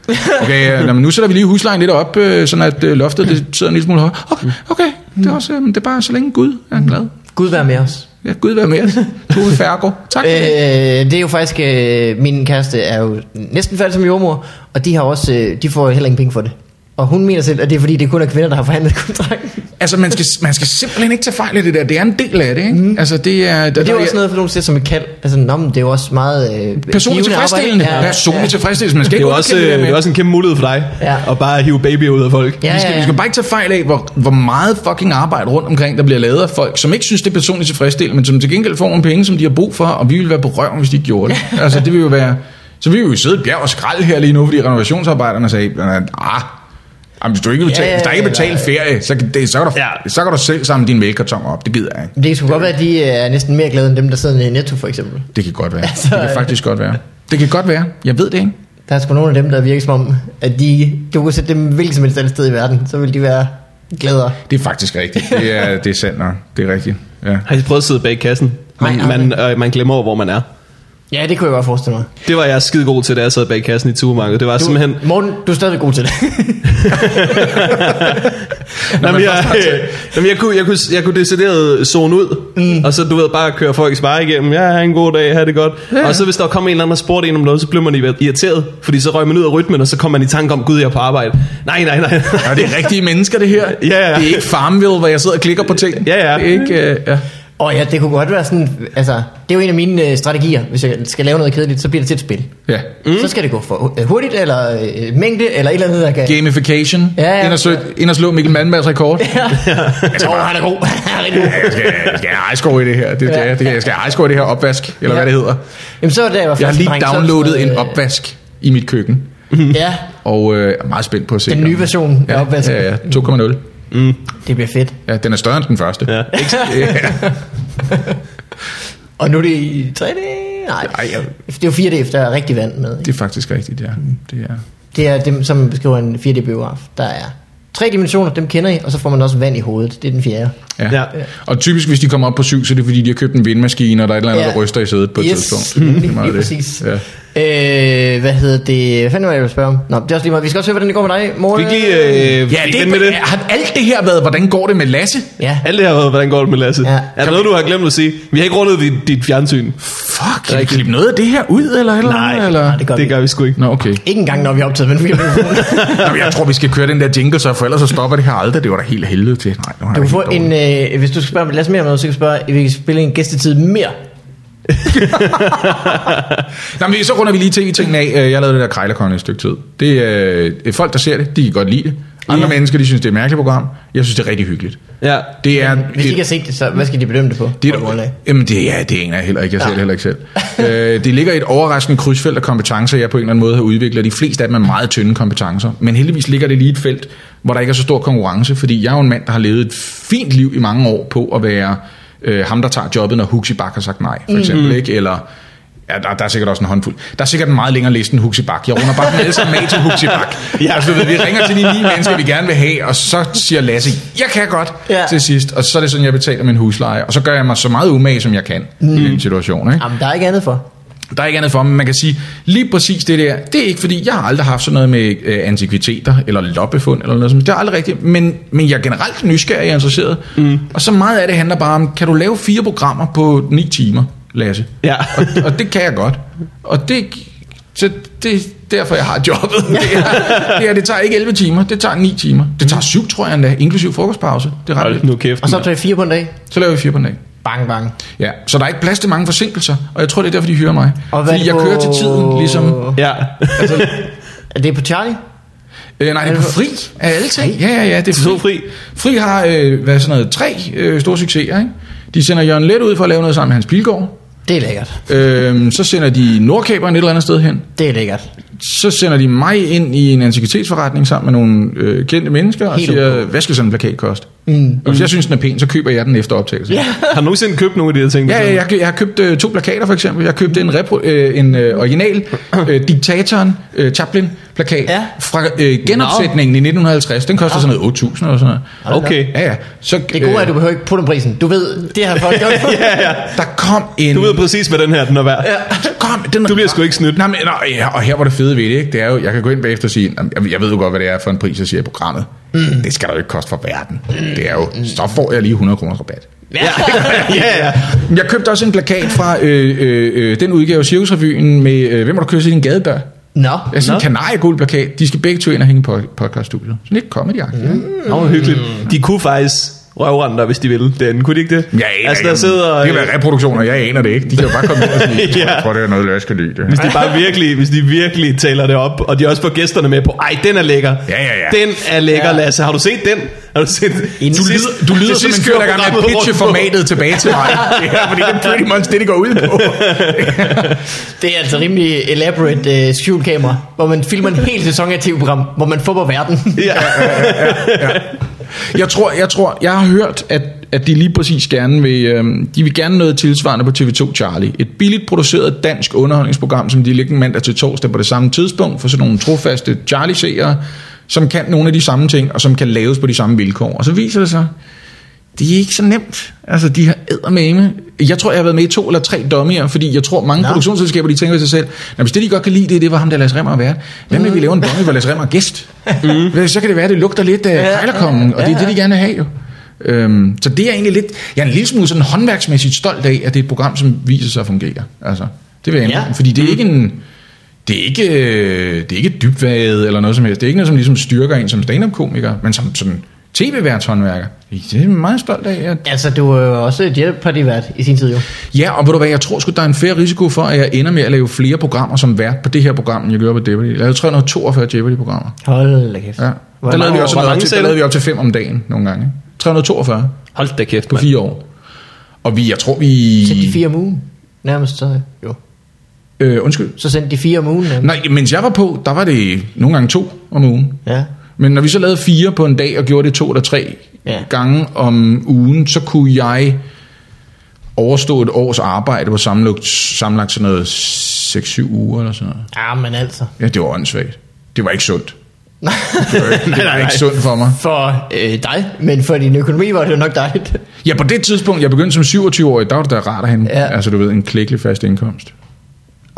A: Okay, nå, men nu sætter vi lige huslejen lidt op, sådan at loftet det sidder en lille smule højere. Okay, okay. Det er, også, det er bare så længe Gud er glad.
B: Gud vær med os.
A: Ja, Gud vær med os. Tove Fergo. Tak for
B: øh, det. Det er jo faktisk, øh, min kæreste er jo næsten færdig som jordmor, og de har også, øh, de får heller ingen penge for det. Og hun mener selv, at det er fordi, det kun er kvinder, der har forhandlet kontrakten.
A: Altså, man skal, man skal simpelthen ikke tage fejl af det der. Det er en del af det, ikke? Mm. Altså, det er...
B: Det, det er jo også noget, for nogen ser som et kald. Altså, nå, men det er jo også meget... Øh,
A: personligt tilfredsstillende. Ja, ja, personligt ja. tilfredsstillende. Man skal
C: det, er også, det, det er også en kæmpe mulighed for dig. Ja. At bare hive babyer ud af folk.
B: Ja, ja, ja.
A: Vi, skal, vi skal bare ikke tage fejl af, hvor, hvor meget fucking arbejde rundt omkring, der bliver lavet af folk, som ikke synes, det er personligt tilfredsstillende, men som til gengæld får nogle penge, som de har brug for, og vi vil være på røven, hvis de ikke gjorde det. Altså, det vil jo være... Så vi vil jo sidde i bjerg og skrald her lige nu, fordi renovationsarbejderne sagde, ah, jamen, hvis, du ikke betale, ja, ja, ja, hvis der ikke er betalt ferie, så kan, det, så, kan du, ja. så kan du selv samle din mælkarton op. Det gider jeg ikke.
B: Det kan godt være, at de er næsten mere glade end dem, der sidder i Netto for eksempel.
A: Det kan godt være. Altså, det kan faktisk godt være. Det kan godt være. Jeg ved det ikke.
B: Der er sgu nogle af dem, der virker som om, at de, du kan sætte dem hvilket som helst andet sted i verden, så vil de være gladere.
A: Det er faktisk rigtigt. Det er, det er sandt nok. Det er rigtigt. Ja.
C: Har I prøvet at sidde bag kassen? Man, Nej, man, øh, man glemmer over, hvor man er.
B: Ja, det kunne jeg godt forestille mig.
C: Det var jeg skide god til, da jeg sad bag kassen i supermarkedet. Det var
B: du,
C: simpelthen...
B: Morten, du er stadig god til det.
C: Nå, men jeg, jeg, jeg, kunne, jeg, kunne, jeg kunne decideret zone ud, mm. og så du ved bare køre folks vej igennem. Ja, have en god dag, have det godt. Ja. Og så hvis der kom en eller anden og spurgte en om noget, så blev man irriteret, fordi så røg man ud af rytmen, og så kom man i tanke om, gud, jeg er på arbejde. Nej, nej, nej.
A: Ja, det er rigtige mennesker, det her.
C: Ja, ja.
A: Det er ikke Farmville, hvor jeg sidder og klikker på ting.
C: Ja, ja.
A: Det er ikke... Uh, ja.
B: Og ja, det kunne godt være sådan, altså, det er jo en af mine øh, strategier. Hvis jeg skal lave noget kedeligt, så bliver det til et spil.
A: Ja.
B: Mm. Så skal det gå for øh, hurtigt, eller øh, mængde, eller et eller andet, der kan...
A: Gamification.
B: Ja, ja.
A: Ind og, slå, ind og slå Mikkel Malmbergs rekord.
B: Ja. Jeg skal bare, han er god.
A: jeg skal, jeg skal have iScore i det her. Det, ja. det, det, jeg skal have iScore i det her opvask, eller ja. hvad det hedder.
B: Jamen, så er det, jeg,
A: jeg har lige downloadet sådan, en opvask i mit køkken.
B: Ja.
A: Og øh, er meget spændt på at se.
B: Den nye version af
A: ja,
B: opvasken.
A: Ja, ja, to komma nul.
B: Mm. Det bliver fedt.
A: Ja, den er større end den første. Ja. ja.
B: Og nu er det i tre D? Nej, Ej, ja. Det er jo fire D, der er rigtig vand med.
A: Det er faktisk rigtigt, ja. Det er,
B: det er dem, som beskriver en fire D-biograf. Der er tre dimensioner, dem kender I, og så får man også vand i hovedet. Det er den fjerde.
A: Ja. Ja. Og typisk, hvis de kommer op på syv, så er det fordi, de har købt en vindmaskine, og der er et eller andet, ja. der ryster i sædet på et
B: yes.
A: tidspunkt.
B: Mm. Det er præcis. Ja. Øh, hvad hedder det? Hvad fanden var jeg, jeg spørge om? Nå, det er også lige meget. Vi skal også høre, hvordan det går med dig, Morten.
C: Vi lige, øh,
A: ja, det, med det. Har alt det her været, hvordan går det med Lasse?
C: Ja. Alt det her har været, hvordan går det med Lasse? Ja. Er der noget, du har glemt at sige? Vi har ikke rundet dit, dit fjernsyn.
A: Fuck, kan vi klippe noget af det her ud, eller eller
C: nej,
A: noget? Eller?
C: Nej, det gør, det vi. gør vi sgu ikke.
A: Nå, okay.
B: Ikke engang, når vi er optaget, men vi
A: Nå, jeg tror, vi skal køre den der jingle, så for ellers så stopper det her aldrig. Det var da helt helvede til. Nej,
B: du kan få en, øh, hvis du skal spørge Lasse mere om noget, så kan du spørge, vi kan spille en gæstetid mere.
A: Nå, men så runder vi lige tv-tingene af. Jeg lavede det der Krejlerkongen et stykke tid. Det er øh, folk, der ser det, de kan godt lide det. Andre ja. mennesker, de synes, det er et mærkeligt program. Jeg synes, det er rigtig hyggeligt.
C: Ja.
A: Det er,
B: hvis de ikke har set det, så hvad skal de bedømme det på?
A: Det er, jamen, det er, det er jeg heller ikke. Jeg ser ja. det heller ikke selv. øh, det ligger i et overraskende krydsfelt af kompetencer, jeg på en eller anden måde har udviklet. De fleste af dem er meget tynde kompetencer. Men heldigvis ligger det lige et felt, hvor der ikke er så stor konkurrence. Fordi jeg er jo en mand, der har levet et fint liv i mange år på at være øh, ham, der tager jobbet, når Huxi Bak har sagt nej, for eksempel. Mm-hmm. Ikke? Eller... Ja, der, der er sikkert også en håndfuld. Der er sikkert en meget længere liste end Huxi Bak. Jeg runder bare den alle sammen med til Huxi Bak. Ja. Altså, vi ringer til de ni mennesker, vi gerne vil have, og så siger Lasse, jeg kan godt ja. til sidst. Og så er det sådan, jeg betaler min husleje. Og så gør jeg mig så meget umage, som jeg kan mm. i den situation. Ikke?
B: Jamen, der er ikke andet for.
A: Der er ikke andet for, men man kan sige, lige præcis det der, det er ikke fordi, jeg har aldrig haft sådan noget med øh, antikviteter, eller loppefund, eller noget sådan. Det er aldrig rigtigt, men, men jeg er generelt nysgerrig og interesseret. Mm. Og så meget af det handler bare om, kan du lave fire programmer på ni timer? Lasse.
C: Ja.
A: og, og det kan jeg godt. Og det, så det er derfor, jeg har jobbet. Det, er, det, er, det tager ikke elleve timer, det tager ni timer. Det tager syv, tror jeg endda, inklusiv frokostpause. Det er ret
C: nu kæft.
B: Og så tager vi fire på en dag?
A: Så laver vi fire på en dag.
B: Bang, bang.
A: Ja, så der er ikke plads til mange forsinkelser, og jeg tror, det er derfor, de hører mig. Fordi jeg på... kører til tiden, ligesom...
C: Ja.
B: Altså, er det på Charlie?
A: Øh, nej, det er på Fri af alle ting. Ja, ja, ja, det er Fri.
C: Fri.
A: Fri har øh, hvad sådan noget, tre øh, store succeser, ikke? De sender Jørgen Leth ud for at lave noget sammen med Hans Pilgaard.
B: Det er lækkert.
A: Øhm, så sender de Nordkaberen et eller andet sted hen.
B: Det er lækkert.
A: Så sender de mig ind i en antikvitetsforretning sammen med nogle øh, kendte mennesker og Helt siger, okay. hvad skal sådan en plakat koste? Mm. Og hvis jeg synes, den er pæn, så køber jeg den efter optagelse.
C: Yeah. Har du nogensinde købt nogle af de her ting?
A: Ja, ja jeg, jeg har købt øh, to plakater for eksempel. Jeg har købt en, repro, øh, en øh, original øh, diktatoren øh, Chaplin plakat ja. fra øh, genopsætningen no. i nitten halvtreds. Den koster ja. sådan noget otte tusind eller sådan noget.
C: Okay.
A: Ja, ja. Så,
B: det gode er, at du behøver ikke på den prisen. Du ved, det her folk gjort.
C: ja, ja.
A: Der kom en...
C: Du ved præcis, hvad den her den er værd. Ja.
A: Kom, den...
C: Du bliver sgu ikke snydt.
A: Nej, men, nej, ja, og her var det fede ved det, ikke? Det er jo, jeg kan gå ind bagefter og sige, jeg, jeg ved jo godt, hvad det er for en pris, jeg siger i programmet. Mm. Det skal der jo ikke koste for verden. Mm. Det er jo, så får jeg lige hundrede kroner rabat.
B: Ja.
A: ja, ja. Jeg købte også en plakat fra øh, øh, den udgave af Cirkusrevyen med, øh, hvem må du køre til din gadedør?
B: Nå. No.
A: Jeg synes, no. en kanarieguld plakat. De skal begge to ind og hænge på podcaststudiet. Sådan lidt comedy-agtigt.
C: Mm. Nå, hyggeligt. De kunne faktisk røvrende dig, hvis de ville. Den kunne de ikke det?
A: Ja, ja, altså, der sidder, det kan være reproduktioner, jeg aner det ikke. De kan jo bare komme ind og sige, ja. jeg tror, det er noget, jeg skal lide det.
C: Hvis de bare virkelig, hvis de virkelig taler det op, og de også får gæsterne med på, ej, den er lækker.
A: Ja, ja, ja.
C: Den er lækker, ja. Lasse. Har du set den? Har du set den?
A: Du lyder, du lyder som en fyr, der gerne vil pitche formatet tilbage til mig. Det er, fordi det er pretty much det, det går ud på.
B: Det er altså rimelig elaborate uh, skjulkamera, hvor man filmer en hel sæson af T V-program, hvor man får på verden.
A: Ja, ja, ja, ja. Jeg tror, jeg tror, jeg har hørt, at, at de lige præcis gerne vil, øh, de vil gerne noget tilsvarende på T V to Charlie. Et billigt produceret dansk underholdningsprogram, som de ligger mandag til torsdag på det samme tidspunkt, for sådan nogle trofaste Charlie-seere, som kan nogle af de samme ting, og som kan laves på de samme vilkår. Og så viser det sig, det er ikke så nemt. Altså, de har eddermame. Jeg tror, jeg har været med i to eller tre dummier, fordi jeg tror, mange no. produktionsselskaber, de tænker sig selv, hvis det, de godt kan lide, det, det var ham, der Lasse Rimmer har været. Hvem vil vi lave en dummy, hvor Lasse Rimmer er gæst? Mm. Så kan det være, det lugter lidt af Krejlerkongen, og det er det, de gerne vil have jo. Øhm, så det er egentlig lidt, jeg er en lille smule sådan håndværksmæssigt stolt af, at det er et program, som viser sig at fungere. Altså, det vil jeg ja. fordi det er ikke en... Det er ikke, det er ikke dybvaget eller noget som helst. Det er ikke noget, som ligesom styrker en som stand-up-komiker, men som sådan tv-værtshåndværker. Det er jeg meget stolt af. At...
B: Altså, du er jo også et Jeopardy-vært i sin tid jo.
A: Ja, og ved du hvad, jeg tror sgu, der er en fair risiko for, at jeg ender med at lave flere programmer som vært på det her program, jeg gør på Jeopardy. Jeg lavede tre hundrede og toogfyrre Jeopardy-programmer.
B: Hold da kæft.
A: Ja. Der lavede vi også noget op til, der lavede vi op til fem om dagen nogle gange. tre hundrede og toogfyrre.
C: Hold da kæft,
A: på fire år. Og vi, jeg tror vi...
B: Så de fire om ugen? Nærmest så, jo.
A: Øh, undskyld.
B: Så sendte de fire om ugen? Nærmest.
A: Nej, mens jeg var på, der var det nogle gange to om ugen.
B: Ja.
A: Men når vi så lavede fire på en dag og gjorde det to eller tre ja. gange om ugen, så kunne jeg overstå et års arbejde på sammenlagt, sammenlagt sådan noget seks syv uger eller sådan noget.
B: Ja, men altså.
A: Ja, det var åndssvagt. Det var ikke sundt. Det var, det var nej, nej, ikke sundt for mig.
B: For øh, dig, men for din økonomi var det jo nok dejligt.
A: Ja, på det tidspunkt, jeg begyndte som syvogtyve-årig, der var det da rart at have ja. altså, du ved, en klækkelig fast indkomst.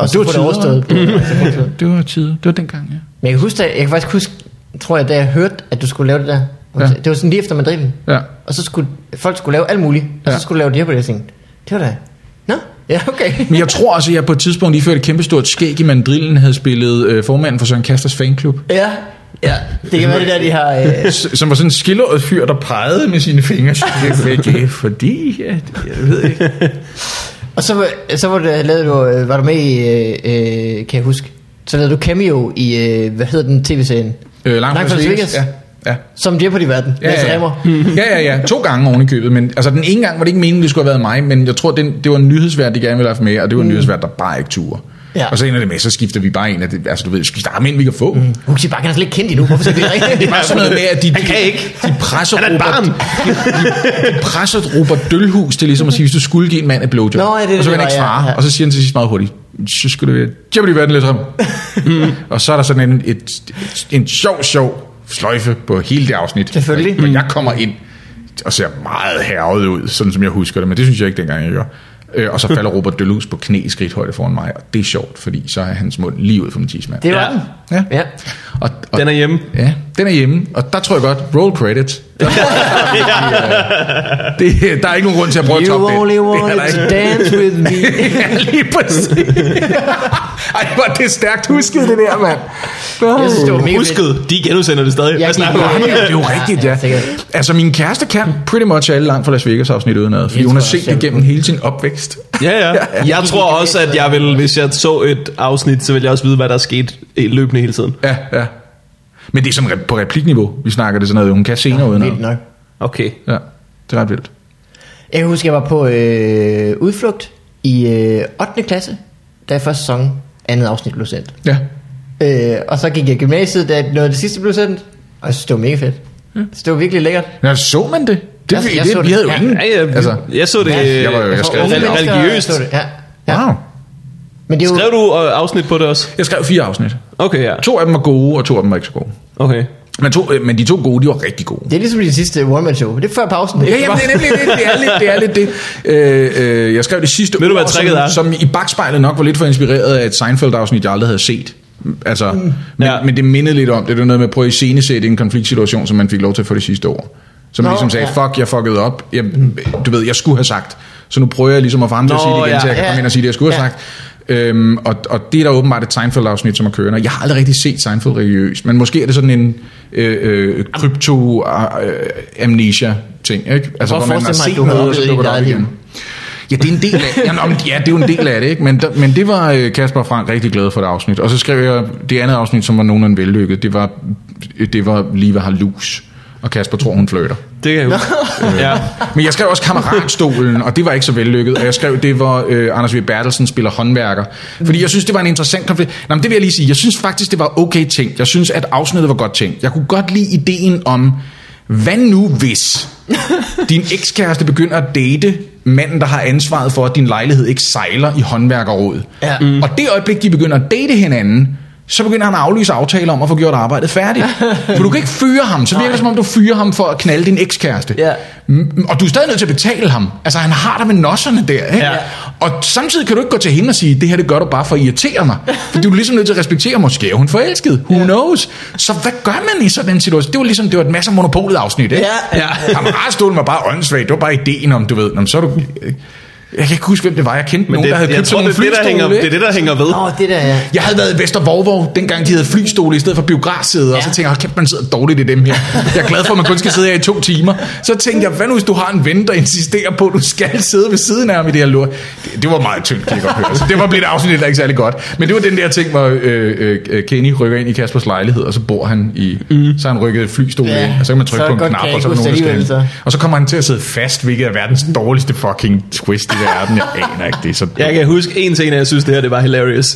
B: og så får det overstået.
A: Det var tid. Det var dengang, ja.
B: Men jeg kan huske, jeg kan faktisk huske, tror jeg, da jeg hørte, at du skulle lave det der. Ja. Det var sådan lige efter Madrid.
A: Ja.
B: Og så skulle folk skulle lave alt muligt, og ja. så skulle lave det her på det ting. Det var da. Nå, ja, okay.
A: Men jeg tror også, at jeg på et tidspunkt lige før et kæmpestort skæg i mandrillen havde spillet øh, formanden for Søren Kasters fanklub.
B: Ja. Ja, det kan være det der, de har... Øh...
A: Som var sådan en skilleret fyr, der pegede med sine fingre. Det er fordi, ja, jeg ved ikke.
B: Og så, så var, det, lavede du, var du med i, øh, kan jeg huske, så lavede du cameo i, øh, hvad hedder den tv-serien?
A: Øh, Langt fra Las Vegas. Ja. Ja.
B: Som det er på de verden.
A: Ja, ja, ja. ja, ja, ja. To gange oven i købet. Men altså, den ene gang var det ikke meningen, det skulle have været mig, men jeg tror, den, det var en nyhedsvært, de gerne ville have med, og det var en mm. nyhedsvært, der bare ikke turde. Ja. Og så ender det med, så skifter vi bare en af det. Altså du ved, skifter ham ind, vi kan få.
B: Mm. Huxi Bakken er slet ikke kendt endnu. Hvorfor skal vi ikke?
A: Det er bare sådan noget med, at de, de,
C: kan ikke.
A: de presser Robert, de, de, de presser Robert Dølhus til ligesom at sige, hvis du skulle give en mand et blowjob.
B: Nå, ja, det,
A: og så vil han ikke svare. Ja, ja. Og så siger han til sidst meget hurtigt, så skulle det være, Jeopardy verden lidt ham. mm. Og så er der sådan en, et, et, en sjov, sjov sløjfe på hele det afsnit.
B: Selvfølgelig.
A: Hvor jeg kommer ind og ser meget hærget ud, sådan som jeg husker det. Men det synes jeg ikke dengang, jeg gør. Og så falder Robert Dølhus på knæ i skridthøjde foran mig, og det er sjovt, fordi så er hans mund lige ud for min tidsmand.
B: Det var den.
A: Ja.
B: Ja.
A: Og, og,
C: den er hjemme.
A: Ja, den er hjemme, og der tror jeg godt, roll credits. Der, det, der er ikke nogen grund til at prøve at toppe det.
B: You only wanted to dance with me.
A: Ja, lige præcis. Ej, hvor det er stærkt husket, det der, mand.
B: Jeg synes, det var mega
C: husket, de genudsender det stadig.
B: Ja,
A: det er jo rigtigt, ja. Altså, min kæreste kan pretty much alle Langt fra Las Vegas afsnit udenad, fordi hun har set det gennem hele sin opvækst.
C: Ja, ja. Jeg tror også, at jeg vil, hvis jeg så et afsnit, så vil jeg også vide, hvad der er sket løbende hele tiden.
A: Ja, ja. Men det er sådan på replikniveau, vi snakker det sådan noget, hun kan senere udenad.
B: Vildt nok.
C: Okay.
A: Ja, det er ret vildt.
B: Jeg kan huske, jeg var på øh, udflugt i øh, ottende klasse, da første sæson andet afsnit blev sendt.
A: Ja.
B: Øh, og så gik jeg i gymnasiet, da noget af det sidste blev sendt, og jeg synes, det var mega fedt. Ja. Så det var virkelig lækkert.
A: Ja, så man det? Det,
B: jeg,
A: det,
B: jeg
A: det
B: så
A: vi havde jo
B: ja.
A: ingen.
C: Ja, jeg, altså, jeg så det.
A: Ja, jeg var jo jeg skrev
C: det religiøst.
B: Det. Ja. Ja.
A: Wow.
B: Men det er jo...
C: Skrev du afsnit på det også?
A: Jeg skrev fire afsnit.
C: Okay, ja.
A: To af dem var gode, og to af dem var ikke så gode.
C: Okay.
A: Men, to, men de to gode, de var rigtig gode.
B: Det er ligesom det sidste one-man-show. Det er før pausen.
A: Ja, jamen, det er nemlig det. Det er lidt det. Er lidt det. Øh, øh, jeg skrev det sidste
C: Ved du, hvad
A: ord, som, som i bagspejlet nok var lidt for inspireret af et Seinfeld-afsnit, jeg aldrig havde set. Altså, mm. men, ja. men det mindede lidt om det. Det var noget med at prøve at iscenesætte en konfliktsituation, som man fik lov til for det sidste år. Så man Nå, ligesom sagde, ja. fuck, jeg fuckede op. Jeg, du ved, jeg skulle have sagt. Så nu prøver jeg ligesom at få ham til at sige det igen, ja. så jeg kan komme ind og sige det, jeg skulle have ja. sagt. Øhm, og, og det er der åbenbart et Seinfeld-afsnit, som er kørende. Jeg har aldrig rigtig set Seinfeld religiøst, men måske er det sådan en øh, øh, krypto-amnesia-ting, ikke? Altså, hvor man har set noget, og så dukker det op igen. Ja, det er en del af, ja, ja, det er jo en del af det, ikke? Men, der, men det var øh, Kasper og Frank rigtig glade for det afsnit. Og så skrev jeg det andet afsnit, som var nogenlunde vellykket. Det var, det var Liva har lus. Og Kasper tror, hun flirter.
C: Det kan jeg huske.
A: øh, ja. Men jeg skrev også Kammeratstolen, og det var ikke så vellykket. Og jeg skrev, det var øh, Anders V. Bertelsen spiller håndværker. Fordi jeg synes, det var en interessant konflikt. Nå, men det vil jeg lige sige. Jeg synes faktisk, det var okay tænkt. Jeg synes, at afsnittet var godt tænkt. Jeg kunne godt lide ideen om, hvad nu hvis din ekskæreste begynder at date manden, der har ansvaret for, at din lejlighed ikke sejler i håndværkerrådet. Ja. Mm. Og det øjeblik, de begynder at date hinanden, så begynder han at aflyse aftaler om at få gjort arbejdet færdigt. For du kan ikke fyre ham. Så virker det som om du fyrer ham for at knalde din ekskæreste. Ja. Og du er stadig nødt til at betale ham. Altså han har dig med nosserne der, ikke? Ja. Og samtidig kan du ikke gå til hende og sige, det her det gør du bare for at irritere mig. For du er ligesom nødt til at respektere, måske er hun forelsket. Who ja. knows? Så hvad gør man i sådan en situation? Det var ligesom, det var et masse af Monopolet afsnit, ikke? Ja. Ja. Kammeratstolen var bare åndssvagt. Det var bare ideen om, du ved, jamen, så er du... Jeg kan ikke huske, hvem det var. Jeg kendte nogen,
C: det,
A: der havde købt sådan nogle flystole.
C: Det, det er det, der hænger ved.
B: Oh, det der, ja.
A: Jeg havde været i Vester Vorvog, dengang de havde flystole i stedet for biografsæder. Ja. Og så tænkte jeg, kæft, man sidder dårligt i dem her. Jeg er glad for, at man kun skal sidde her i to timer. Så tænkte jeg, hvad nu hvis du har en ven, der insisterer på, at du skal sidde ved siden af ham i det her lort. Det, det var meget tyndt, kan jeg godt høre. Så det var blevet afsnit, der ikke særlig godt. Men det var den der ting, hvor øh, øh, Kenny rykker ind i Kaspers lejlighed, og så bor han i... Mm. Så har han rykket flystole ja. ind, og så kan man trykke på en knap, og så er der nogen, der skal. Og så kommer han til at sidde fast, hvilket er verdens dårligste fucking twist i verden. Jeg aner ikke, det er så...
C: Jeg kan huske en ting, jeg synes, det her det var hilarious.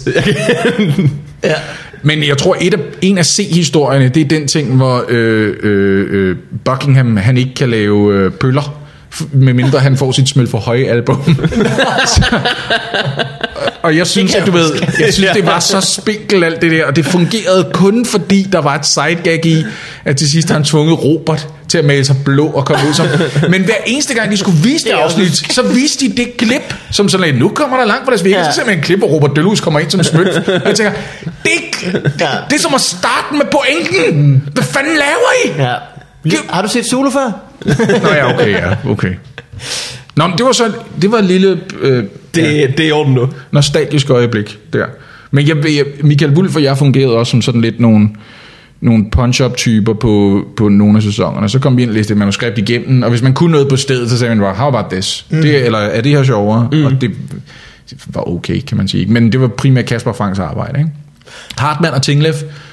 A: Ja. Men jeg tror, et af, en af C-historierne, det er den ting, hvor øh, øh, Buckingham, han ikke kan lave øh, pøller, medmindre han får sit smøl for høje album. så, og jeg synes, at du ved, jeg synes, det var så spinkel alt det der, og det fungerede kun fordi, der var et sidegag i, at til sidst har han tvunget Robert til at male sig blå og komme ud som. Men hver eneste gang, de skulle vise det afsnit, så viste de det klip, som sådan lidt, nu kommer der langt fra Las Vegas, så ser man en klip, hvor Robert Deluxe kommer ind som smøg. Og jeg tænker, det, det er som at starte med pointen. Hvad fanden laver I?
B: Ja. Har du set Zulu før?
A: Nå ja, okay, ja, okay. Nå, men det var så, det var et lille... Øh,
C: det, ja, det er i orden nu.
A: Nostalgisk øjeblik der. Men jeg, jeg, Michael Wulff og jeg fungerede også som sådan lidt nogle, nogle punch-up-typer på, på nogle af sæsonerne. Så kom vi ind og læste et manuskript igennem, og hvis man kunne noget på stedet, så sagde man bare, how about this? Mm. Det, eller er det her sjovere? Mm. Og det, det var okay, kan man sige. Men det var primært Kasper Franks arbejde, ikke? Hartmann og Tinglev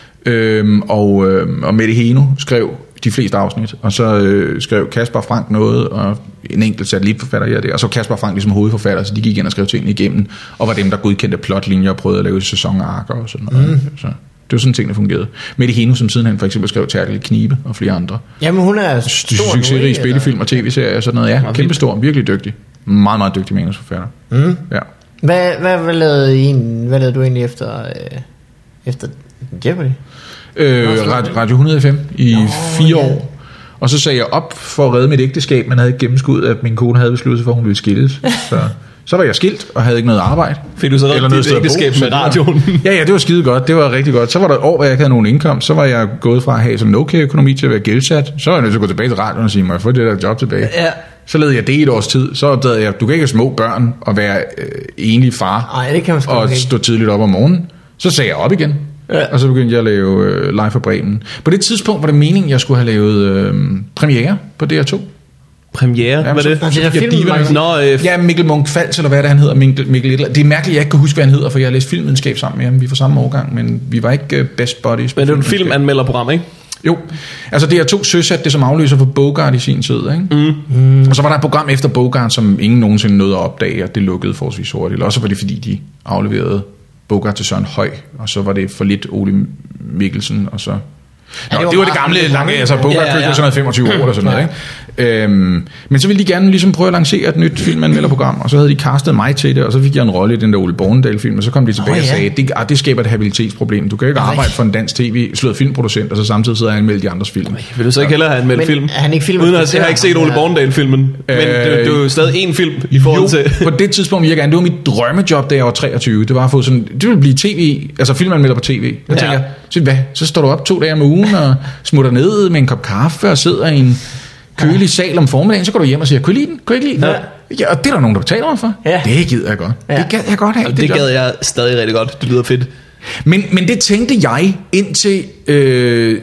A: øhm, og, øhm, og Mette Heno skrev de fleste afsnit, og så øh, skrev Kasper Frank noget, og en enkelt satellitforfatter her og der, og så Kasper Frank ligesom hovedforfatter, så de gik ind og skrev tingene igennem, og var dem, der godkendte plotlinjer og prøvede at lave sæsonarker og sådan noget. Mm. Så det var sådan ting, der fungerede. Mette Heno, som siden han for eksempel skrev Terkel Knibe og flere andre.
B: Jamen hun er stor
A: succesrig spillefilm og tv-serier og sådan noget. Ja, kæmpestor, virkelig dygtig. Meget, meget dygtig manusforfatter.
B: Mm.
A: Ja.
B: Hvad, hvad, hvad, lavede I, hvad lavede du egentlig efter, øh, efter Jeopardy?
A: Øh, Radio, Radio hundrede F M i Nå, fire ja. år. Og så sagde jeg op for at redde mit ægteskab, men havde ikke gennemskud, at min kone havde besluttet sig for, at hun ville skilles. Så, så var jeg skilt og havde ikke noget arbejde.
C: Fik du så reddet dit ægteskab med radioen?
A: Ja, ja, det var skide godt. Det var rigtig godt. Så var der et år, hvor jeg ikke havde nogen indkomst. Så var jeg gået fra at have sådan en okay økonomi til at være gældsat. Så var jeg nødt til at gå tilbage til radioen og sige, må jeg få det der job tilbage? Ja. Så lavede jeg det i et års tid. Så opdagede jeg, at du kan ikke have små børn og være øh, enlig far.
B: Ej, det kan man sgu
A: og
B: ikke.
A: stå tidligt op om morgenen. Så sagde jeg op igen. Ja. Og så begyndte jeg at lave øh, Live fra Bremen. På det tidspunkt var det meningen, jeg skulle have lavet øh, premiere på D R to.
C: Premiere?
A: Ja,
C: hvad er det?
A: Så, så,
B: det
A: jeg
C: Nå, øh,
A: ja, Mikkel Munch-Fals, eller hvad det han hedder. Mikkel, Mikkel det er mærkeligt, jeg ikke kan huske, hvad han hedder, for jeg har læst filmvidenskab sammen med ham. Vi var samme årgang, men vi var ikke uh, best buddies.
C: Men det er et filmanmelderprogram, ikke?
A: Jo, altså D R to søsat det som afløser for Bogart i sin tid, ikke? Mm. Mm. Og så var der et program efter Bogart, som ingen nogensinde nåede at opdage, og det lukkede forholdsvis hurtigt. Eller også var det, fordi de afleverede Bogart til Søren Høj, og så var det for lidt Ole Mikkelsen, og så... Nå, ja, det var det, var det gamle, lange, altså Bogart ja, ja, ja. Sådan noget femogtyve år eller sådan noget, ikke? Øhm, men så ville de gerne ligesom prøve at lancere et nyt filmanmelderprogram, og så havde de castet mig til det, og så fik jeg en rolle i den der Ole Bornedal-film, og så kom de tilbage oh, ja. og sagde, det, ah, det skaber et habilitetsproblem. Du kan jo ikke arbejde for en dansk tv, slået filmproducent, og så samtidig sidder han anmeldt de andres film.
C: Vil du så ikke hellere have anmeldt film?
B: Han ikke film
C: uden at jeg har ikke set Ole Bornedal-filmen, men øh, det, det er jo stadig én film i forhold
A: jo,
C: til...
A: på det tidspunkt ville jeg gerne, det var mit drømmejob, da jeg var treogtyve. Det var at få sådan, det ville blive tv, altså filmanmelder på tv. Jeg tænker, så, hvad? Så står du op to dage om ugen og smutter ned med en kop kaffe og sidder i en kølig sal om formiddagen, så går du hjem og siger, kunne I lide den? Kunne I ikke lide den? Ja. Ja, og det er der nogen, der betaler mig for. Ja. Det gider jeg godt. Ja. Det gad jeg godt have.
C: Det, det gad jeg stadig rigtig godt. Det lyder fedt.
A: Men, men det tænkte jeg, indtil øh,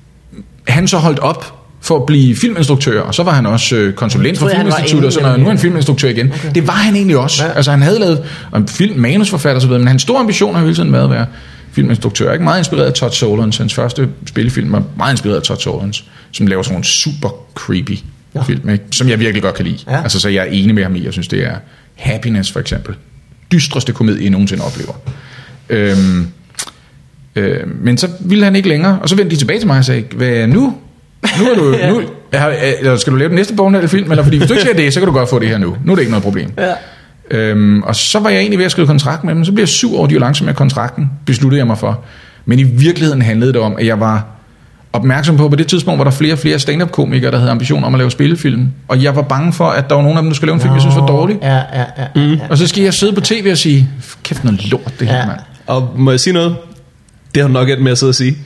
A: han så holdt op for at blive filminstruktør, og så var han også øh, konsulent for Filminstituttet, og sådan noget. Nu er han filminstruktør igen. Okay. Det var han egentlig også. Ja. Altså han havde lavet en film, manusforfatter og så videre, men hans store ambition har hele tiden været at være filminstruktør. Ikke meget inspireret af Todd Solondz. Hans første spillefilm var meget inspireret af Todd Solondz, som laver sådan nogle super creepy ja. film, ikke? Som jeg virkelig godt kan lide. Ja. Altså så jeg er enig med ham i. Jeg synes det er Happiness for eksempel. Dystreste komedie jeg nogensinde oplever. Øhm, øh, men så ville han ikke længere, og så vendte de tilbage til mig og sagde, hvad nu? Nu er du nu eller skal du lave den næste Bornedal-film, eller fordi hvis du ikke ser det, så kan du godt få det her nu. Nu er det ikke noget problem. Ja. Øhm, og så var jeg egentlig ved at skrive kontrakt med dem. Så blev jeg syv år, de var langsomt med kontrakten, besluttede jeg mig for. Men i virkeligheden handlede det om, at jeg var opmærksom på, på det tidspunkt var der flere og flere stand-up-komikere, der havde ambitioner om at lave spillefilm. Og jeg var bange for, at der var nogen af dem, der skulle lave en film, jeg synes var dårlig.
B: Ja, ja, ja, ja, ja.
A: Og så skal jeg sidde på tv og sige, kæft noget lort det her, ja. mand.
C: Og må jeg sige noget? Det har du nok et med at sidde og sige.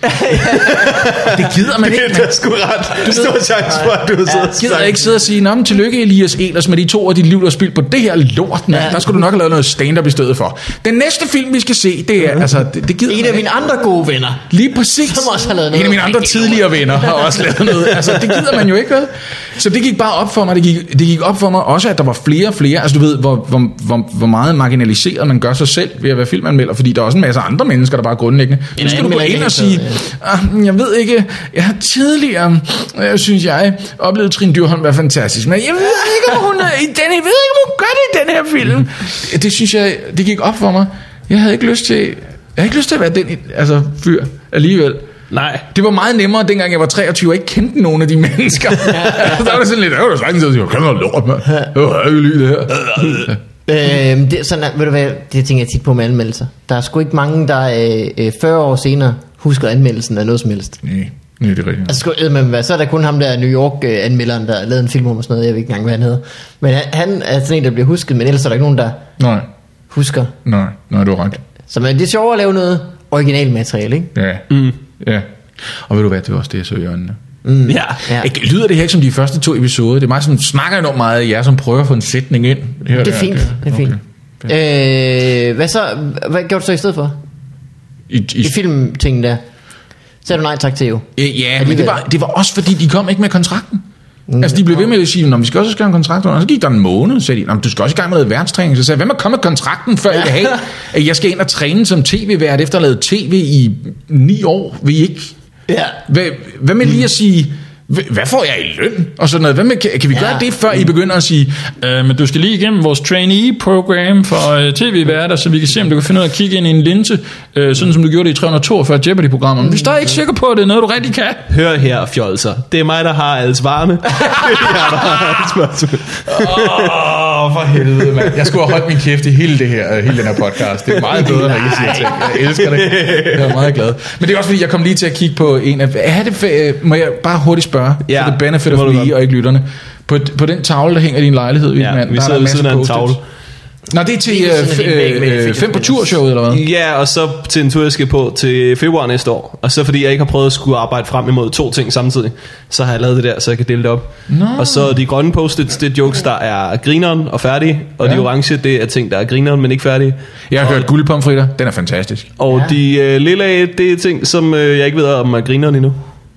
A: Det gider man ikke.
C: Det er sgu ret. Det står chance for, at du har siddet og
A: gider ikke sidde og sige, nå, men tillykke Elias Ehlers med de to af dit liv, der har spillet på det her lort, man. Ja. Der skulle du nok have lavet noget stand-up i stedet for. Den næste film, vi skal se, det er, altså, det, det gider
B: en af mine andre gode venner.
A: Lige præcis.
B: Som også har lavet noget.
A: En af mine andre tidligere venner har også lavet noget. Altså, det gider man jo ikke, vel? Så det gik bare op for mig. Det gik, det gik op for mig også, at der var flere og flere. Altså, du ved, hvor, hvor, hvor, hvor meget marginaliseret man gør sig selv ved at være filmanmelder, fordi der er også en masse andre mennesker, der bare grundlæggende. Nu skal du gå ind og sige, ah, jeg ved ikke, jeg har tidligere, jeg synes jeg, oplevet Trine Dyrholm være fantastisk, men jeg ved ikke, om hun, i den, jeg ved ikke, om hun gør det i den her film. Det, det synes jeg, det gik op for mig. Jeg havde ikke lyst til, jeg havde ikke lyst til at være den, altså fyr alligevel.
C: Nej.
A: Det var meget nemmere, dengang jeg var treogtyve og ikke kendte nogen af de mennesker. Der var det sådan lidt, jeg var da sagtens, at jeg kan noget lort, mand. Jeg var ikke lide det her.
B: Øh, det, sådan, ved du hvad, det tænker jeg tit på med anmeldelser. Der er sgu ikke mange, der øh, fyrre år senere husker anmeldelsen af noget som helst.
A: Nej, nej, det er rigtigt.
B: Altså, med, så er der kun ham der New York-anmelderen, der lavede en film om og sådan noget, jeg ved ikke engang, hvad han hedder. Men han, han er sådan en, der bliver husket, men ellers er der ikke nogen, der
A: nej.
B: husker.
A: Nej, nej, du har ret.
B: Så men det er sjovt at lave noget originalmateriale, ikke?
A: Ja, mm. ja. Og ved du hvad, det er også det, jeg så i øjnene.
B: Mm.
C: Ja.
B: Ja.
A: Ikke, lyder det her ikke som de første to episoder? Det er meget sådan, snakker enormt meget af jer, som prøver at få en sætning ind.
B: Det er, det er fint, det, det er fint. Okay. Øh, hvad så, hvad gjorde du så i stedet for?
A: I, i,
B: I filmtingen der. Så er du nej tak til jo.
A: Øh, ja, men det var, det var også fordi, de kom ikke med kontrakten. Mm. Altså de blev ved med at sige, vi skal også skrive en kontrakt, og så gik der en måned, så sagde de, du skal også i gang med noget værnstræning. Så sagde jeg, hvem er kommet med kontrakten, før ja. Jeg vil have, at jeg skal ind og træne som tv-vært, efter at have lavet tv i ni år, vil I ikke?
B: Ja.
A: Hvad, hvad med lige at sige, hvad får jeg i løn? Og sådan noget. Hvad med, kan, kan vi ja. Gøre det, før I begynder at sige, øh, men du skal lige igennem vores trainee-program for øh, tv-værter, så vi kan se, om du kan finde ud af at kigge ind i en linse, øh, sådan som du gjorde det i tre hundrede og toogfyrre Jeopardy-programmer. Men hvis der er ikke sikker på, at det er noget, du rigtig kan.
C: Hør her, fjolser. Det er mig, der har alle svarene. Det er jeg, der har alle spørgsmål.
A: Åh, oh, for helvede, mand. Jeg skulle have holdt min kæft i hele, det her, hele den her podcast. Det er meget bedre, når jeg siger ting. Jeg elsker det. Jeg er meget glad. Men det er også fordi, jeg kom lige til at kigge på en af... Er det, må jeg bare hurtigt spørge? Ja, for the benefit of me og ikke lytterne. På, på den tavle, der hænger i din lejlighed,
C: ja,
A: mand,
C: vi
A: der
C: sidder ved siden af en tavle.
A: Nå, det er til øh, øh, fem på tur-showet, eller hvad?
C: Ja, og så til en tur, jeg skal på til februar næste år. Og så fordi jeg ikke har prøvet at skulle arbejde frem imod to ting samtidig, så har jeg lavet det der, så jeg kan dele det op. No. Og så de grønne post-its, det er jokes, der er grineren og færdige. Og ja. De orange, det er ting, der er grineren, men ikke færdige.
A: Jeg har og, hørt guldpomfritter, den er fantastisk.
C: Og ja. De øh, lille, det er ting, som øh, jeg ikke ved om er grineren endnu.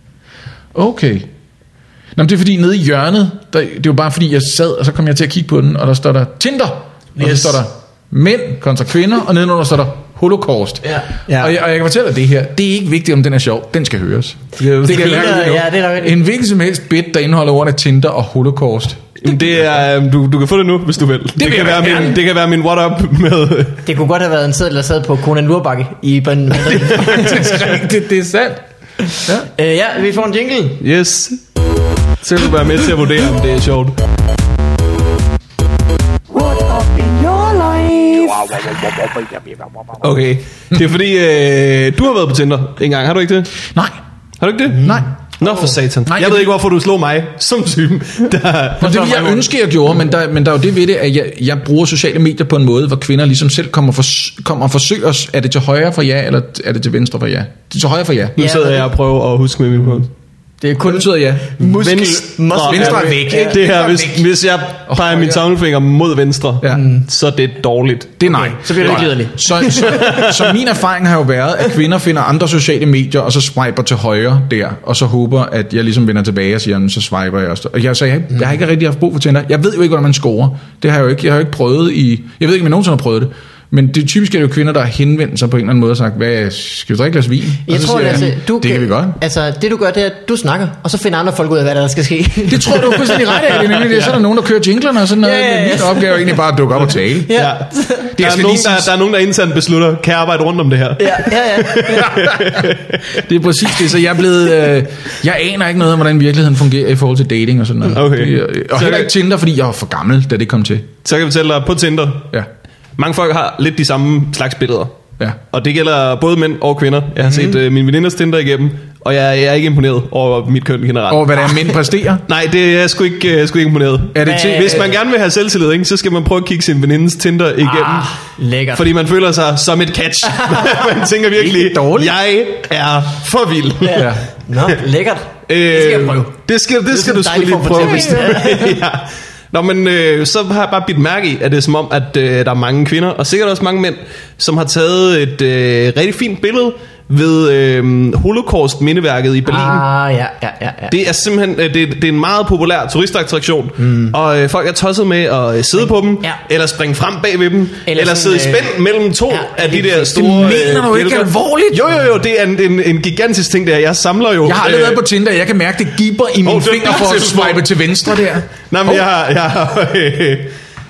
A: Okay. Nå, men det er fordi nede i hjørnet, der, det var bare fordi jeg sad, og så kom jeg til at kigge på den, og der står der Tinder, yes. Og så står der mænd kontra kvinder, og nedenunder står der Holocaust. Ja. Ja. Og, jeg, og jeg kan fortælle dig det her, det er ikke vigtigt, om den er sjov, den skal høres. Det, det kan jeg ja, det er en hvilken som helst bit, der indeholder ordene Tinder og Holocaust.
C: Det, det er, du, du kan få det nu, hvis du vil. Det, det, kan, være min, det kan være min what up med...
B: Det kunne godt have været en seddel, der sad på Conan Lurbakke i Bønden.
A: det, det er sandt.
B: Ja. Øh, ja, vi får en jingle.
C: Yes. Så vil du være med til at vurdere, om det er sjovt. Okay. Det er fordi, øh, du har været på Tinder en gang, har du ikke det?
A: Nej.
C: Har du ikke det?
A: Nej.
C: Nå for satan.
A: Nej,
C: jeg ved ikke, hvorfor du slår mig som typen. Der,
A: der det vil jeg ønske, jeg gjorde, men der, men der er jo det ved det, at jeg, jeg bruger sociale medier på en måde, hvor kvinder ligesom selv kommer, for, kommer og forsøger os. Er det til højre for ja, eller er det til venstre for ja? Det er til højre for ja.
C: Nu sidder jeg og prøver at huske med min punkt.
A: Det er kun betyder ja.
C: Muskel, venstre,
A: venstre er væk.
C: Ja. Det her, hvis, hvis jeg peger min tommelfinger mod venstre, ja. Så er det dårligt.
A: Det er nej.
B: Så bliver det ikke kedeligt.
A: Så, så, så min erfaring har jo været, at kvinder finder andre sociale medier, og så swiper til højre der, og så håber, at jeg ligesom vender tilbage og siger, så swiper jeg også. Og jeg, så jeg, jeg har ikke rigtig haft brug for Tinder. Jeg ved jo ikke, hvordan man scorer. Det har jeg jo ikke. Jeg har jo ikke prøvet i... Jeg ved ikke, om jeg nogensinde har prøvet det. Men det typisk er det jo kvinder, der har henvendt sig på en eller anden måde og sagt, hvad, skal vi drikke glas vin?
B: Jeg tror, jeg, altså, du
A: det
B: kan,
A: kan vi godt.
B: Altså, det du gør, det er, at du snakker, og så finder andre folk ud af, hvad der skal ske.
A: Det tror du er fuldstændig ret af. Det er nemlig det. Så er der nogen, der kører jinglerne og sådan noget. Ja, ja, ja. Min opgave er egentlig bare at dukke op og tale.
B: Ja. Ja.
C: Der, er nogen, der, der er nogen, der internt beslutter, kan jeg arbejde rundt om det her?
B: Ja, ja, ja.
A: Det er præcis det. Så jeg er blevet... Øh, jeg aner ikke noget om, hvordan virkeligheden fungerer i forhold til dating og sådan noget.
C: Okay.
A: Det, og heller ikke Tinder, fordi jeg var for gammel, da det kom til.
C: Så kan jeg fortælle dig, på Tinder... Ja. Mange folk har lidt de samme slags billeder. Ja. Og det gælder både mænd og kvinder. Jeg har mm-hmm. set uh, mine veninders Tinder igennem, og jeg, jeg er ikke imponeret over mit køn generelt.
A: Og hvad der er mænd præsterer?
C: Nej, det er sgu ikke, uh, sgu ikke imponeret. Er det til? Hvis man gerne vil have selvtillid, ikke, så skal man prøve at kigge sin venindes Tinder igennem. Ah,
B: lækkert.
C: Fordi man føler sig som et catch. Man tænker virkelig, jeg er for vild.
B: Ja. Nå, lækkert. Det skal jeg prøve.
C: Det skal, det det skal du sgu lige prøve. Ja. Nå, men øh, så har jeg bare bidt mærke i, at det er som om, at øh, der er mange kvinder, og sikkert også mange mænd, som har taget et øh, rigtig fint billede ved øh, Holocaust-mindeværket i Berlin.
B: Ah, ja, ja, ja, ja.
C: Det er simpelthen det, det er en meget populær turistattraktion, mm. og øh, folk er tosset med at øh, sidde på dem, ja. Eller springe frem bag ved dem, eller, eller sidde spændt øh, mellem to ja, af de der store...
A: Det mener du øh, ikke alvorligt?
C: Jo, jo, jo, det er en, en, en gigantisk ting der. Jeg samler jo...
A: Jeg har aldrig øh, været på Tinder, jeg kan mærke, det giber i mine oh, fingre for at swipe til venstre der.
C: Nej, men oh. jeg har... Jeg har øh,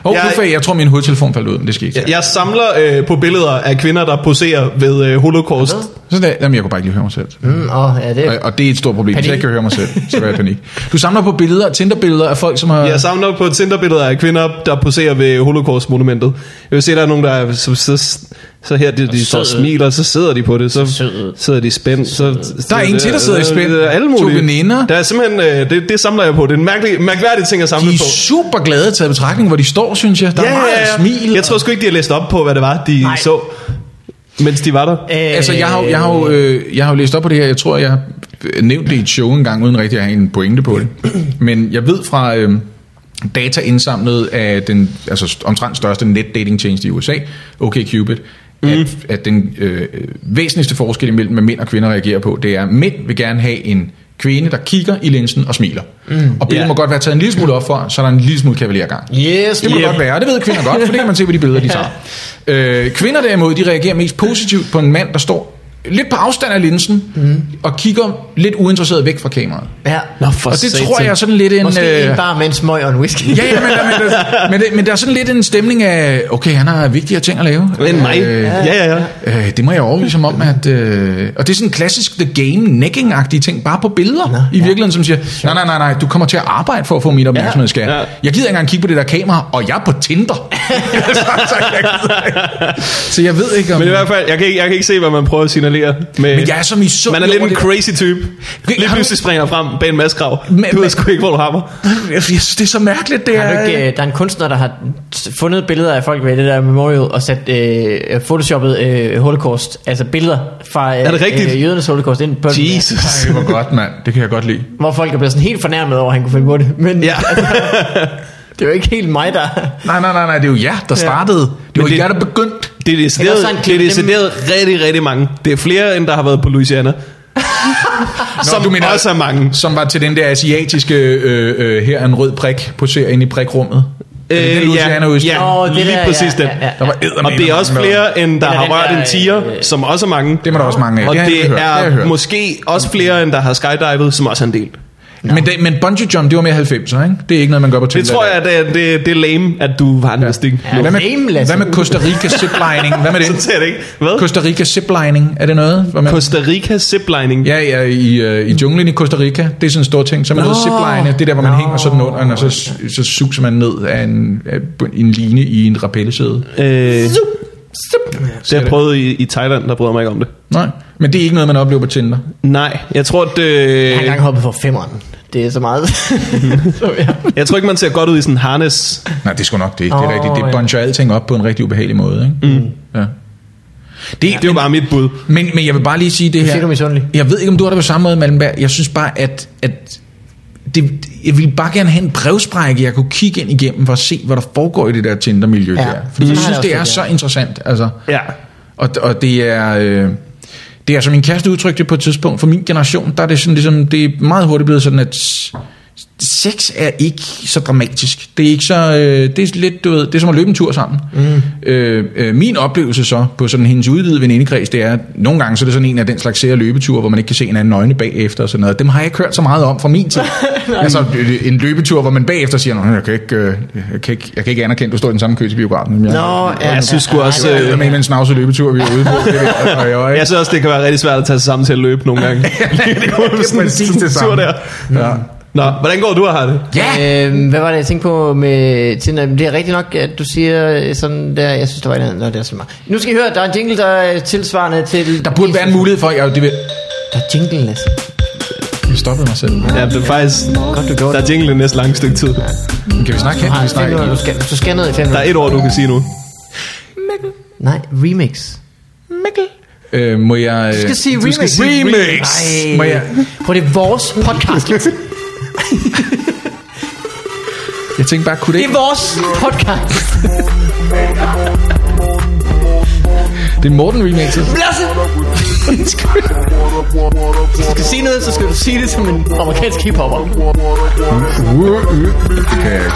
A: Hov, jeg, nu, jeg tror min hovedtelefon faldt ud, men det skal ikke.
C: Jeg, jeg samler øh, på billeder af kvinder, der poserer ved øh, Holocaust.
A: Så det, jamen, jeg kunne bare ikke lige høre mig selv.
B: Mm, oh, ja, det...
A: og, og det er et stort problem, hvis jeg ikke kan høre mig selv, så er jeg panik. Du samler på billeder, Tinder-billeder af folk, som har...
C: Jeg samler på Tinder-billeder af kvinder, der poserer ved Holocaust-monumentet. Jeg vil se, der er nogen, der er... Så, så, så her, de, de står og smiler, så sidder de på det, så Sød. sidder de spændt. Så,
A: der er en til, der sidder i spændt.
C: Alle mulige.
A: To veninder.
C: Der er simpelthen, øh, det, det samler jeg på. Det er en mærkelig, mærkværdig ting at samle på.
A: De er på. super glade til betragtning, hvor de står, synes jeg. Der
C: ja,
A: er meget
C: ja, ja. smil. Jeg tror sgu ikke, de har læst op på, hvad det var, de Nej. så, mens de var der.
A: Øh, altså, jeg har, jeg, har jo, øh, jeg har jo læst op på det her. Jeg tror, jeg har nævnt det i et show en gang, uden rigtig at have en pointe på det. Men jeg ved fra... Øh, data indsamlet af den altså omtrent største netdatingtjeneste i U S A, OkCupid, mm. at, at den øh, væsentligste forskel imellem, hvad mænd og kvinder reagerer på, det er, at mænd vil gerne have en kvinde, der kigger i linsen og smiler. Mm. Og billedet yeah. må godt være taget en lille smule op for, så er der en lille smule kavalergang.
B: Yes,
A: det må
B: yep.
A: godt være, det ved kvinder godt, for det kan man se på de billeder, de tager. øh, kvinder derimod, de reagerer mest positivt på en mand, der står lidt på afstand af linsen, mm. og kigger lidt uinteresseret væk fra kameraet.
B: Ja.
C: Nå,
A: og det satan. tror jeg er sådan lidt en...
B: Måske øh, en bar med en smøg og en whisky.
A: ja, ja, men, men, men, men, men der er sådan lidt en stemning af, okay, han har vigtigere ting at lave.
C: Men mig. Øh, ja, ja, ja.
A: Øh, det må jeg overbevise om, at... Øh, og det er sådan en klassisk The Game necking-agtige ting, bare på billeder, Nå, i virkeligheden, som siger, nej, nej, nej, nej, du kommer til at arbejde for at få min opmærksomhed, skal ja, ja. Jeg gider ikke engang kigge på det der kamera, og jeg er på Tinder. Så jeg ved ikke om...
C: Men i hvert fald, jeg kan ikke, jeg kan ikke se, hvad man prøver at signalere med...
A: Men jeg er som i så...
C: Man er lidt en crazy type. Lige pludselig springer frem bag en masse krav. Men, du ved sgu ikke, hvor du har mig.
A: Jeg synes, det er så mærkeligt, det er...
B: Ikke, der er en kunstner, der har fundet billeder af folk ved det der memorial, og sat øh, photoshoppet øh, holocaust, altså billeder fra øh, øh, jødernes holocaust ind på...
A: Jesus. Ej, det var godt, mand. Det kan jeg godt lide.
B: Hvor folk er blevet sådan helt fornærmet over, at han kunne finde på det. Men ja. altså, det er jo ikke helt mig, der...
A: Nej, nej, nej, nej, det er jo jer, der startede. Det var jo jer, der begyndte.
C: Det er decideret, det er decideret rigtig, rigtig mange. Det er flere, end der har været på Louisiana. Som
A: Nå, du mener,
C: også er mange.
A: Som var til den der asiatiske, øh, øh, her er en rød prik, poserer ind i prikrummet.
C: Øh, det Louisiana ja, ja, oh, lige der, præcis ja, den. Ja, ja. Der var og det er også flere, end der har rørt en tiger, som også er mange.
A: Det må der også mange af.
C: Og det, det er
A: hørt.
C: måske også flere, end der har skydivet, som også er en del.
A: No. Men, det, men bungee jump, det var mere halvfemser, ikke? Det er ikke noget, man gør på Tinder.
C: Det tror jeg, det er, det, det er lame, at du var en ja. Stik.
A: Ja, hvad, med, hvad med Costa Rica ziplining? Hvad med det?
C: det ikke. Hvad?
A: Costa Rica ziplining, er det noget? Hvad med?
C: Costa Rica ziplining?
A: Ja, ja, i, uh, i junglen i Costa Rica. Det er sådan en stor ting. Så man no. ved zipline, det er der, hvor man no. hænger sådan under, og så, så suser man ned af en, af en line i en rappellesæde.
C: Øh... Det har jeg prøvet i, i Thailand, der bryder mig ikke om det.
A: Nej, men det er ikke noget, man oplever på Tinder.
C: Nej, jeg tror, at... Øh...
B: Jeg har engang hoppet for femmeren. Det er så meget. så, ja.
C: Jeg tror ikke, man ser godt ud i sådan en harness.
A: Nej, det er sgu nok det. Det er oh, rigtigt. Det buncher ja. alting op på en rigtig ubehagelig måde, ikke? Mm. Ja. Det,
C: det er jo bare mit bud.
A: Men, men jeg vil bare lige sige det her.
B: Du
A: jeg ved ikke, om du har det på samme måde, Malmberg. Jeg synes bare, at... at det, jeg ville bare gerne have en brevsprække, jeg kunne kigge ind igennem for at se, hvad der foregår i det der Tinder-miljø ja. der. Fordi mm. jeg synes, det er så interessant. Altså. Ja. Og, og det er... Øh, det er, som min kæreste udtrykte på et tidspunkt, for min generation, der er det sådan ligesom, det er meget hurtigt blevet sådan, at sex er ikke så dramatisk. Det er ikke så, øh, det er lidt, du ved, det er som at løbe en tur sammen. Mm. Øh, øh, min oplevelse så, på sådan hendes udvidede venindekreds, det er, at nogle gange så er det sådan en af den slags serie løbeture, hvor man ikke kan se en anden øjne bagefter og sådan noget. Dem har jeg ikke hørt så meget om fra min tid. Altså en løbetur, hvor man bagefter siger, jeg kan ikke, øh, jeg kan ikke, jeg kan ikke anerkende, at du står i den samme kø til biografen. Jeg,
C: Nå, ja, jeg synes sgu også...
A: Jeg er med en snavse løbetur, vi er ude på. Det er,
C: jeg synes også, det kan være rigtig svært at tage sig sammen til at løbe nogle gange.
A: Ja, det er præcis det samme.
C: Der. Ja. Nå, hvordan går du og har det?
B: Ja. Øh, hvad var det, jeg tænkte på med Tinder? Det er rigtigt nok, at du siger sådan der. Jeg synes, der var en anden. Nå, det er så meget. Nu skal I høre, der er en jingle, der er tilsvarende til...
A: Der burde være en mulighed for... Jeg, det vil...
B: Der er jingle, Lasse.
A: Jeg stoppede mig selv.
C: Ja, det er faktisk... Godt, du gjorde der er jingle det næste lange stykke tid. Ja.
A: Kan vi snakke hen?
B: Du, snakke du, skal, du skal ned i fem.
C: Der er et ord, du kan sige nu.
B: Mikkel. Nej, remix.
A: Mikkel. Øh, må jeg...
B: Du skal sige
A: du
B: remix.
A: Skal sige remix.
B: Må jeg... Prøv, det er vores podcast.
A: Jeg tænkte bare, kunne det ikke...
B: Det er vores podcast.
A: Det er Morten remixet.
B: Lasse! Hvis du skal sige noget, så skal du sige det som en amerikansk hiphopper.
A: Det kan jeg ikke.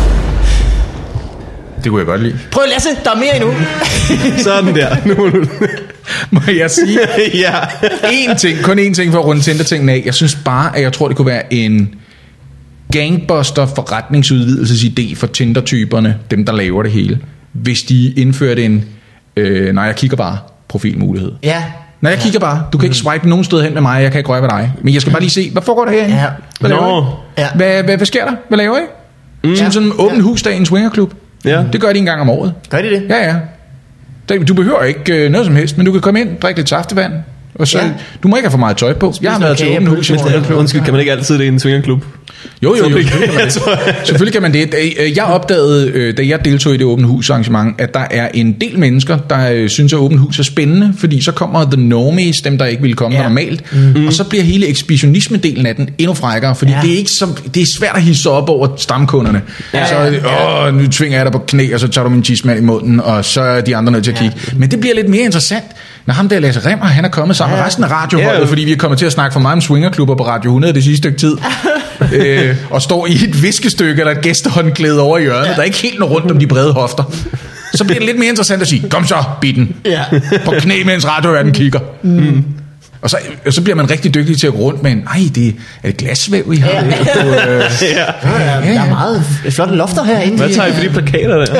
A: Det kunne jeg godt lide.
B: Prøv Lasse, der er mere endnu.
C: Sådan der. Nu
A: må jeg sige
C: ja.
A: en ting, kun én ting for at runde Tinder-tingene af. Jeg synes bare, at jeg tror, det kunne være en gangbuster forretningsudvidelsesidé for Tinder-typerne, dem der laver det hele, hvis de indførte en, øh, nej jeg kigger bare, profilmulighed.
B: Ja.
A: Nej, jeg kigger bare. Du kan ikke swipe nogen sted hen med mig, jeg kan ikke røre ved dig. Men jeg skal bare lige se, hvad foregår der herinde?
B: Ja.
A: Hvad laver I? Ja. Hvad, hvad, hvad sker der? Hvad laver I? Mm. Sådan sådan en åben ja. husdag i en swingerklub. Ja. Det gør de en gang om året.
B: Gør de det?
A: Ja, ja. Du behøver ikke øh, noget som helst, men du kan komme ind, drikke lidt saftevand. Og så, ja. Du må ikke have for meget tøj på. Jeg har været til åben hus.
C: Undskyld, kan man ikke altid det i en swingerklub?
A: Jo, jo, jo. Selvfølgelig kan man det. Selvfølgelig kan man det. Jeg opdagede, da jeg deltog i det åbent hus arrangement, at der er en del mennesker, der synes, at åbent hus er spændende, fordi så kommer the normies, dem der ikke ville komme ja. normalt, mm-hmm. og så bliver hele ekshibitionisme-delen af den endnu frækkere, fordi ja. det, er ikke så, det er svært at hisse op over stamkunderne. Ja, så ja. åh, nu tvinger jeg dig på knæ, og så tager du min tismand i munden, og så er de andre nødt til at kigge. Ja. Men det bliver lidt mere interessant, når ham der Lasse Rimmer, han er kommet sammen ja. med resten af radioholdet, ja. fordi vi er kommet til at snakke for meget om swingerklubber på Radio hundrede det sidste stykke tid. øh, og står i et viskestykke eller et gæstehåndklæde over i hjørnet, ja. der ikke helt når rundt om de brede hofter. Så bliver det lidt mere interessant at sige, kom så, bitten. Ja. På knæ, mens radioverden kigger. Mm. Og så, så bliver man rigtig dygtig til at gå rundt med en, nej, det er det glasvæv, I har. Ja. På, øh, ja.
B: Ja, ja, der er meget flotte lofter herinde.
C: Hvad tager I for de plakater der?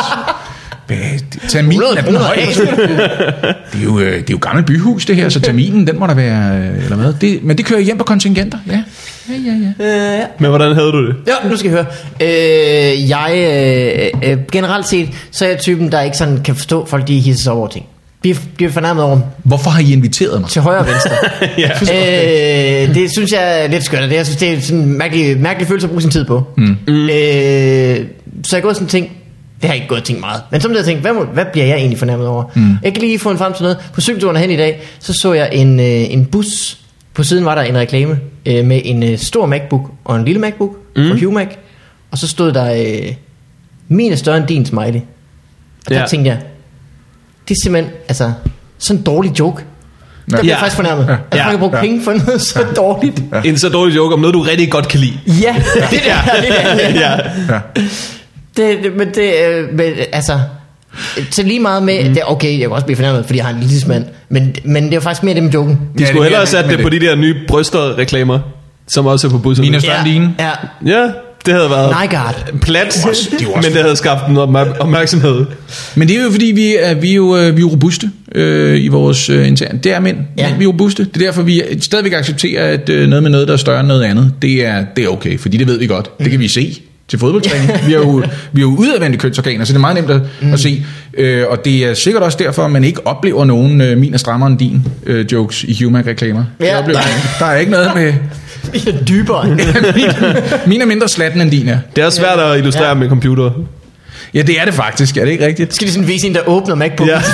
A: Terminen er den høje. Det er jo det er jo gammelt byhus det her, så terminen den må der være eller hvad. Det, men det kører hjem på kontingenter. Ja. Ja, ja,
C: ja. Øh, ja. Men hvordan havde du det?
B: Ja, nu skal I høre. Øh, jeg øh, generelt set så er jeg typen der ikke sådan kan forstå folk de hisser sig over ting. Vi bliver fornærmet over.
A: Hvorfor har I inviteret mig?
B: Til højre og venstre. ja. øh, det synes jeg er lidt skørt. Det, jeg synes, det er sådan en mærkelig, mærkelig følelse at bruge sin tid på. Mm. Mm. Øh, så jeg går sådan en ting. Det har jeg ikke gået og tænkt meget. Men som jeg tænkt, hvad, må, hvad bliver jeg egentlig fornærmet over? Mm. Jeg kan lige få en frem til noget. På cykelturen hen i dag, så så jeg en, øh, en bus. På siden var der en reklame øh, med en øh, stor MacBook og en lille MacBook mm. fra Humac. Og så stod der, øh, min er større end din smiley. Og der ja. tænkte jeg, det er simpelthen, altså, sådan en dårlig joke. Der bliver ja. jeg faktisk fornærmet. Ja. Altså, man kan bruge ja. penge for noget så ja. dårligt.
C: Ja. En så dårlig joke om noget, du rigtig godt kan lide.
B: Ja, det der. det der. ja. ja. Det, det, men det, men, altså, til lige meget med, mm. det, okay, jeg kan også blive fornærmet, fordi jeg har en lille mand, men, men det er jo faktisk mere det med joken.
C: De skulle hellere have sat det, det på de der nye bryster-reklamer, som også er på bussen.
A: Min er større
B: ja.
A: line.
C: Ja. ja, det havde været plat, men det havde skabt noget opmærksomhed.
A: Men det er jo fordi, vi er, vi er, jo, vi er jo robuste øh, i vores øh, interne. Det er mænd, ja. vi er robuste. Det er derfor, vi stadigvæk accepterer, at øh, noget med noget, der er større end noget andet, det er, det er okay, fordi det ved vi godt. Det kan vi se. Til fodboldtræning. Vi er jo, vi er jo udadvendte kønsorganer, så det er meget nemt at, mm. at se. Øh, og det er sikkert også derfor, at man ikke oplever nogen øh, min er strammere end din øh, jokes i Humac-reklamer. Ja, der, der er ikke noget med...
B: Min er dybere.
A: min, min er mindre slatten end din er.
C: Det er svært at illustrere ja. med computer.
A: Ja, det er det faktisk. Er det ikke rigtigt?
B: Skal de sådan vise en, der åbner MacBook? Ja.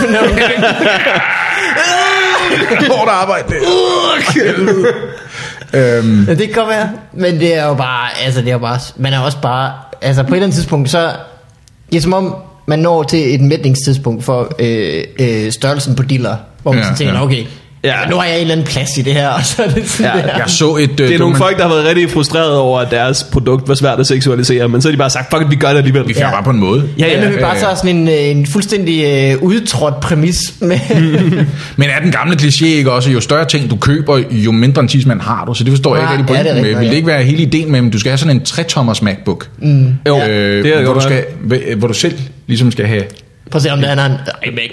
A: Hårdt arbejde.
B: øhm. Det kan godt være. Men det er jo bare, altså det er jo bare, man er også bare, altså på et eller andet tidspunkt, så det er som om, man når til et mætningstidspunkt for øh, øh, størrelsen på diller, hvor man ja, så tænker, ja. okay, ja. nu har jeg en eller anden plads i det her, og så er det sådan ja,
A: der. Jeg så et,
C: det er nogle folk, der har været rigtig frustreret over, at deres produkt var svært at seksualisere, men så har de bare sagt, fuck it, vi gør det alligevel.
A: Vi fjerner ja. bare på en måde.
B: Ja, ja, ja. Men vi bare så sådan en, en fuldstændig uh, udtrådt præmis. Med
A: men er den gamle kliché ikke også, jo større ting du køber, jo mindre en tidsmand har du, så det forstår ja, jeg ikke rigtig pointen med. Vil det ikke være hele ideen med, at du skal have sådan en tre-tommers MacBook? Mm. Jo, øh, det er hvor, du skal, hvor du selv ligesom skal have...
B: Prøv at se, om det er en iMac.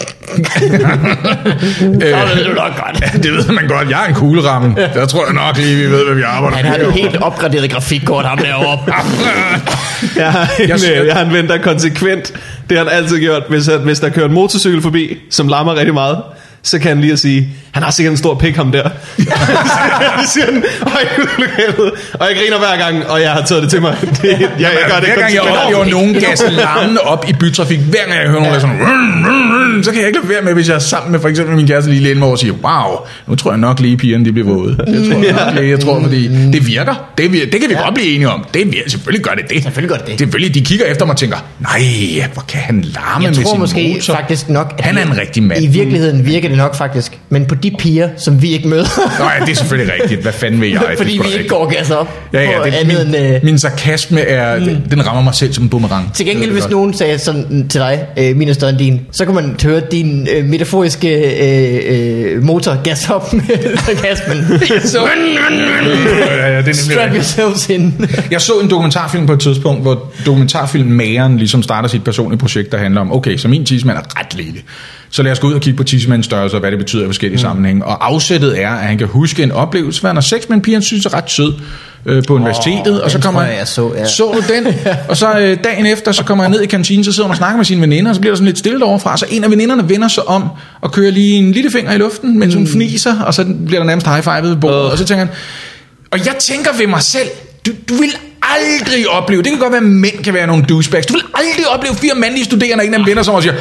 B: Så ved du nok godt.
A: Ja, det ved man godt. Jeg er en kugleramme. Der tror jeg nok lige, vi ved, hvad vi arbejder med.
B: Han har et helt opgraderet grafikkort, ham deroppe.
C: jeg, har en, jeg, jeg har en ven, der konsekvent. Det har han altid gjort. Hvis, at, hvis der kører en motorcykel forbi, som larmer rigtig meget, så kan han lige at sige, han har sikkert en stor pik, ham der. Det siger han, og jeg griner hver gang, og jeg har taget det til mig. Det, jeg, jeg gør det
A: hver gang jeg oplever nogen gas larmende op i bytrafik, hver gang jeg hører nogen, der sådan, run, run, run, så kan jeg ikke lade være med, hvis jeg er sammen med for eksempel min kæreste lige læne mig over og siger, wow, nu tror jeg nok lige pigerne de bliver våde. Det tror jeg nok lige, jeg tror, fordi det virker. Det, virker. Det kan vi ja. godt blive enige om. Det virker. Selvfølgelig gør det det.
B: Selvfølgelig gør det det.
A: Selvfølgelig, de kigger efter mig og tænker, nej, hvor kan han larme med sin motor?
B: Jeg tror måske faktisk nok,
A: han er en rigtig mand.
B: I virkeligheden virker det nok faktisk. Men på de piger, som vi ikke møder.
A: Nå ja, det er selvfølgelig rigtigt. Hvad fanden vil jeg?
B: Fordi vi ikke går gas op.
A: Ja, ja, det, min, end, øh... min sarkasme er, mm. den, den rammer mig selv som en boomerang.
B: Til gengæld, hvis godt. Nogen sagde sådan til dig, øh, min er større end din, så kan man høre din øh, metaforiske øh, øh, motor gas op med sarkasmen. Så
A: ja, ja,
B: strap yourselves in.
A: Jeg så en dokumentarfilm på et tidspunkt, hvor dokumentarfilmmageren ligesom starter sit personlige projekt, der handler om, okay, så min tissemand er ret lille. Så lad os gå ud og kigge på tissemandens størrelse og hvad det betyder i forskellige mm. sammenhænge. Og afsættet er, at han kan huske en oplevelse, hvor han har sex med en pige, han synes er ret sød øh, på universitetet.
B: Oh,
A: og så kommer
B: jeg, jeg så, ja.
A: så du den? Og så øh, dagen efter, så kommer han ned i kantinen, så sidder han og snakker med sine veninder, og så bliver der sådan lidt stille overfra. Så en af veninderne vender sig om og kører lige en lille finger i luften, mens hun mm. fniser, og så bliver der nærmest high-five ved bordet. Uh. Og så tænker han, og jeg tænker ved mig selv, du, du vil aldrig opleve, det kan godt være, at mænd kan være nogle douchebags, du vil aldrig opleve fire mandlige studerende, og en af dem vender sig om og siger,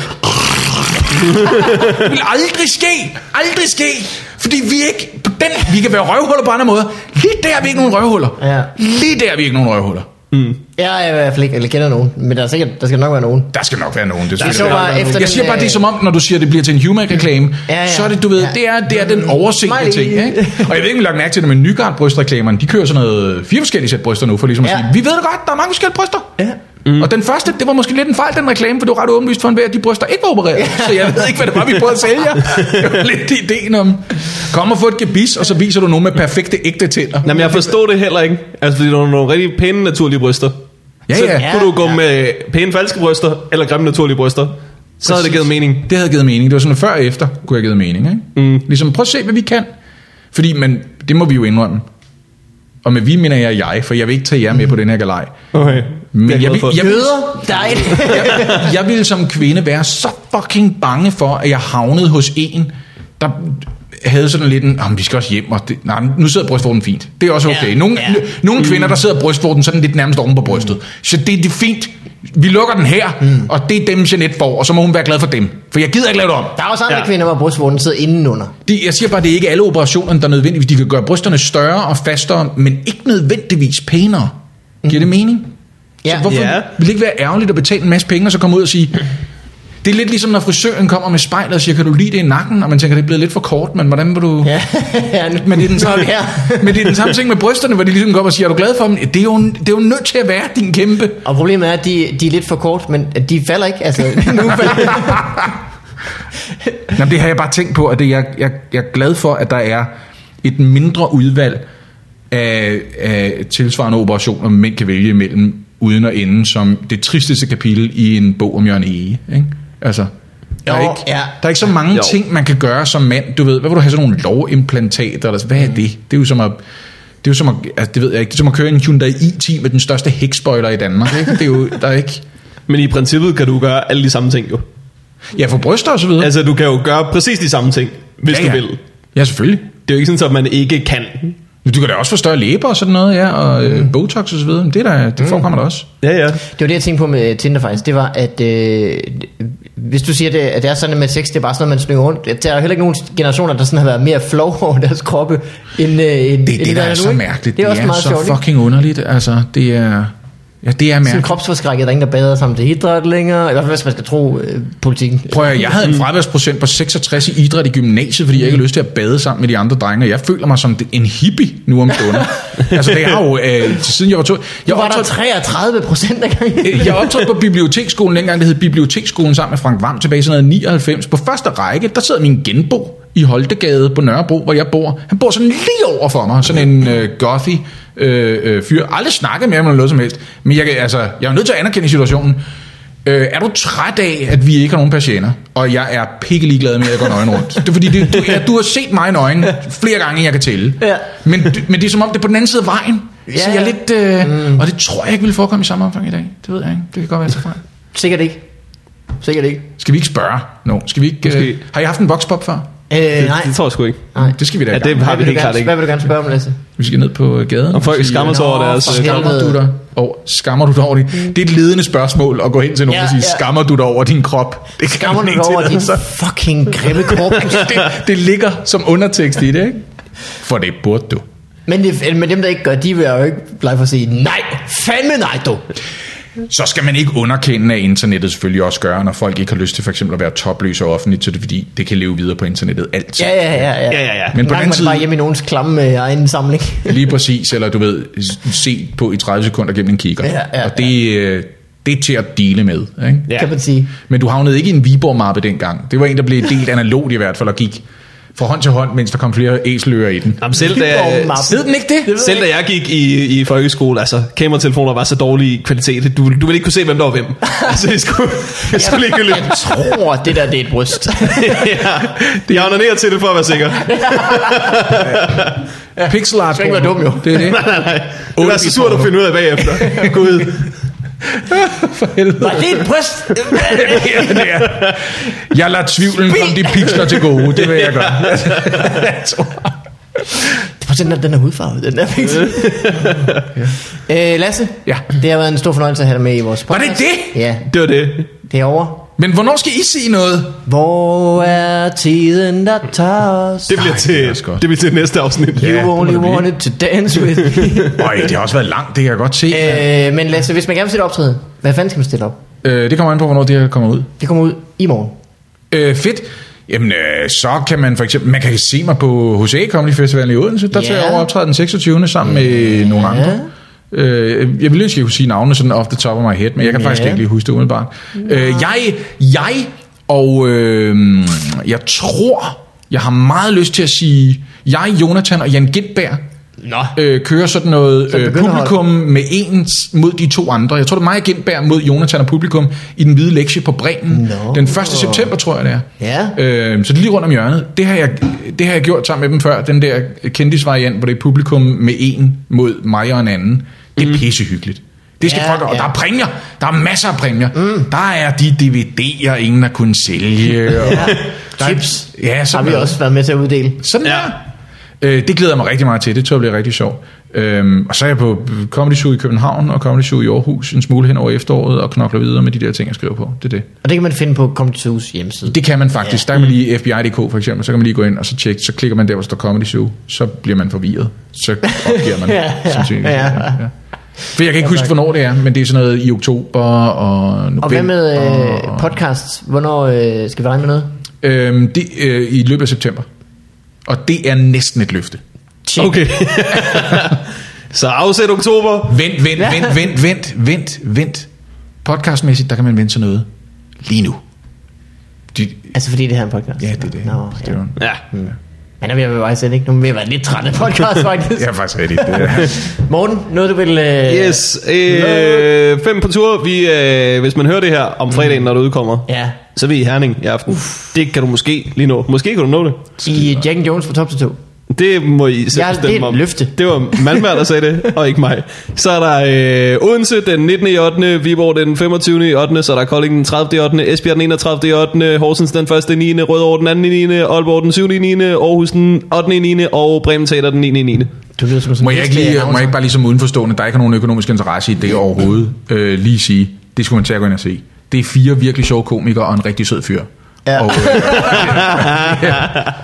A: det vil aldrig ske, aldrig ske, fordi vi ikke, på den, vi kan være røvhuller på andre måder, lige der er vi ikke nogen røvhuller,
B: ja.
A: Lige der er vi ikke nogen røvhuller.
B: Mm. Jeg er i hvert fald ikke, eller kender nogen, men der, er sikkert, der skal nok være nogen.
A: Der skal nok være nogen. Det
B: der så bare efter
A: jeg siger bare, det er som om, når du siger, at det bliver til en Humac-reklame, ja, ja. Så er det, du ved, ja. det, er, det er den overseende ting. Ikke? Og jeg ved ikke, om vi lagt mærke til det med Nygaard brystreklamerne. De kører sådan noget fire forskellige sæt bryster nu, for ligesom ja. At sige, vi ved det godt, der er mange forskellige bryster. Ja. Mm. Og den første, det var måske lidt en fejl, den reklame, for det var ret åbenlyst for enhver, at de bryster ikke var opereret. Ja. Så jeg ved ikke, hvad det var, vi prøvede at sælge. Det var lidt ideen om, kom og få et gebis, og så viser du nogen med perfekte ægte tænder.
C: Jamen, jeg forstår det heller ikke. Altså, fordi der er nogle rigtig pæne naturlige bryster.
A: Ja,
C: så
A: ja.
C: kunne du gå ja. Med pæne falske bryster, eller grimme naturlige bryster. Så havde det givet mening.
A: Det havde givet mening. Det var sådan, før og efter kunne jeg give mening. Ikke? Mm. Ligesom, prøv at se, hvad vi kan. Fordi, men det må vi jo indrømme. Og med vi mener jeg jeg, for jeg vil ikke tage jer med på den her galej. Okay. Men jeg, jeg, vil, jeg, vil, jeg, jeg, jeg ville som kvinde være så fucking bange for, at jeg havnede hos en, der havde sådan lidt en, oh, vi skal også hjem, og det, nej, nu sidder brystvorten fint. Det er også okay. Nogle, ja. nogle mm. kvinder, der sidder brystvorten sådan lidt nærmest oven på brystet. Mm. Så det, det er fint. Vi lukker den her, mm. og det er dem, Jeanette får, og så må hun være glad for dem. For jeg gider ikke lave det om.
B: Der er også andre ja. Kvinder, hvor brystvorten sidder indenunder.
A: De, jeg siger bare, det er ikke alle operationerne, der nødvendigvis. De kan gøre brysterne større og fastere, men ikke nødvendigvis pænere. Giver mm. det mening? Ja. Så hvorfor ja. Vil det ikke være ærgerligt at betale en masse penge, og så komme ud og sige... Det er lidt ligesom, når frisøren kommer med spejlet og siger, kan du lide det i nakken? Og man tænker, det er blevet lidt for kort, men hvordan vil du...
B: Ja, ja
A: men, det er den samme, men det er den samme ting med brysterne, hvor de ligesom kommer og siger, er du glad for dem? Det er jo, det er jo nødt til at være din kæmpe.
B: Og problemet er, at de, de er lidt for kort, men de falder ikke. Altså, nu falder.
A: Jamen, det har jeg bare tænkt på, at det, jeg, jeg, jeg er glad for, at der er et mindre udvalg af, af tilsvarende operationer, mænd kan vælge imellem, uden at ende som det tristeste kapitel i en bog om Jørgen Ege, ikke? Altså, der, er
B: jo,
A: ikke,
B: ja.
A: der er ikke så mange jo. Ting, man kan gøre som mand. Du ved, hvad vil du have sådan nogle lovimplantater? Eller, hvad er det? Det er jo som at, det er jo som at, altså, det ved jeg ikke, det er som at køre en Hyundai i ti med den største hækspoiler i Danmark. Ikke? Det er jo, der er ikke...
C: Men i princippet kan du gøre alle de samme ting jo.
A: Ja, for bryster og så videre.
C: Altså, du kan jo gøre præcis de samme ting, hvis
A: ja, ja.
C: du vil.
A: Ja, selvfølgelig.
C: Det er jo ikke sådan, at man ikke kan...
A: Du kan da også få større læber og sådan noget, ja, og øh, botox og så videre. Det, der, det forekommer der også.
C: Ja, ja.
B: Det var det, jeg tænkte på med Tinder faktisk. Det var, at øh, hvis du siger, det, at det er sådan med sex, det er bare sådan noget, man slynger rundt. Der er jo heller ikke nogen generationer, der sådan har været mere flov over deres kroppe, end, øh, end
A: det,
B: end
A: det, der er så mærkeligt.
B: Det er, det er også
A: så
B: sjovt,
A: fucking underligt. Altså, det er... Ja, det er mærkeligt.
B: Sådan kropsforskrækket, der er ingen, der bader sammen til idræt længere. I hvert fald, hvis man skal tro øh, politikken.
A: Prøv at, jeg havde en fraværsprocent på seksogtres i idræt i gymnasiet, fordi jeg ikke har lyst til at bade sammen med de andre drenge. Jeg føler mig som en hippie nu om stunden. Altså, det har jo... Øh, siden jeg var to... Jeg
B: du var optråd, der treogtredive procent af gangen.
A: Jeg optrådte på biblioteksskolen dengang, det hed Biblioteksskolen, sammen med Frank Vam tilbage i sådan noget nioghalvfems. På første række, der sidder min genbo i Holtegade på Nørrebro, hvor jeg bor. Han bor sådan lige over for mig, sådan en øh, gothy øh, øh, fyr. Aldrig snakket med ham eller noget som helst, men jeg, altså, jeg er nødt til at anerkende situationen. Øh, er du træt af, at vi ikke har nogen patienter? Og jeg er pikkelig glad med, at jeg går nøgen rundt. Det er fordi, det, du, ja, du har set mig nøgen flere gange, end jeg kan tælle. Ja. Men, men det er som om, det er på den anden side af vejen. Ja. Så jeg er lidt... Øh, mm. Og det tror jeg ikke vil forekomme i samme omfang i dag. Det ved jeg ikke. Det kan godt være så fejl.
B: Sikkert ikke. Sikkert ikke.
A: Skal vi ikke spørge? No. Skal vi ikke, øh, har I haft en voxpop før?
B: Øh,
C: det,
B: nej.
C: Det tror jeg sgu ikke.
A: Nej. Det skal vi da.
C: Ja, det har vi helt klart ikke.
B: Hvad vil du gerne spørge om, Lasse?
A: Vi skal ned på gaden.
C: Om folk skammer sig over deres...
A: Skammer du dig over, skammer du dig over det? Det er et ledende spørgsmål at gå hen til nogen ja, og sige, ja. Skammer du dig over din krop? Det
B: skammer du dig over din fucking grimme krop?
A: det, det ligger som undertekst i det, ikke? For det burde du.
B: Men, det, men dem, der ikke gør, de vil jo ikke blege for at sige, nej, fandme nej, du.
A: Så skal man ikke underkende, at internettet selvfølgelig også gør, når folk ikke har lyst til for eksempel at være topløse offentligt, så det er fordi, det kan leve videre på internettet altid.
B: Ja, ja, ja. ja.
C: ja, ja, ja.
A: Men på den
B: side... bare hjemme i nogens klamme øh, egen samling.
A: Lige præcis, eller du ved, se på i tredive sekunder gennem en kigger.
B: Ja, ja,
A: og det, øh, det er til at dele med, ikke?
B: Ja. Kan man sige.
A: Men du havnede ikke i en Viborg-mappe dengang. Det var en, der blev delt analogt i hvert fald, og gik fra hånd til hånd, mens der kom flere æselører i den.
C: Jamen selv da,
A: ved den ikke det?
C: det selv da jeg gik i, i folkeskole, altså kameratelefoner var så dårlig kvalitet, du, du ville ikke kunne se, hvem der var hvem. Altså, jeg skulle, jeg, skulle
B: jeg, jeg tror, det der, det er et bryst.
C: ja, jeg onanerer til det for at være sikker.
A: ja. Pixel art.
B: Det er ikke dum, jo.
C: Det er det. nej, nej, nej. Det var så surt at finde ud af bagefter. Gud.
A: For helvede.
B: Var det et bryst?
A: ja, det er. Jeg lader tvivlen komme de pixler til gode. Det vil jeg gøre. jeg tror.
B: Den er, den er hudfarvet, den der pixel. ja. øh, Lasse,
A: ja.
B: Det har været en stor fornøjelse at have dig med i vores podcast.
A: Var det det?
B: Ja.
C: Det var det.
B: Det er over.
A: Men hvornår skal I sige noget?
B: Hvor er tiden, der tager os?
C: Det bliver til, det det bliver til næste afsnit.
B: You ja, only wanted to dance with me.
A: Øj, det har også været langt, det kan jeg godt se.
B: Øh, men Lasse, hvis man gerne vil stille optræden, hvad fanden skal man stille op?
A: Øh, det kommer an på, hvornår det her kommer ud.
B: Det kommer ud i morgen.
A: Øh, fedt. Jamen, øh, så kan man for eksempel... Man kan se mig på H C A Comedy Festival i Odense. Der yeah. tager jeg over optræde den seksogtyvende sammen yeah. med nogle andre. Øh, jeg ville ønske, at jeg kunne sige navnene sådan off the top of my head, men jeg kan yeah. faktisk ikke lige huske det umiddelbart. Yeah. Øh, jeg, jeg og øh, jeg tror, jeg har meget lyst til at sige, jeg, Jonathan og Jan Gintberg øh, kører sådan noget øh, publikum med en mod de to andre. Jeg tror, det er mig og Gintberg mod Jonathan og publikum i den hvide lektie på Bremen. No. Den første september, tror jeg det er.
B: Yeah.
A: Øh, så det er lige rundt om hjørnet. Det har, jeg, det har jeg gjort sammen med dem før. Den der kendisvariant, hvor det er publikum med en mod mig og en anden. Det er mm. pissehyggeligt. Det skal ja, folk, og ja. Der er præmier. Der er masser af præmier. Mm. Der er de D V D'er, ingen har kunnet sælge. Og
B: ja. Chips
A: ja,
B: har vi også været med til at uddele.
A: Sådan ja. øh, Det glæder jeg mig rigtig meget til. Det tror jeg bliver rigtig sjovt. øhm, Og så er jeg på Comedy Zoo i København og Comedy Zoo i Aarhus en smule hen over efteråret og knokler videre med de der ting, jeg skriver på. Det er det.
B: Og det kan man finde på Comedy Zoos hjemmeside.
A: Det kan man faktisk. Ja. Der kan man lige F B I punktum d k for eksempel. Så kan man lige gå ind og så tjekke. Så klikker man der, hvor der står Comedy Zoo. Så bliver man forvirret. Så opgiver man
B: ja, ja, ja, ja.
A: ja. For jeg kan ikke huske, hvornår det er, men det er sådan noget i oktober og november.
B: Og hvad med øh, podcasts? Hvornår øh, skal vi regne med noget?
A: Øhm, det, øh, I løbet af september. Og det er næsten et løfte.
C: Check. Okay. Så afsæt oktober.
A: Vent, vent, vent, vent, vent, vent, vent. Podcastmæssigt, der kan man vente sådan noget lige nu.
B: De, altså fordi det her er en podcast?
A: Ja, det er det.
B: Nå,
A: det er
B: ja. ja. Mm. Men er vi ved at ikke? Nu er vi været lidt trætte af podcast, faktisk.
A: Ja, faktisk rigtigt.
B: Morten, noget du vil... Øh,
C: yes, øh, fem på tur. Vi, øh, hvis man hører det her om fredagen, når det udkommer,
B: ja.
C: så er vi i Herning i aften. Uff. Det kan du måske lige nå. Måske kan du nå det.
B: I Jack and Jones fra top til to.
C: Det må I selv
B: ja,
C: bestemme om.
B: Det er et løfte.
C: Det var Malmberg, der sagde det, og ikke mig. Så er der øh, Odense den nittende i ottende Viborg den femogtyvende i ottende Så er der Kolding den tredivte i ottende Esbjerg den enogtredivte i ottende Horsens den første i niende Rødovre den anden i niende Aalborg den syvende i niende Aarhus den ottende i niende Og Bremen Teater den niende i niende
B: Du lyder som sådan,
A: må jeg ikke, lige, må jeg ikke bare ligesom udenforstående, der ikke har nogen økonomisk interesse i det overhovedet, øh, lige sige, det skulle man tage at gå ind og se. Det er fire virkelig sjove komikere og en rigtig sød fyr.
B: Ja.
A: Og, øh, ja.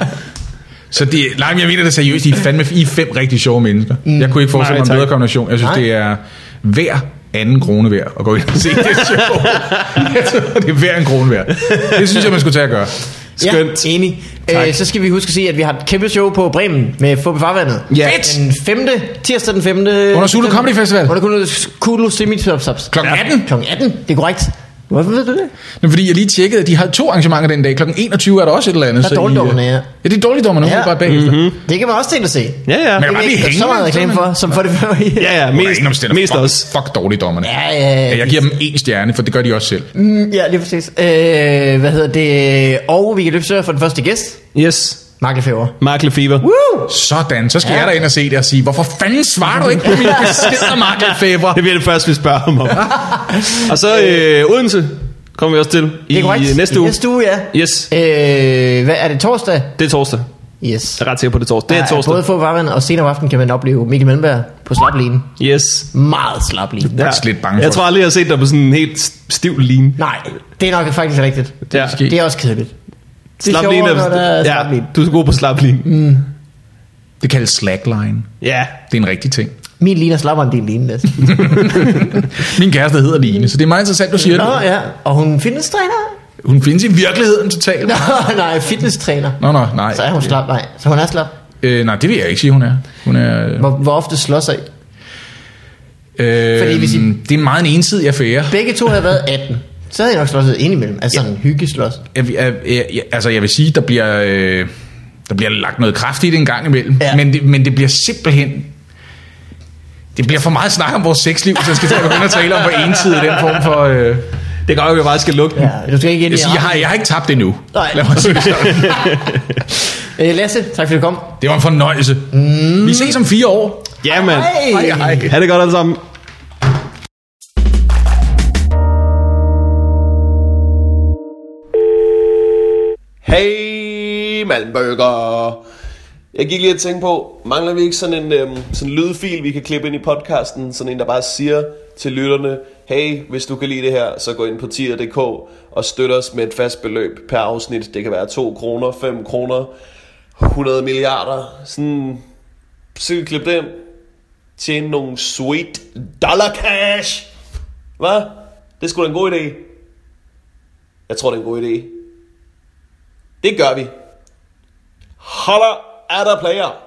A: Så det, nej, jeg mener det seriøst. I er fandme I er fem rigtig sjove mennesker. Mm. Jeg kunne ikke forestille mig en bedre kombination. Jeg synes, nej. Det er hver anden krone værd at gå ind og se det show. Jeg tror, det er hver en krone værd. Det synes jeg, man skulle tage at gøre.
B: Skønt. Ja, enig. Øh, så skal vi huske at sige, at vi har et kæmpe show på Bremen med Fubi Farvandet.
A: Ja.
B: Den femte tirsdag den femte
A: Under Zulu Comedy Festival.
B: Under Zulu Semi Subs.
A: Klokken atten.
B: Klokken atten, det er korrekt. Hvorfor ved du det?
A: Men fordi jeg lige tjekkede, at de har to arrangementer den dag. Klokken enogtyve er der også et eller andet.
B: Der er dårligdommerne, ja.
A: Ja, det er dårligdommerne,
B: ja.
A: Bare bagefter. Mm-hmm.
B: Det kan man også tænke at se.
C: Ja, ja.
A: Men
B: det er ikke så meget reklame for, som for det før.
C: Ja, ja, mest, mest
A: fuck,
C: også.
A: Fuck dårligdommerne.
B: Ja, ja, ja.
A: Jeg giver dem en stjerne, for det gør de også selv.
B: Mm, ja, lige præcis. Øh, hvad hedder det? Og vi kan løbe for den første gæst.
C: Yes.
B: Mark Lefebvre.
C: Mark Lefebvre.
B: Woo!
A: Sådan, så skal ja. jeg da ind og se det og sige, hvorfor fanden svarer du ikke på mine beskeder, Mark Lefebvre?
C: Det bliver det første, vi spørger ham om. Og så øh, Odense kommer vi også til i næste uge.
B: I næste uge, ja.
C: Yes.
B: Øh, hvad er det, torsdag?
C: Det er torsdag.
B: Yes.
C: Jeg er ret sikker på, det er torsdag. Det er torsdag.
B: Både få varvand og senere aften kan man opleve Mikkel Malmberg på slaplinen.
C: Yes.
B: Meget slaplinen.
A: Jeg er lidt bange for.
C: Jeg tror aldrig, jeg har set dig på sådan en helt stiv line.
B: Nej, det er nok faktisk rigtigt.
C: Det,
B: ja. Det er også kedeligt.
C: Slapline er, ja, du er så god på slapline.
B: Mm.
A: Det kaldes slackline.
C: Ja.
A: Det er en rigtig ting.
B: Min ligner slapper end din ligne næsten.
A: Min kæreste hedder Line, så det er meget interessant, du siger.
B: Nå, det. Ja. Og hun fitnesstræner?
A: Hun findes i virkeligheden totalt.
B: Nå, nej, fitnesstræner.
A: Nå, nå, nej.
B: Så er hun slap, nej. Så hun er slap?
A: Øh, nej, det vil jeg ikke sige, hun er. Hun er
B: hvor, hvor ofte slås af?
A: Øh, Fordi hvis I, det er meget en ensidig affære.
B: Begge to havde været atten. Så havde jeg nok slåsset indimellem. Altså sådan en hyggeslås.
A: Jeg, jeg, jeg, jeg, altså jeg vil sige, der bliver, øh, der bliver lagt noget kraft i det en gang imellem. Ja. Men, det, men det bliver simpelthen... Det bliver for meget snak om vores sexliv, så jeg skal til at begynde at tale om, hvor ensidig den form for... Øh,
C: det gør jo, at vi bare skal lukke den.
B: Ja, du skal ikke ind
A: jeg, siger, jeg, har, jeg har ikke tabt det nu.
B: Nej.
A: Lad mig sige det
B: sådan. Lasse, tak fordi du kom.
A: Det var en fornøjelse. Mm. Vi ses om fire år.
C: Ja, mand. Hej, hej. Ha' det godt alle sammen.
D: Hey, Malmberger. Jeg gik lige at tænke på, mangler vi ikke sådan en øhm, sådan lydfil, vi kan klippe ind i podcasten? Sådan en, der bare siger til lytterne, hey, hvis du kan lide det her, så gå ind på tier punktum d k og støt os med et fast beløb per afsnit. Det kan være to kroner, fem kroner, hundrede milliarder. Sådan, så kan vi klippe det ind. Tjene nogle sweet dollar cash. Hvad? Det er sgu da en god idé. Jeg tror, det er en god idé. Det gør vi. Holla at a player.